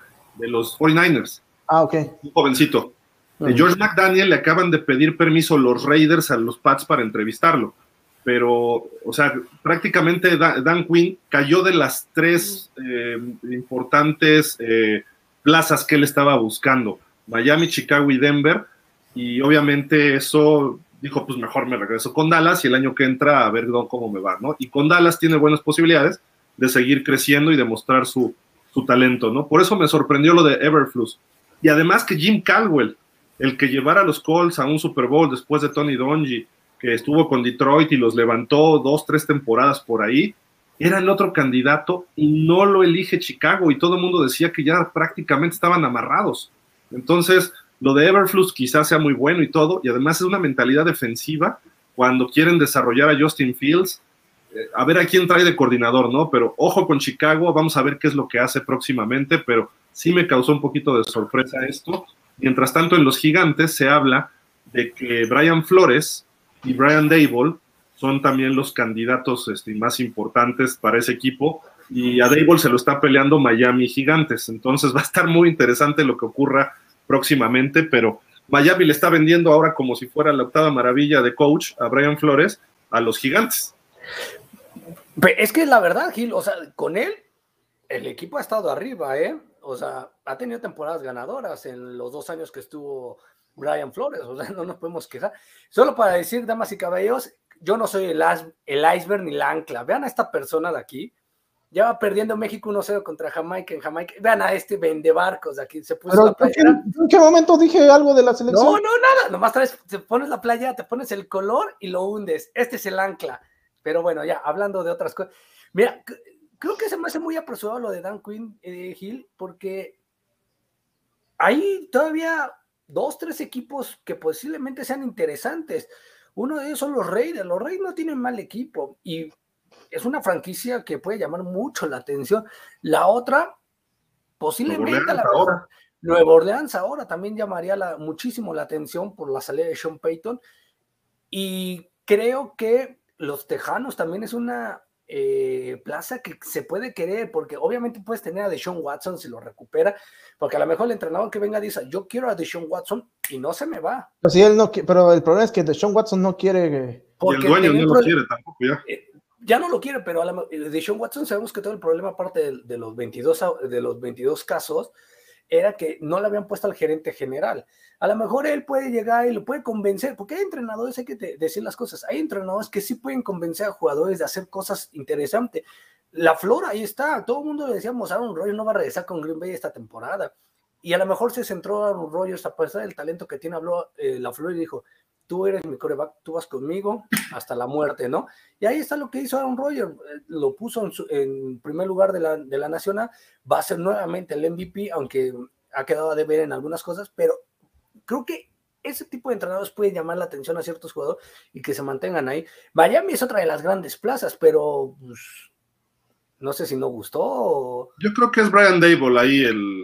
[SPEAKER 1] 49ers.
[SPEAKER 2] Ah, ok.
[SPEAKER 1] Un jovencito. George McDaniel le acaban de pedir permiso los Raiders a los Pats para entrevistarlo, pero, o sea, prácticamente Dan Quinn cayó de las 3 importantes plazas que él estaba buscando, Miami, Chicago y Denver, y obviamente eso dijo, pues mejor me regreso con Dallas y el año que entra a ver cómo me va, ¿no? Y con Dallas tiene buenas posibilidades de seguir creciendo y demostrar su talento, ¿no? Por eso me sorprendió lo de Eberflus. Y además que Jim Caldwell, el que llevara a los Colts a un Super Bowl después de Tony Dungy, que estuvo con Detroit y los levantó 2-3 temporadas por ahí, era el otro candidato y no lo elige Chicago, y todo el mundo decía que ya prácticamente estaban amarrados. Entonces, lo de Eberflus quizás sea muy bueno y todo, y además es una mentalidad defensiva cuando quieren desarrollar a Justin Fields. a ver a quién trae de coordinador, ¿no? Pero ojo con Chicago, vamos a ver qué es lo que hace próximamente, pero sí me causó un poquito de sorpresa esto. Mientras tanto, en los Gigantes se habla de que Brian Flores y Brian Daboll son también los candidatos más importantes para ese equipo, y a Daboll se lo está peleando Miami Gigantes, entonces va a estar muy interesante lo que ocurra próximamente, pero Miami le está vendiendo ahora como si fuera la octava maravilla de coach a Brian Flores a los Gigantes.
[SPEAKER 3] Es que la verdad, Gil, o sea, con él el equipo ha estado arriba, o sea, ha tenido temporadas ganadoras en los 2 años que estuvo Brian Flores, o sea, no nos podemos quejar. Solo para decir, damas y caballeros, yo no soy el iceberg ni la ancla. Vean a esta persona de aquí, ya va perdiendo México 1-0 contra Jamaica en Jamaica. Vean a este vendebarcos de aquí, se puso la playera.
[SPEAKER 2] ¿En qué momento dije algo de la selección?
[SPEAKER 3] No, nada, nomás te pones la playa, te pones el color y lo hundes. Este es el ancla. Pero bueno, ya, hablando de otras cosas. Mira, creo que se me hace muy apresurado lo de Dan Quinn, Gil, porque hay todavía 2, 3 equipos que posiblemente sean interesantes. Uno de ellos son los Raiders. Los Raiders no tienen mal equipo y es una franquicia que puede llamar mucho la atención. La otra, posiblemente Nueva Orleans ahora también llamaría muchísimo la atención por la salida de Sean Payton. Y creo que los Tejanos también es una plaza que se puede querer, porque obviamente puedes tener a Deshaun Watson si lo recupera, porque a lo mejor el entrenador que venga dice, yo quiero a Deshaun Watson y no se me va.
[SPEAKER 2] Pero, si él no, pero el problema es que Deshaun Watson no quiere.
[SPEAKER 1] Porque y el dueño no lo quiere tampoco ya.
[SPEAKER 3] Ya no lo quiere, pero Deshaun Watson sabemos que todo el problema, aparte de los 22 casos, era que no le habían puesto al gerente general. A lo mejor él puede llegar y lo puede convencer, porque hay entrenadores, hay que decir las cosas, hay entrenadores que sí pueden convencer a jugadores de hacer cosas interesantes. La flor ahí está, todo el mundo le decíamos, Aaron Rodgers no va a regresar con Green Bay esta temporada, y a lo mejor se centró Aaron Rodgers a pesar del talento que tiene, habló la flor y dijo, tú eres mi quarterback, tú vas conmigo hasta la muerte, ¿no? Y ahí está lo que hizo Aaron Rodgers, lo puso en primer lugar de la nacional, va a ser nuevamente el MVP, aunque ha quedado a deber en algunas cosas, pero creo que ese tipo de entrenadores puede llamar la atención a ciertos jugadores y que se mantengan ahí. Miami es otra de las grandes plazas, pero pues, no sé si no gustó.
[SPEAKER 1] Yo creo que es Brian Daboll ahí el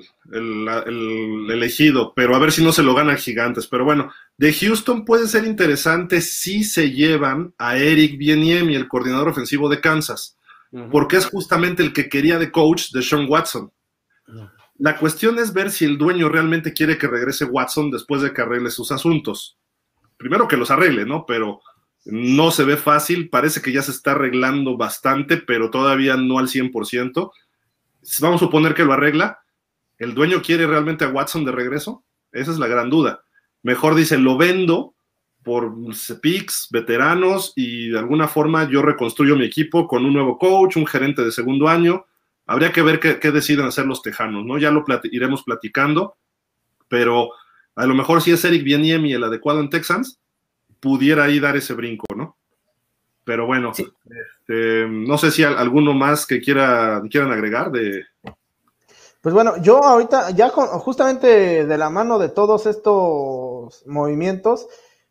[SPEAKER 1] elegido, pero a ver si no se lo gana Gigantes. Pero bueno, de Houston puede ser interesante si se llevan a Eric Bieniemy, el coordinador ofensivo de Kansas, porque es justamente el que quería de coach de Sean Watson. La cuestión es ver si el dueño realmente quiere que regrese Watson después de que arregle sus asuntos. Primero que los arregle, ¿no? Pero no se ve fácil, parece que ya se está arreglando bastante, pero todavía no al 100%. Vamos a suponer que lo arregla. ¿El dueño quiere realmente a Watson de regreso? Esa es la gran duda. Mejor dice, lo vendo por picks, veteranos, y de alguna forma yo reconstruyo mi equipo con un nuevo coach, un gerente de segundo año. Habría que ver qué deciden hacer los Tejanos, ¿no? Ya lo iremos platicando, pero a lo mejor si es Eric Bieniemy el adecuado en Texans, pudiera ahí dar ese brinco, ¿no? Pero bueno, sí. No sé si alguno más que quieran agregar de...
[SPEAKER 2] Pues bueno, yo ahorita, ya justamente de la mano de todos estos movimientos,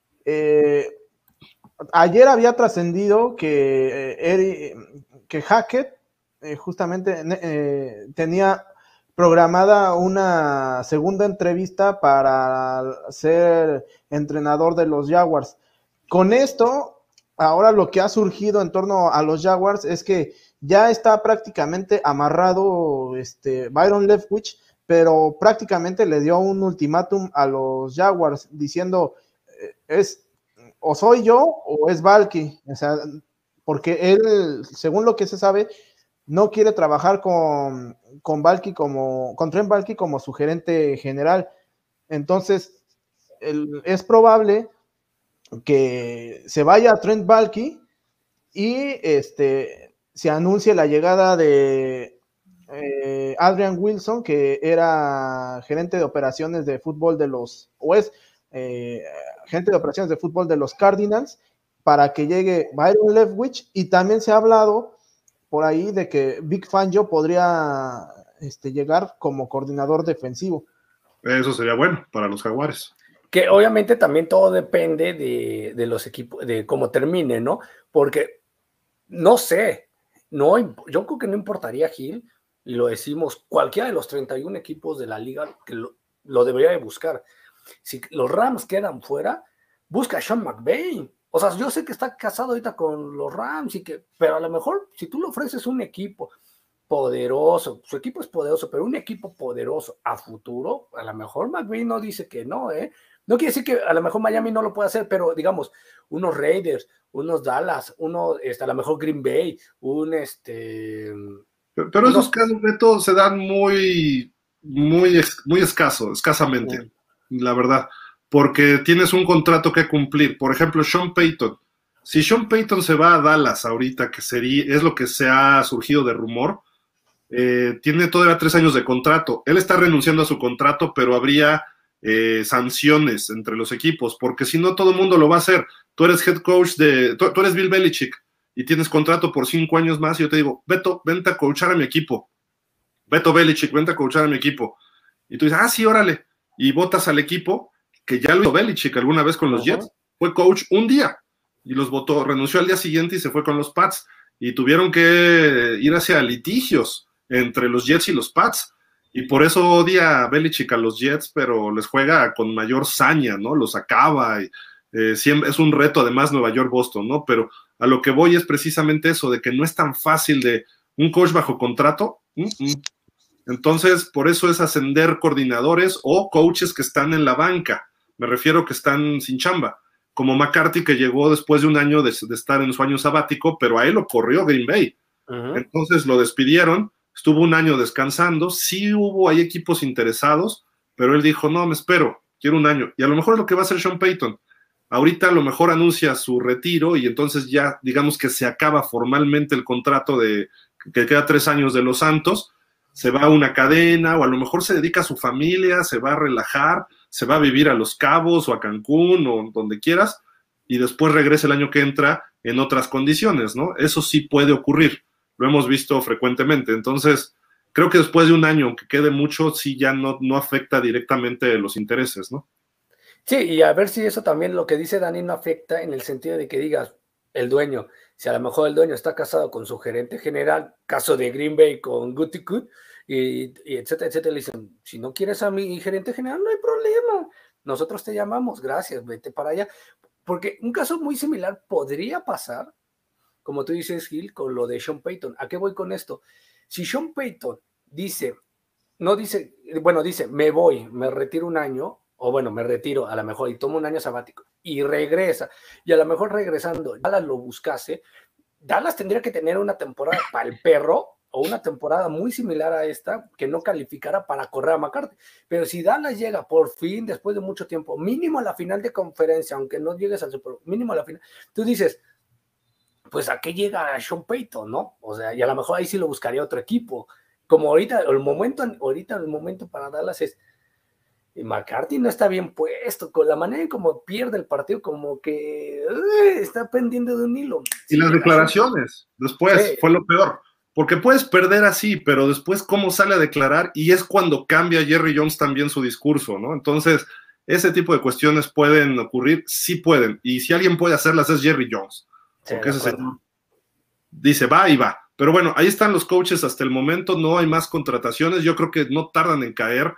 [SPEAKER 2] ayer había trascendido que Hackett justamente tenía programada una segunda entrevista para ser entrenador de los Jaguars. Con esto, ahora lo que ha surgido en torno a los Jaguars es que ya está prácticamente amarrado Byron Leftwich, pero prácticamente le dio un ultimátum a los Jaguars diciendo es o soy yo o es Balky, o sea, porque él, según lo que se sabe, no quiere trabajar con Trent Baalke como su gerente general. Entonces, es probable que se vaya a Trent Baalke y se anuncie la llegada de Adrian Wilson, que era gerente de operaciones de fútbol de los, gerente de operaciones de fútbol de los Cardinals, para que llegue Byron Leftwich, y también se ha hablado por ahí de que Vic Fangio podría llegar como coordinador defensivo.
[SPEAKER 1] Eso sería bueno para los Jaguares.
[SPEAKER 3] Que obviamente también todo depende de los equipos, de cómo termine, ¿no? Porque No sé, no, yo creo que no importaría, Gil, y lo decimos, cualquiera de los 31 equipos de la liga que lo debería de buscar. Si los Rams quedan fuera, busca a Sean McVay. O sea, yo sé que está casado ahorita con los Rams, pero a lo mejor si tú le ofreces un equipo poderoso, su equipo es poderoso, pero un equipo poderoso a futuro, a lo mejor McVay no dice que no, ¿eh? No quiere decir que a lo mejor Miami no lo puede hacer, pero digamos, unos Raiders, unos Dallas, a lo mejor Green Bay,
[SPEAKER 1] Pero esos casos, Beto, se dan muy escasamente, la verdad, porque tienes un contrato que cumplir. Por ejemplo, Sean Payton. Si Sean Payton se va a Dallas ahorita, que es lo que se ha surgido de rumor, tiene todavía 3 años de contrato. Él está renunciando a su contrato, pero habría sanciones entre los equipos, porque si no, todo el mundo lo va a hacer. Tú eres head coach tú eres Bill Belichick y tienes contrato por 5 años más, y yo te digo, Beto, vente a coachar a mi equipo. Beto Belichick, vente a coachar a mi equipo. Y tú dices, sí, órale. Y votas al equipo, que ya lo hizo Belichick alguna vez con los Jets. Fue coach un día y los votó, renunció al día siguiente y se fue con los Pats. Y tuvieron que ir hacia litigios entre los Jets y los Pats. Y por eso odia a Belichick a los Jets, pero les juega con mayor saña, ¿no? Los acaba. Y, siempre, es un reto, además, Nueva York-Boston, ¿no? Pero a lo que voy es precisamente eso, de que no es tan fácil de un coach bajo contrato. Entonces, por eso es ascender coordinadores o coaches que están en la banca. Me refiero que están sin chamba. Como McCarthy, que llegó después de un año de estar en su año sabático, pero a él lo corrió Green Bay. Entonces lo despidieron, estuvo un año descansando, sí hay equipos interesados, pero él dijo, no, me espero, quiero un año. Y a lo mejor es lo que va a hacer Sean Payton. Ahorita a lo mejor anuncia su retiro y entonces ya digamos que se acaba formalmente el contrato que queda 3 años de los Santos, se va a una cadena o a lo mejor se dedica a su familia, se va a relajar, se va a vivir a Los Cabos o a Cancún o donde quieras y después regresa el año que entra en otras condiciones, ¿no? Eso sí puede ocurrir, lo hemos visto frecuentemente. Entonces, creo que después de un año, aunque quede mucho, sí ya no afecta directamente los intereses, ¿no?
[SPEAKER 3] Sí, y a ver si eso también lo que dice Dani no afecta en el sentido de que digas, el dueño, si a lo mejor el dueño está casado con su gerente general, caso de Green Bay con Gutekunst, y etcétera, etcétera, le dicen, si no quieres a mi gerente general, no hay problema, nosotros te llamamos, gracias, vete para allá. Porque un caso muy similar podría pasar, como tú dices, Gil, con lo de Sean Payton. ¿A qué voy con esto? Si Sean Payton dice, me voy, me retiro un año, o bueno, me retiro a lo mejor y tomo un año sabático y regresa, y a lo mejor regresando, Dallas lo buscase, Dallas tendría que tener una temporada para el perro o una temporada muy similar a esta que no calificara para correr a McCarthy. Pero si Dallas llega por fin, después de mucho tiempo, mínimo a la final de conferencia, aunque no llegues al Super Bowl, mínimo a la final, tú dices, pues ¿a qué llega Sean Payton, no? O sea, y a lo mejor ahí sí lo buscaría otro equipo. Como ahorita el momento para Dallas es, y McCarthy no está bien puesto, con la manera en cómo pierde el partido, como que está pendiente de un hilo.
[SPEAKER 1] Y las declaraciones, después, fue lo peor. Porque puedes perder así, pero después cómo sale a declarar, y es cuando cambia Jerry Jones también su discurso, ¿no? Entonces, ese tipo de cuestiones pueden ocurrir, sí pueden, y si alguien puede hacerlas es Jerry Jones, porque ese señor dice, va y va. Pero bueno, ahí están los coaches hasta el momento, no hay más contrataciones, yo creo que no tardan en caer.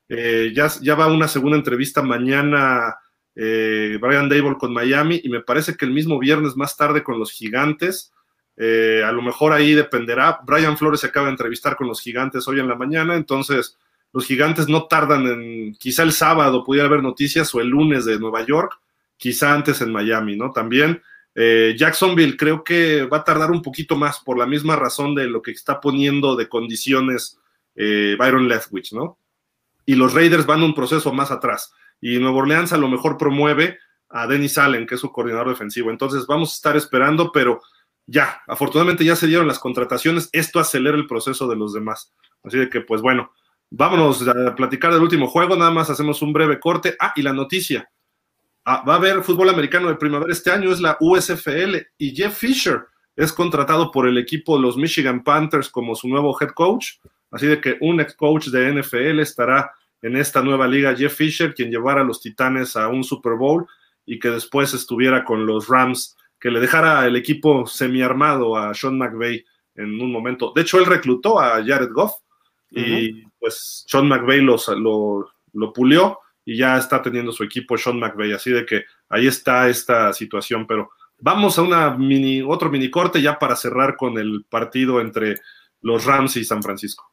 [SPEAKER 1] Ya va una segunda entrevista mañana Brian Daboll con Miami, y me parece que el mismo viernes más tarde con los Gigantes. A lo mejor ahí dependerá. Brian Flores se acaba de entrevistar con los Gigantes hoy en la mañana, entonces los Gigantes no tardan quizá el sábado pudiera haber noticias, o el lunes de Nueva York, quizá antes en Miami, ¿no? También Jacksonville creo que va a tardar un poquito más por la misma razón de lo que está poniendo de condiciones Byron Leftwich, ¿no? Y los Raiders van un proceso más atrás, y Nueva Orleans a lo mejor promueve a Dennis Allen, que es su coordinador defensivo. Entonces vamos a estar esperando, pero ya, afortunadamente ya se dieron las contrataciones, esto acelera el proceso de los demás. Así de que, pues bueno, vámonos a platicar del último juego, nada más hacemos un breve corte. Y la noticia, va a haber fútbol americano de primavera este año, es la USFL, y Jeff Fisher es contratado por el equipo de los Michigan Panthers como su nuevo head coach. Así de que un ex coach de NFL estará en esta nueva liga, Jeff Fisher, quien llevara a los Titanes a un Super Bowl y que después estuviera con los Rams, que le dejara el equipo semiarmado a Sean McVay en un momento. De hecho, él reclutó a Jared Goff y pues Sean McVay lo pulió y ya está teniendo su equipo Sean McVay, así de que ahí está esta situación, pero vamos a otro mini corte ya para cerrar con el partido entre los Rams y San Francisco.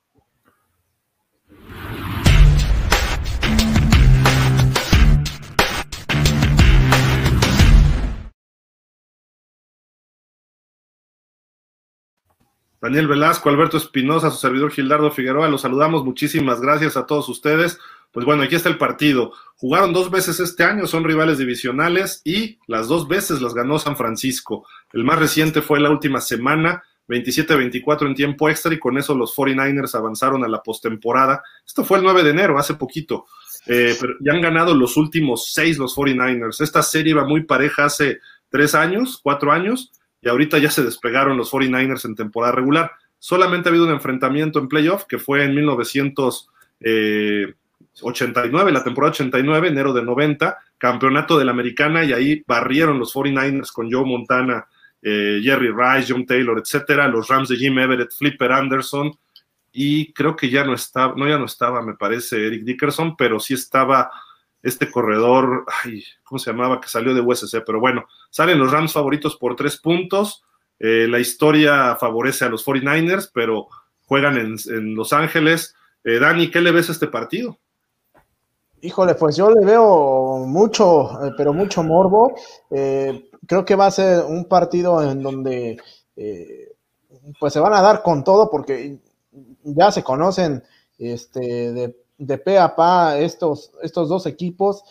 [SPEAKER 1] Daniel Velasco, Alberto Espinosa, su servidor Gildardo Figueroa, los saludamos, muchísimas gracias a todos ustedes. Pues bueno, aquí está el partido. Jugaron 2 veces este año, son rivales divisionales y las 2 veces las ganó San Francisco. El más reciente fue la última semana, 27-24 en tiempo extra, y con eso los 49ers avanzaron a la postemporada. Esto fue el 9 de enero, hace poquito. Pero ya han ganado los últimos 6 los 49ers. Esta serie iba muy pareja hace 3 años, 4 años, y ahorita ya se despegaron los 49ers en temporada regular. Solamente ha habido un enfrentamiento en playoff, que fue en 1989, la temporada 89, enero de 90, campeonato de la Americana, y ahí barrieron los 49ers con Joe Montana, Jerry Rice, John Taylor, etcétera, los Rams de Jim Everett, Flipper Anderson, y creo que ya no estaba, me parece, Eric Dickerson, pero sí estaba este corredor, ¿cómo se llamaba? Que salió de USC, pero bueno, salen los Rams favoritos por 3 puntos, la historia favorece a los 49ers, pero juegan en Los Ángeles. Dani, ¿qué le ves a este partido?
[SPEAKER 2] Híjole, pues yo le veo mucho, pero mucho morbo. Creo que va a ser un partido en donde pues se van a dar con todo, porque ya se conocen de pe a pa estos 2 equipos.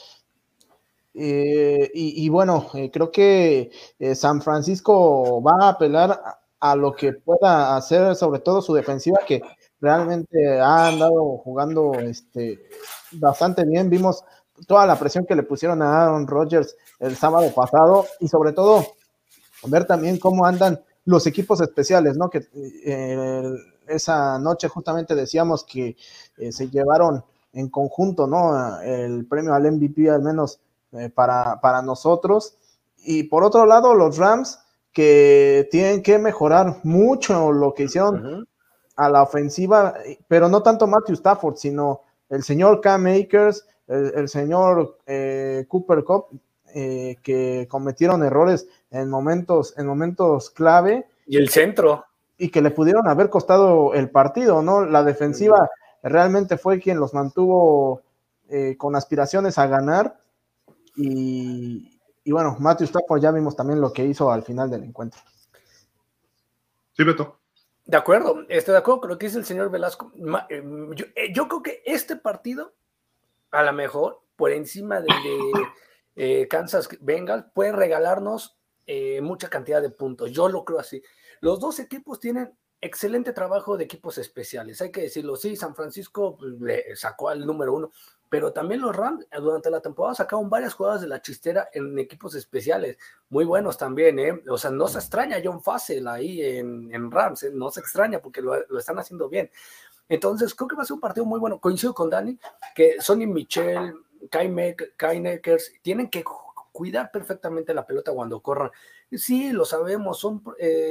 [SPEAKER 2] Y bueno, creo que San Francisco va a apelar a lo que pueda hacer, sobre todo su defensiva, que realmente ha andado jugando bastante bien. Vimos toda la presión que le pusieron a Aaron Rodgers el sábado pasado, y sobre todo ver también cómo andan los equipos especiales, ¿no? Que esa noche justamente decíamos que se llevaron en conjunto, ¿no? El premio al MVP, al menos para nosotros. Y por otro lado, los Rams, que tienen que mejorar mucho lo que hicieron a la ofensiva, pero no tanto Matthew Stafford, sino el señor Cam Akers, el señor Cooper Kupp, que cometieron errores en momentos clave.
[SPEAKER 3] Y el centro.
[SPEAKER 2] Y que le pudieron haber costado el partido, ¿no? La defensiva realmente fue quien los mantuvo con aspiraciones a ganar. Y bueno, Matthew Stafford ya vimos también lo que hizo al final del encuentro.
[SPEAKER 1] Sí, Beto.
[SPEAKER 3] De acuerdo, estoy de acuerdo con lo que dice el señor Velasco. Yo creo que este partido, a lo mejor, por encima de Kansas Bengals, puede regalarnos mucha cantidad de puntos. Yo lo creo así. Los 2 equipos tienen excelente trabajo de equipos especiales, hay que decirlo. Sí, San Francisco le sacó al número 1, pero también los Rams durante la temporada sacaron varias jugadas de la chistera en equipos especiales, muy buenos también, o sea, no se extraña John Fassel ahí en Rams, no se extraña porque lo están haciendo bien. Entonces creo que va a ser un partido muy bueno. Coincido con Dani que Sonny Michel, Kyle Akers tienen que cuidar perfectamente la pelota cuando corran. Sí, lo sabemos, son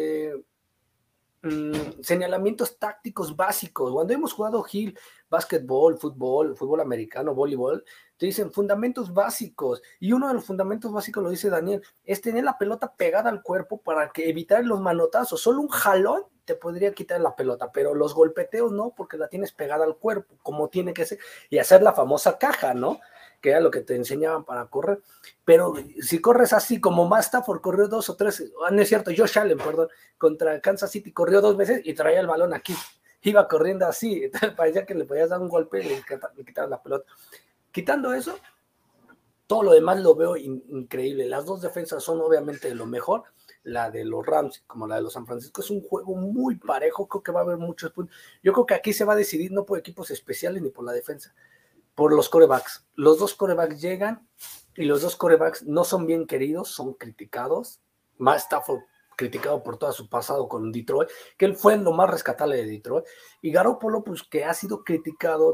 [SPEAKER 3] señalamientos tácticos básicos. Cuando hemos jugado Gil, básquetbol, fútbol americano, voleibol, te dicen fundamentos básicos, y uno de los fundamentos básicos, lo dice Daniel, es tener la pelota pegada al cuerpo para que evitar los manotazos. Solo un jalón te podría quitar la pelota, pero los golpeteos no, porque la tienes pegada al cuerpo, como tiene que ser, y hacer la famosa caja, ¿no? Que era lo que te enseñaban para correr. Pero si corres así, como Matt Stafford corrió 2 o 3, no es cierto, Josh Allen, perdón, contra Kansas City corrió 2 veces y traía el balón aquí, iba corriendo así, entonces parecía que le podías dar un golpe y le quitabas la pelota. Quitando eso, todo lo demás lo veo increíble. Las 2 defensas son obviamente lo mejor. La de los Rams como la de los San Francisco es un juego muy parejo. Creo que va a haber muchos puntos. Yo creo que aquí se va a decidir no por equipos especiales ni por la defensa, por los quarterbacks. Los 2 quarterbacks llegan y los 2 quarterbacks no son bien queridos, son criticados. Matt Stafford criticado por todo su pasado con Detroit, que él fue lo más rescatable de Detroit, y Garoppolo, pues, que ha sido criticado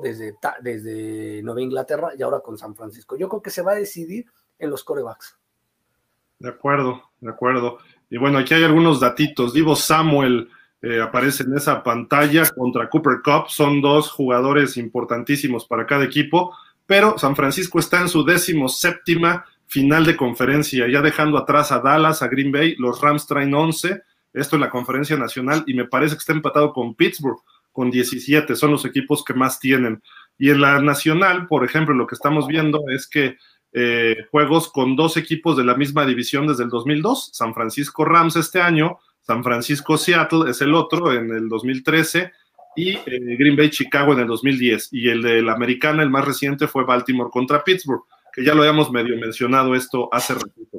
[SPEAKER 3] desde Nueva Inglaterra y ahora con San Francisco. Yo creo que se va a decidir en los quarterbacks.
[SPEAKER 1] De acuerdo, de acuerdo. Y bueno, aquí hay algunos datitos. Divo Samuel aparece en esa pantalla contra Cooper Kupp. Son dos jugadores importantísimos para cada equipo, pero San Francisco está en su 17ª final de conferencia, ya dejando atrás a Dallas, a Green Bay. Los Rams traen 11, esto en la conferencia nacional, y me parece que está empatado con Pittsburgh, con 17. Son los equipos que más tienen. Y en la nacional, por ejemplo, lo que estamos viendo es que juegos con dos equipos de la misma división desde el 2002, San Francisco Rams este año, San Francisco Seattle es el otro en el 2013 y Green Bay Chicago en el 2010, y el de la americana, el más reciente, fue Baltimore contra Pittsburgh, que ya lo habíamos medio mencionado esto hace ratito.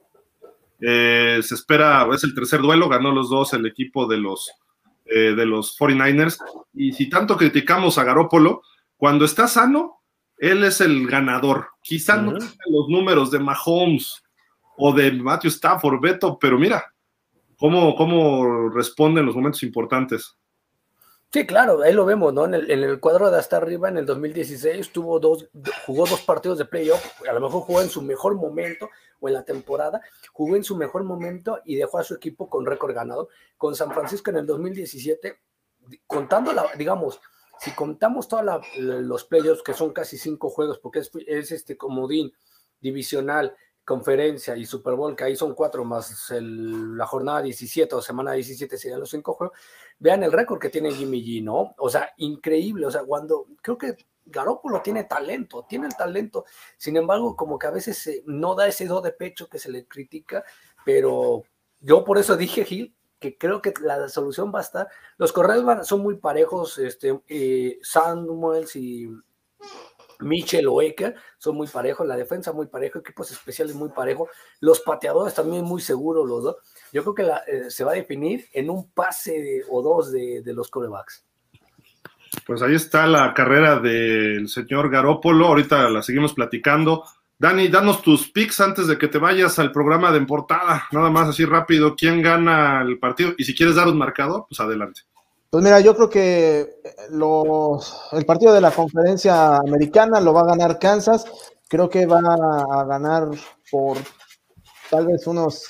[SPEAKER 1] Se espera, es el tercer duelo, ganó los dos el equipo de los 49ers, y si tanto criticamos a Garoppolo, cuando está sano, él es el ganador. Quizá no tenga los números de Mahomes o de Matthew Stafford, Beto, pero mira cómo responde en los momentos importantes.
[SPEAKER 3] Sí, claro, ahí lo vemos, ¿no? En el cuadro de hasta arriba, en el 2016, jugó dos partidos de playoff, a lo mejor jugó en su mejor momento, o en la temporada, jugó en su mejor momento y dejó a su equipo con récord ganador. Con San Francisco en el 2017, contando digamos, si contamos todos los playoffs, que son casi 5 juegos, porque es este comodín divisional, conferencia y Super Bowl, que ahí son 4 más la jornada 17 o semana 17 serían los 5 juegos, vean el récord que tiene Jimmy G, ¿no? O sea, increíble, o sea, creo que Garoppolo tiene el talento, sin embargo, como que a veces no da ese do de pecho que se le critica, pero yo por eso dije, Gil, que creo que la solución va a estar, los corredores son muy parejos, Samuels y Mitchell o Eker son muy parejos, la defensa muy parejo, equipos especiales muy parejos, los pateadores también muy seguros los dos. Yo creo que se va a definir en un pase o dos de los quarterbacks.
[SPEAKER 1] Pues ahí está la carrera del señor Garoppolo, ahorita la seguimos platicando. Dani, danos tus picks antes de que te vayas al programa de En Portada, nada más así rápido, ¿quién gana el partido? Y si quieres dar un marcador, pues adelante.
[SPEAKER 2] Pues mira, yo creo que el partido de la conferencia americana lo va a ganar Kansas. Creo que va a ganar por tal vez unos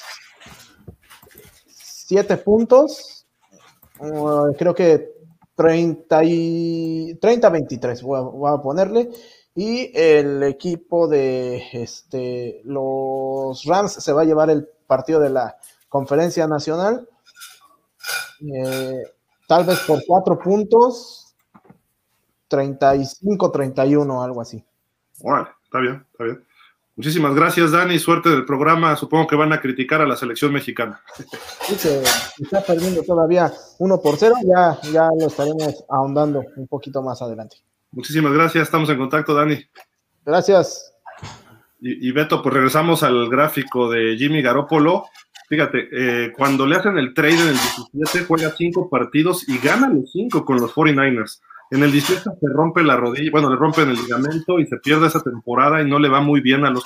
[SPEAKER 2] 7 puntos. Creo que 30-23 voy a ponerle. Y el equipo de los Rams se va a llevar el partido de la conferencia nacional. Tal vez por 4 puntos, 35-31, algo así.
[SPEAKER 1] Bueno, está bien. Muchísimas gracias, Dani, suerte del programa. Supongo que van a criticar a la selección mexicana.
[SPEAKER 2] Sí, se está perdiendo todavía 1-0, ya lo estaremos ahondando un poquito más adelante.
[SPEAKER 1] Muchísimas gracias, estamos en contacto, Dani.
[SPEAKER 2] Gracias.
[SPEAKER 1] Y Beto, pues regresamos al gráfico de Jimmy Garoppolo. Fíjate, cuando le hacen el trade en el 17, juega 5 partidos y gana los 5 con los 49ers. En el 18 se rompe la rodilla, bueno, le rompen el ligamento y se pierde esa temporada y no le va muy bien a los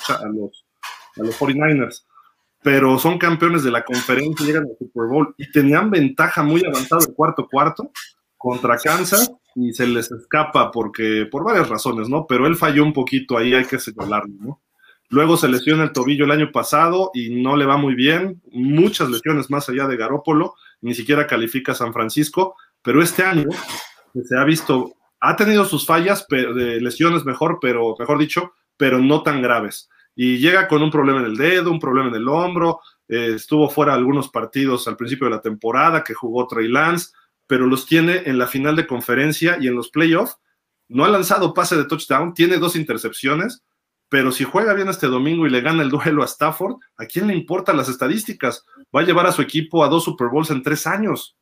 [SPEAKER 1] 49ers. Pero son campeones de la conferencia, llegan al Super Bowl y tenían ventaja muy avanzada el cuarto contra Kansas y se les escapa por varias razones, ¿no? Pero él falló un poquito ahí, hay que señalarlo, ¿no? Luego se lesiona el tobillo el año pasado y no le va muy bien, muchas lesiones más allá de Garoppolo, ni siquiera califica a San Francisco, pero este año se ha visto, ha tenido sus fallas, de lesiones mejor dicho, pero no tan graves. Y llega con un problema en el dedo, un problema en el hombro, estuvo fuera algunos partidos al principio de la temporada que jugó Trey Lance, pero los tiene en la final de conferencia y en los playoffs. No ha lanzado pase de touchdown, tiene 2 intercepciones, pero si juega bien este domingo y le gana el duelo a Stafford, ¿a quién le importan las estadísticas? Va a llevar a su equipo a 2 Super Bowls en 3 años.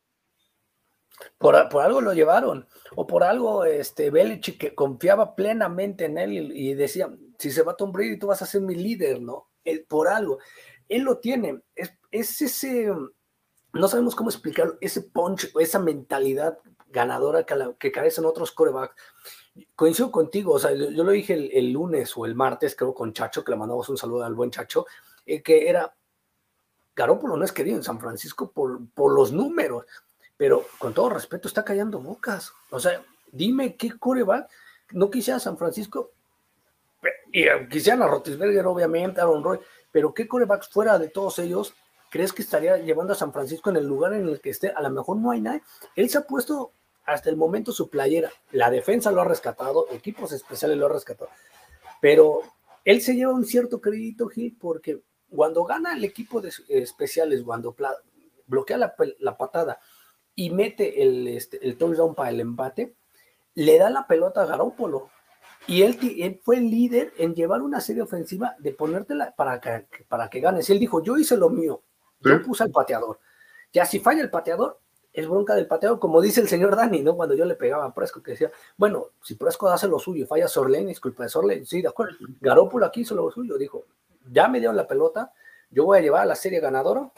[SPEAKER 3] Por algo lo llevaron, o por algo Belichick, que confiaba plenamente en él y decía, si se va Tom Brady, tú vas a ser mi líder, ¿no? Por algo. Él lo tiene, es ese, no sabemos cómo explicarlo, ese punch, esa mentalidad ganadora que carecen otros quarterbacks. Coincido contigo, o sea, yo lo dije el lunes o el martes, creo, con Chacho, que le mandamos un saludo al buen Chacho, que era, Garoppolo no es querido en San Francisco por los números, pero con todo respeto está callando bocas. O sea, dime qué quarterback no quisiera San Francisco, y quisieran a Roethlisberger, obviamente, Aaron Roy, pero ¿qué quarterbacks fuera de todos ellos crees que estaría llevando a San Francisco en el lugar en el que esté? A lo mejor no hay nadie. Él se ha puesto hasta el momento su playera, la defensa lo ha rescatado, equipos especiales lo ha rescatado, pero él se lleva un cierto crédito, Gil, porque cuando gana el equipo de especiales, cuando bloquea la patada y mete el touchdown para el empate, le da la pelota a Garoppolo. Y él fue el líder en llevar una serie ofensiva de ponértela para que ganes. Y él dijo, yo hice lo mío, yo puse al pateador. Ya si falla el pateador, es bronca del pateador, como dice el señor Dani, ¿no? Cuando yo le pegaba a Prescott, que decía, bueno, si Prescott hace lo suyo y falla Sorlane, es culpa de Sorlane. Sí, de acuerdo. Garoppolo aquí hizo lo suyo, dijo, ya me dieron la pelota, yo voy a llevar a la serie ganadora.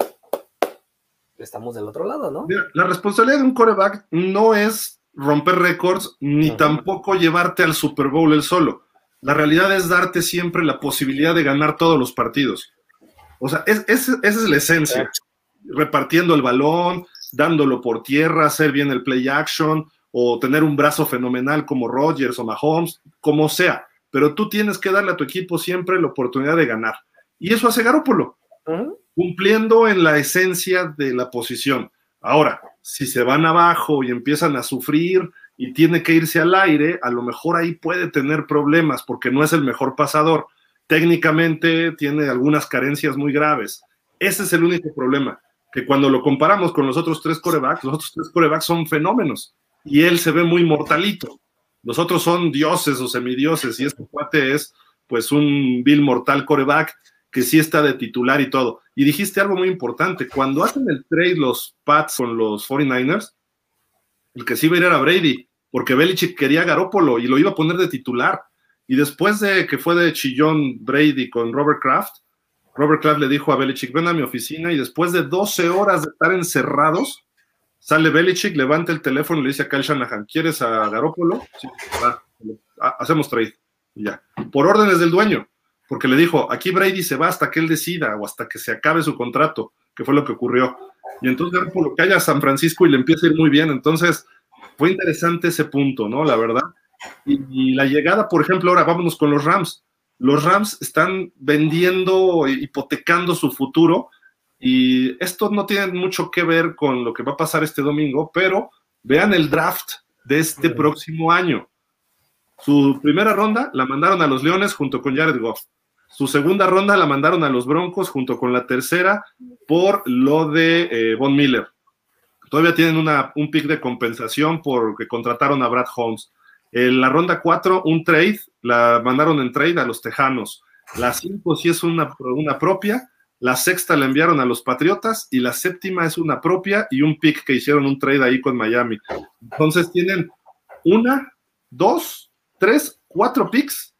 [SPEAKER 3] Estamos del otro lado, ¿no?
[SPEAKER 1] Mira, la responsabilidad de un quarterback no es romper récords, ni tampoco llevarte al Super Bowl él solo. La realidad es darte siempre la posibilidad de ganar todos los partidos. O sea, esa es la esencia. Repartiendo el balón, dándolo por tierra, hacer bien el play action, o tener un brazo fenomenal como Rodgers o Mahomes, como sea. Pero tú tienes que darle a tu equipo siempre la oportunidad de ganar. Y eso hace Garoppolo, cumpliendo en la esencia de la posición. Ahora, si se van abajo y empiezan a sufrir y tiene que irse al aire, a lo mejor ahí puede tener problemas porque no es el mejor pasador. Técnicamente tiene algunas carencias muy graves. Ese es el único problema, que cuando lo comparamos con los otros tres quarterbacks son fenómenos y él se ve muy mortalito. Los otros son dioses o semidioses y este cuate es pues un vil mortal quarterback que sí está de titular y todo. Y dijiste algo muy importante, cuando hacen el trade los Pats con los 49ers, el que sí iba a ir era Brady, porque Belichick quería a Garoppolo y lo iba a poner de titular. Y después de que fue de chillón Brady con Robert Kraft le dijo a Belichick, ven a mi oficina, y después de 12 horas de estar encerrados, sale Belichick, levanta el teléfono y le dice a Kyle Shanahan, ¿quieres a Garoppolo? Sí, hacemos trade. Y ya, por órdenes del dueño. Porque le dijo, aquí Brady se va hasta que él decida o hasta que se acabe su contrato, que fue lo que ocurrió. Y entonces Garoppolo cae a San Francisco y le empieza a ir muy bien. Entonces, fue interesante ese punto, ¿no? La verdad. Y la llegada, por ejemplo, ahora vámonos con los Rams. Los Rams están vendiendo, hipotecando su futuro, y esto no tiene mucho que ver con lo que va a pasar este domingo, pero vean el draft de este próximo año. Su primera ronda la mandaron a los Leones junto con Jared Goff. Su segunda ronda la mandaron a los Broncos junto con la tercera por lo de Von Miller. Todavía tienen un pick de compensación porque contrataron a Brad Holmes. En la ronda 4, un trade, la mandaron en trade a los Tejanos. La 5 sí es una propia, la sexta la enviaron a los Patriotas y la séptima es una propia y un pick que hicieron un trade ahí con Miami. Entonces tienen 1, 2, 3, 4 picks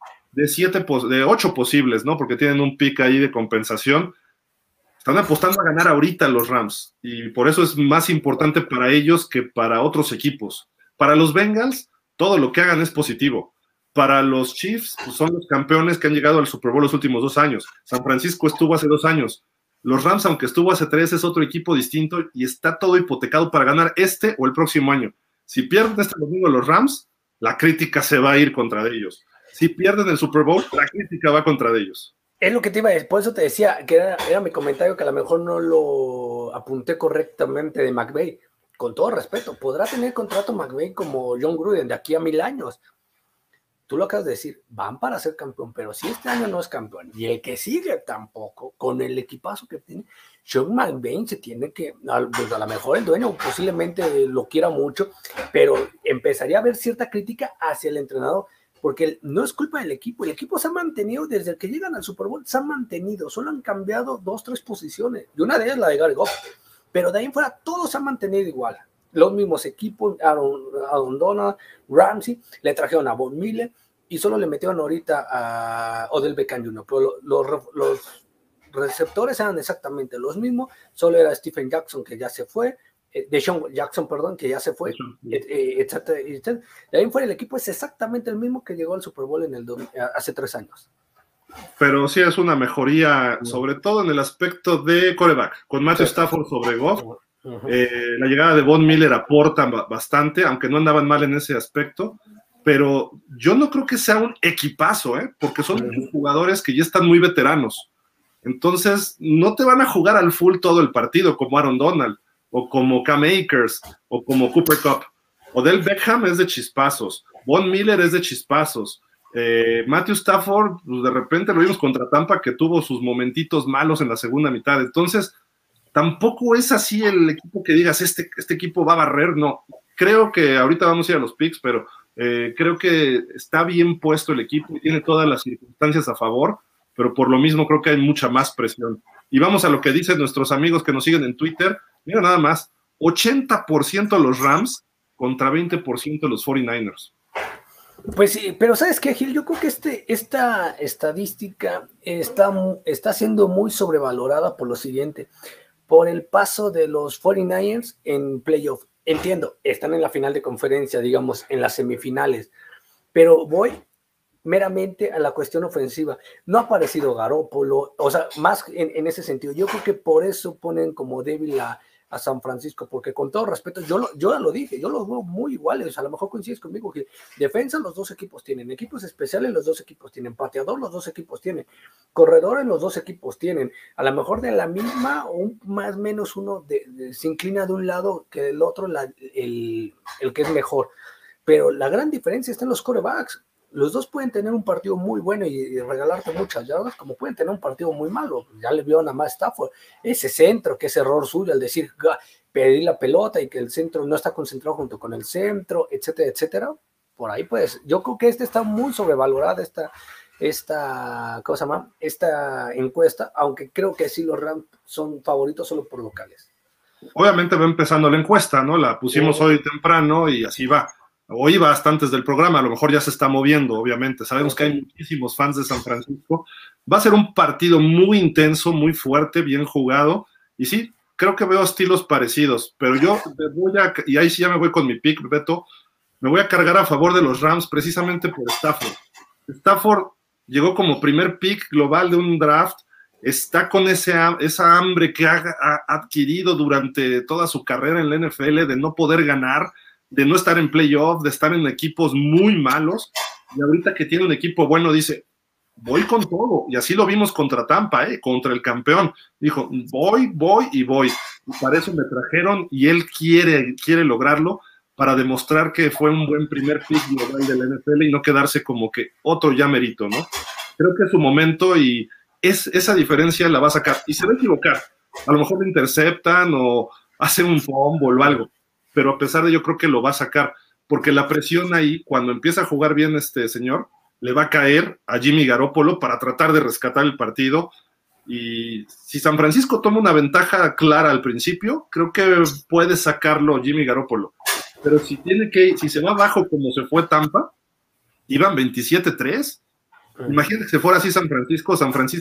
[SPEAKER 1] de 8 posibles, ¿no? Porque tienen un pick ahí de compensación. Están apostando a ganar ahorita los Rams y por eso es más importante para ellos que para otros equipos. Para los Bengals, todo lo que hagan es positivo. Para los Chiefs, pues son los campeones que han llegado al Super Bowl los últimos 2 años. San Francisco estuvo hace 2 años. Los Rams, aunque estuvo hace 3, es otro equipo distinto y está todo hipotecado para ganar este o el próximo año. Si pierden este domingo los Rams, la crítica se va a ir contra ellos. Si pierden el Super Bowl, la crítica va contra ellos.
[SPEAKER 3] Es lo que te iba a decir, por eso te decía que era mi comentario, que a lo mejor no lo apunté correctamente de McVay. Con todo respeto, podrá tener contrato McVay como John Gruden de aquí a 1000 años. Tú lo acabas de decir, van para ser campeón, pero si este año no es campeón y el que sigue tampoco, con el equipazo que tiene, Sean McVay se tiene que, pues a lo mejor el dueño posiblemente lo quiera mucho, pero empezaría a haber cierta crítica hacia el entrenador, porque no es culpa del equipo, el equipo se ha mantenido desde que llegan al Super Bowl, se han mantenido, solo han cambiado 2, 3 posiciones, y una de ellas la de Gary Goff, pero de ahí en fuera todos se han mantenido igual. Los mismos equipos, Aaron Donald, Ramsey, le trajeron a Von Miller y solo le metieron ahorita a Odell Beckham Jr. Pero los receptores eran exactamente los mismos, solo era Stephen Jackson que ya se fue, DeSean Jackson, perdón, que ya se fue, etcétera, etcétera. De ahí en fuera el equipo es exactamente el mismo que llegó al Super Bowl hace 3 años.
[SPEAKER 1] Pero sí es una mejoría, sobre todo en el aspecto de quarterback, con Matthew Stafford sobre Goff. La llegada de Von Miller aporta bastante, aunque no andaban mal en ese aspecto, pero yo no creo que sea un equipazo, porque son jugadores que ya están muy veteranos. Entonces, no te van a jugar al full todo el partido como Aaron Donald, o como Cam Akers, o como Cooper Kupp. Odell Beckham es de chispazos, Von Miller es de chispazos, Matthew Stafford, pues de repente lo vimos contra Tampa que tuvo sus momentitos malos en la segunda mitad. Entonces, tampoco es así el equipo que digas, este equipo va a barrer, no. Creo que ahorita vamos a ir a los picks, pero creo que está bien puesto el equipo y tiene todas las circunstancias a favor, pero por lo mismo creo que hay mucha más presión. Y vamos a lo que dicen nuestros amigos que nos siguen en Twitter. Mira nada más, 80% los Rams contra 20% los 49ers.
[SPEAKER 3] Pues sí, pero ¿sabes qué, Gil? Yo creo que esta estadística está siendo muy sobrevalorada por lo siguiente, por el paso de los 49ers en playoff. Entiendo, están en la final de conferencia, digamos, en las semifinales, pero voy meramente a la cuestión ofensiva. No ha aparecido Garoppolo, o sea, más en ese sentido. Yo creo que por eso ponen como débil a San Francisco, porque con todo respeto, yo ya lo dije, yo los veo muy iguales, a lo mejor coincides conmigo, que defensa los dos equipos tienen, equipos especiales los dos equipos tienen, pateador los dos equipos tienen, corredores los dos equipos tienen, a lo mejor de la misma, o más o menos uno se inclina de un lado que del otro, el que es mejor, pero la gran diferencia está en los quarterbacks. Los dos pueden tener un partido muy bueno y regalarte muchas yardas, como pueden tener un partido muy malo. Ya le vieron a Matt Stafford, ese centro, que es error suyo al decir, pedir la pelota y que el centro no está concentrado junto con el centro, etcétera, etcétera. Por ahí pues, yo creo que está muy sobrevalorada esta encuesta, aunque creo que sí los Rams son favoritos solo por locales.
[SPEAKER 1] Obviamente va empezando la encuesta, ¿no? La pusimos hoy temprano y así va. O iba hasta antes del programa, a lo mejor ya se está moviendo, obviamente. Sabemos que hay muchísimos fans de San Francisco. Va a ser un partido muy intenso, muy fuerte, bien jugado. Y sí, creo que veo estilos parecidos, pero yo y ahí sí ya me voy con mi pick, Beto, me voy a cargar a favor de los Rams precisamente por Stafford. Stafford llegó como primer pick global de un draft, está con esa hambre que ha adquirido durante toda su carrera en la NFL de no poder ganar, de no estar en playoff, de estar en equipos muy malos, y ahorita que tiene un equipo bueno dice, voy con todo, y así lo vimos contra Tampa, contra el campeón, dijo, voy, y para eso me trajeron, y él quiere lograrlo, para demostrar que fue un buen primer pick global de la NFL, y no quedarse como que otro ya merito, ¿no? Creo que es su momento, y esa diferencia la va a sacar, y se va a equivocar, a lo mejor lo interceptan, o hacen un fumble o algo, pero a pesar de yo creo que lo va a sacar, porque la presión ahí, cuando empieza a jugar bien este señor, le va a caer a Jimmy Garoppolo para tratar de rescatar el partido, y si San Francisco toma una ventaja clara al principio, creo que puede sacarlo Jimmy Garoppolo, pero si se va abajo como se fue Tampa, iban 27-3, imagínate que se fuera así San Francisco,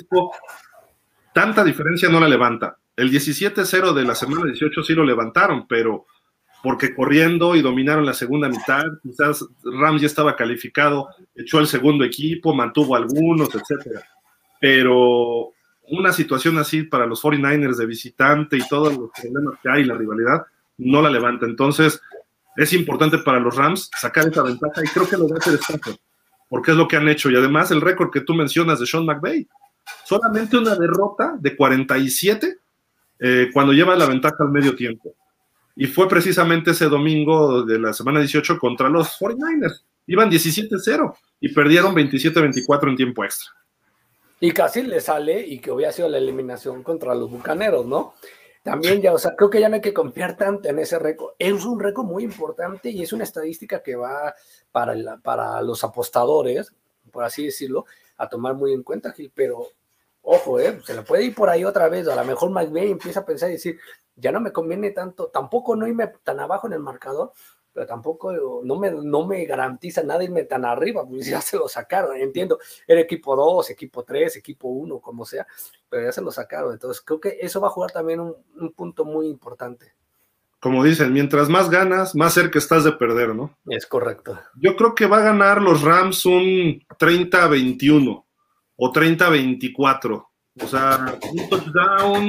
[SPEAKER 1] tanta diferencia no la levanta, el 17-0 de la semana 18 sí lo levantaron, pero porque corriendo y dominaron la segunda mitad, quizás Rams ya estaba calificado, echó al segundo equipo, mantuvo algunos, etcétera. Pero una situación así para los 49ers de visitante y todos los problemas que hay, la rivalidad, no la levanta. Entonces, es importante para los Rams sacar esa ventaja y creo que lo va a hacer Stafford, porque es lo que han hecho. Y además el récord que tú mencionas de Sean McVay, solamente una derrota de 47 cuando lleva la ventaja al medio tiempo. Y fue precisamente ese domingo de la semana 18 contra los 49ers. Iban 17-0 y perdieron 27-24 en tiempo extra.
[SPEAKER 3] Y casi le sale, y que hubiera sido la eliminación contra los Bucaneros, ¿no? También ya, o sea, creo que ya no hay que confiar tanto en ese récord. Es un récord muy importante y es una estadística que va para los apostadores, por así decirlo, a tomar muy en cuenta, Gil, pero ojo, se le puede ir por ahí otra vez. A lo mejor McVay empieza a pensar y decir, ya no me conviene tanto, tampoco no irme tan abajo en el marcador, pero tampoco no me garantiza nada irme tan arriba, pues ya se lo sacaron, entiendo, era equipo 2, equipo 3, equipo 1, como sea, pero ya se lo sacaron, entonces creo que eso va a jugar también un punto muy importante.
[SPEAKER 1] Como dicen, mientras más ganas, más cerca estás de perder, ¿no?
[SPEAKER 3] Es correcto.
[SPEAKER 1] Yo creo que va a ganar los Rams un 30-21 o 30-24. O sea, un touchdown,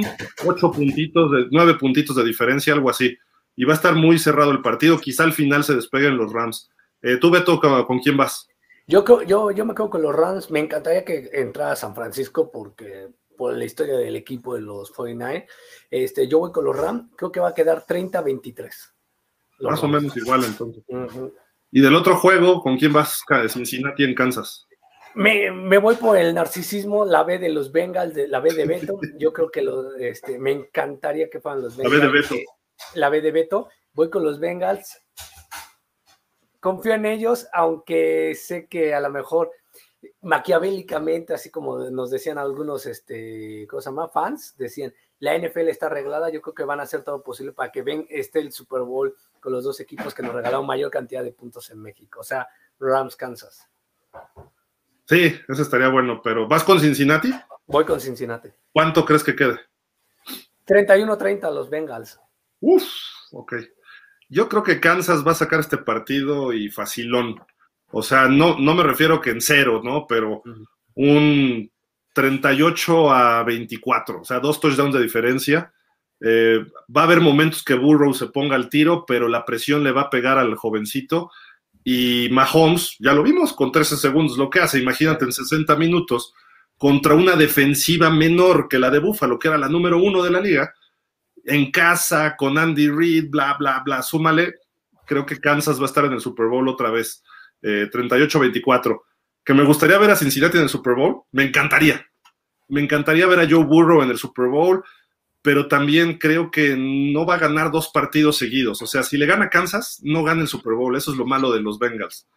[SPEAKER 1] 9 puntitos de diferencia, algo así. Y va a estar muy cerrado el partido. Quizá al final se despeguen los Rams. ¿Tú, Beto, con quién vas?
[SPEAKER 3] Yo me quedo con los Rams. Me encantaría que entrara San Francisco porque por la historia del equipo de los 49. Yo voy con los Rams, creo que va a quedar 30-23.
[SPEAKER 1] Más o menos igual entonces. Y del otro juego, ¿con quién vas? Cincinnati en Kansas.
[SPEAKER 3] Me voy por el narcisismo, la B de los Bengals, la B de Beto. Yo creo que me encantaría que fueran los Bengals.
[SPEAKER 1] La B de Beto.
[SPEAKER 3] La B de Beto. Voy con los Bengals. Confío en ellos, aunque sé que a lo mejor maquiavélicamente, así como nos decían algunos fans, decían, la NFL está arreglada, yo creo que van a hacer todo posible para que esté el Super Bowl con los dos equipos que nos regalaron mayor cantidad de puntos en México, o sea, Rams, Kansas.
[SPEAKER 1] Sí, eso estaría bueno, pero ¿vas con Cincinnati?
[SPEAKER 3] Voy con Cincinnati.
[SPEAKER 1] ¿Cuánto crees que quede?
[SPEAKER 3] 31-30 los Bengals.
[SPEAKER 1] Ok. Yo creo que Kansas va a sacar este partido y facilón. O sea, no me refiero que en 0, ¿no? Pero un 38-24, o sea, 2 touchdowns de diferencia. Va a haber momentos que Burrow se ponga al tiro, pero la presión le va a pegar al jovencito. Y Mahomes, ya lo vimos, con 13 segundos lo que hace. Imagínate en 60 minutos contra una defensiva menor que la de Buffalo, que era la número 1 de la liga, en casa, con Andy Reid, bla, bla, bla, súmale. Creo que Kansas va a estar en el Super Bowl otra vez. 38-24, que me gustaría ver a Cincinnati en el Super Bowl, me encantaría ver a Joe Burrow en el Super Bowl, pero también creo que no va a ganar 2 partidos seguidos, o sea, si le gana a Kansas, no gana el Super Bowl, eso es lo malo de los Bengals.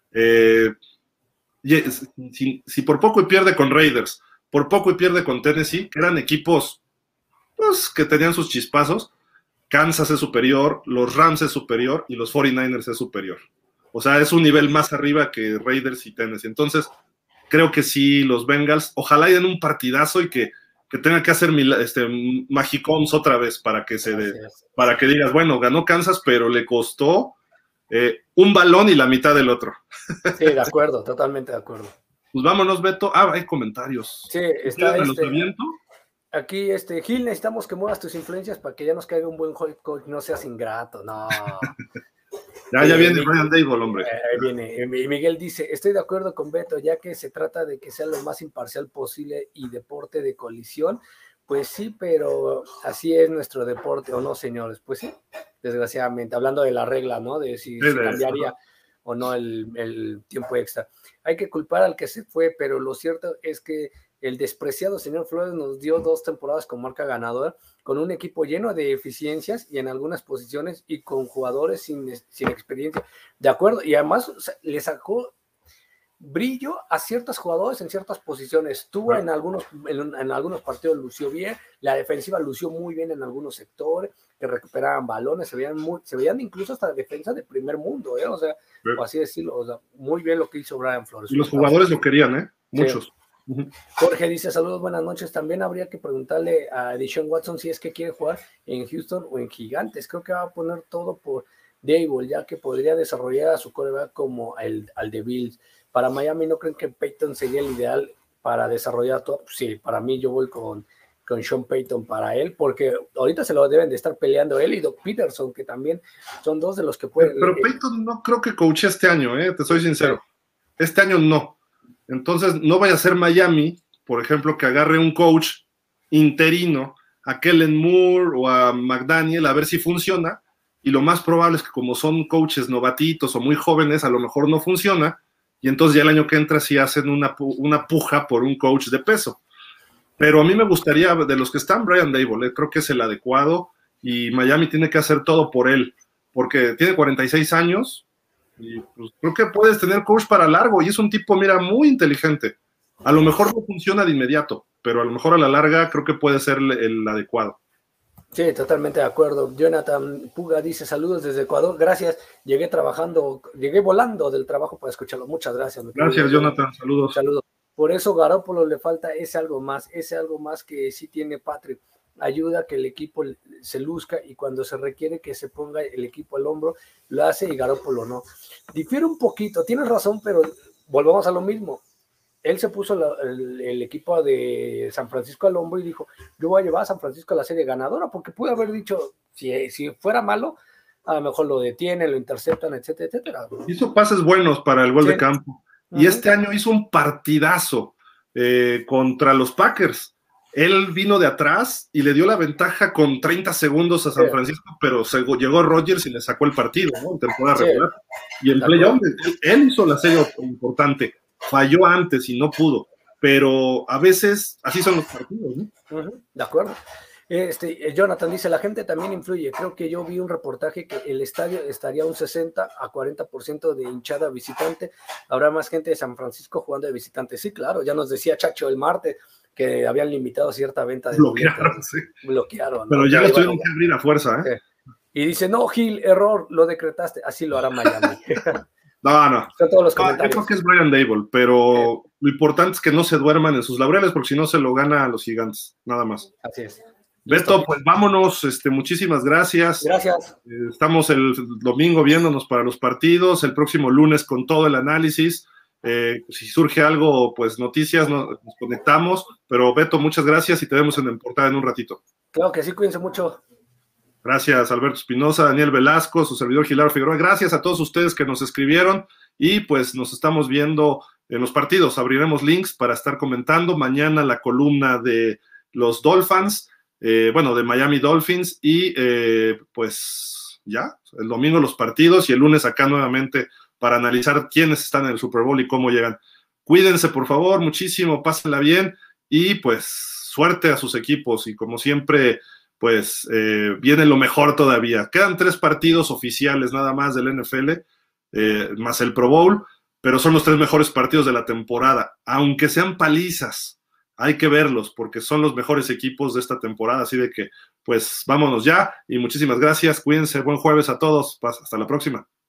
[SPEAKER 1] Si por poco y pierde con Raiders, por poco y pierde con Tennessee, que eran equipos pues, que tenían sus chispazos, Kansas es superior, los Rams es superior y los 49ers es superior. O sea, es un nivel más arriba que Raiders y Tennessee. Entonces, creo que sí, los Bengals, ojalá den un partidazo y que tenga que hacer Magicoms otra vez para que digas, bueno, ganó Kansas, pero le costó un balón y la mitad del otro.
[SPEAKER 3] Sí, de acuerdo, totalmente de acuerdo.
[SPEAKER 1] Pues vámonos, Beto. Hay comentarios.
[SPEAKER 3] Sí, está aquí, Gil, necesitamos que muevas tus influencias para que ya nos caiga un buen coach, no seas ingrato, no.
[SPEAKER 1] Ya viene Brian Daboll, hombre.
[SPEAKER 3] Viene. Miguel dice, estoy de acuerdo con Beto, ya que se trata de que sea lo más imparcial posible y deporte de colisión. Pues sí, pero así es nuestro deporte, ¿o no, señores? Pues sí, desgraciadamente, hablando de la regla, ¿no? De si cambiaría o no el tiempo extra. Hay que culpar al que se fue, pero lo cierto es que el despreciado señor Flores nos dio 2 temporadas con marca ganadora, con un equipo lleno de eficiencias y en algunas posiciones y con jugadores sin experiencia. De acuerdo, y además le sacó brillo a ciertos jugadores en ciertas posiciones. Tuvo en algunos partidos lució bien, la defensiva lució muy bien en algunos sectores, que recuperaban balones, se veían incluso hasta defensa de primer mundo, o sea, o así decirlo, o sea, muy bien lo que hizo Brian Flores.
[SPEAKER 1] Y los jugadores lo querían, muchos.
[SPEAKER 3] Sí. Jorge dice, saludos, buenas noches. También habría que preguntarle a Deshaun Watson si es que quiere jugar en Houston o en Gigantes. Creo que va a poner todo por Daboll, ya que podría desarrollar a su quarterback como al de Bills. Para Miami, ¿no creen que Peyton sería el ideal para desarrollar todo? Sí, para mí yo voy con Sean Payton para él, porque ahorita se lo deben de estar peleando él y Doug Peterson, que también son 2 de los que pueden...
[SPEAKER 1] Pero Payton no creo que coache este año, te soy sincero. Este año no. Entonces, no vaya a ser Miami, por ejemplo, que agarre un coach interino, a Kellen Moore o a McDaniel, a ver si funciona, y lo más probable es que como son coaches novatitos o muy jóvenes, a lo mejor no funciona, y entonces ya el año que entra sí hacen una puja por un coach de peso. Pero a mí me gustaría, de los que están, Brian Daboll, creo que es el adecuado, y Miami tiene que hacer todo por él, porque tiene 46 años, y pues creo que puedes tener coach para largo, y es un tipo, mira, muy inteligente. A lo mejor no funciona de inmediato, pero a lo mejor a la larga creo que puede ser el adecuado.
[SPEAKER 3] Sí, totalmente de acuerdo. Jonathan Puga dice, saludos desde Ecuador, gracias, llegué volando del trabajo para escucharlo, muchas gracias.
[SPEAKER 1] Gracias, Jonathan, saludos.
[SPEAKER 3] Por eso Garoppolo le falta ese algo más que sí tiene Patrick. Ayuda a que el equipo se luzca y cuando se requiere que se ponga el equipo al hombro, lo hace y Garoppolo no. Difiere un poquito, tienes razón, pero volvamos a lo mismo. Él se puso el equipo de San Francisco al hombro y dijo, yo voy a llevar a San Francisco a la serie ganadora, porque pude haber dicho, si fuera malo, a lo mejor lo detienen, lo interceptan, etcétera, etcétera.
[SPEAKER 1] Hizo pases buenos para el gol de campo. Y este año hizo un partidazo contra los Packers. él vino de atrás y le dio la ventaja con 30 segundos a San Francisco, pero llegó Rodgers y le sacó el partido, ¿no? En temporada regular. Y en playoff, él hizo la serie importante. Falló antes y no pudo. Pero a veces así son los partidos, ¿no?
[SPEAKER 3] De acuerdo. Jonathan dice, la gente también influye. Creo que yo vi un reportaje que el estadio estaría un 60 a 40% de hinchada visitante. Habrá más gente de San Francisco jugando de visitante. Sí, claro, ya nos decía Chacho el martes que habían limitado cierta venta de
[SPEAKER 1] bloquearon, sí.
[SPEAKER 3] Bloquearon, ¿no?
[SPEAKER 1] Pero ya lo tuvieron que abrir a fuerza, ¿eh?
[SPEAKER 3] Y dice, no, Gil, error, lo decretaste. Así lo hará Miami.
[SPEAKER 1] No.
[SPEAKER 3] Son todos los comentarios.
[SPEAKER 1] Yo creo que es Brian Daboll, pero lo importante es que no se duerman en sus laureles, porque si no se lo gana a los Gigantes, nada más.
[SPEAKER 3] Así es.
[SPEAKER 1] Beto, pues vámonos, muchísimas gracias.
[SPEAKER 3] Gracias.
[SPEAKER 1] Estamos el domingo viéndonos para los partidos, el próximo lunes con todo el análisis. Si surge algo, pues noticias, nos conectamos. Pero Beto, muchas gracias y te vemos en Portada en un ratito.
[SPEAKER 3] Claro que sí, cuídense mucho.
[SPEAKER 1] Gracias, Alberto Espinosa, Daniel Velasco, su servidor Gilardo Figueroa. Gracias a todos ustedes que nos escribieron y pues nos estamos viendo en los partidos. Abriremos links para estar comentando. Mañana la columna de los Dolphins, de Miami Dolphins y pues ya, el domingo los partidos y el lunes acá nuevamente para analizar quiénes están en el Super Bowl y cómo llegan. Cuídense, por favor, muchísimo, pásenla bien y pues suerte a sus equipos y como siempre, pues viene lo mejor todavía. Quedan 3 partidos oficiales nada más del NFL, más el Pro Bowl, pero son los 3 mejores partidos de la temporada, aunque sean palizas. Hay que verlos porque son los mejores equipos de esta temporada, así de que pues vámonos ya y muchísimas gracias, cuídense, buen jueves a todos, hasta la próxima.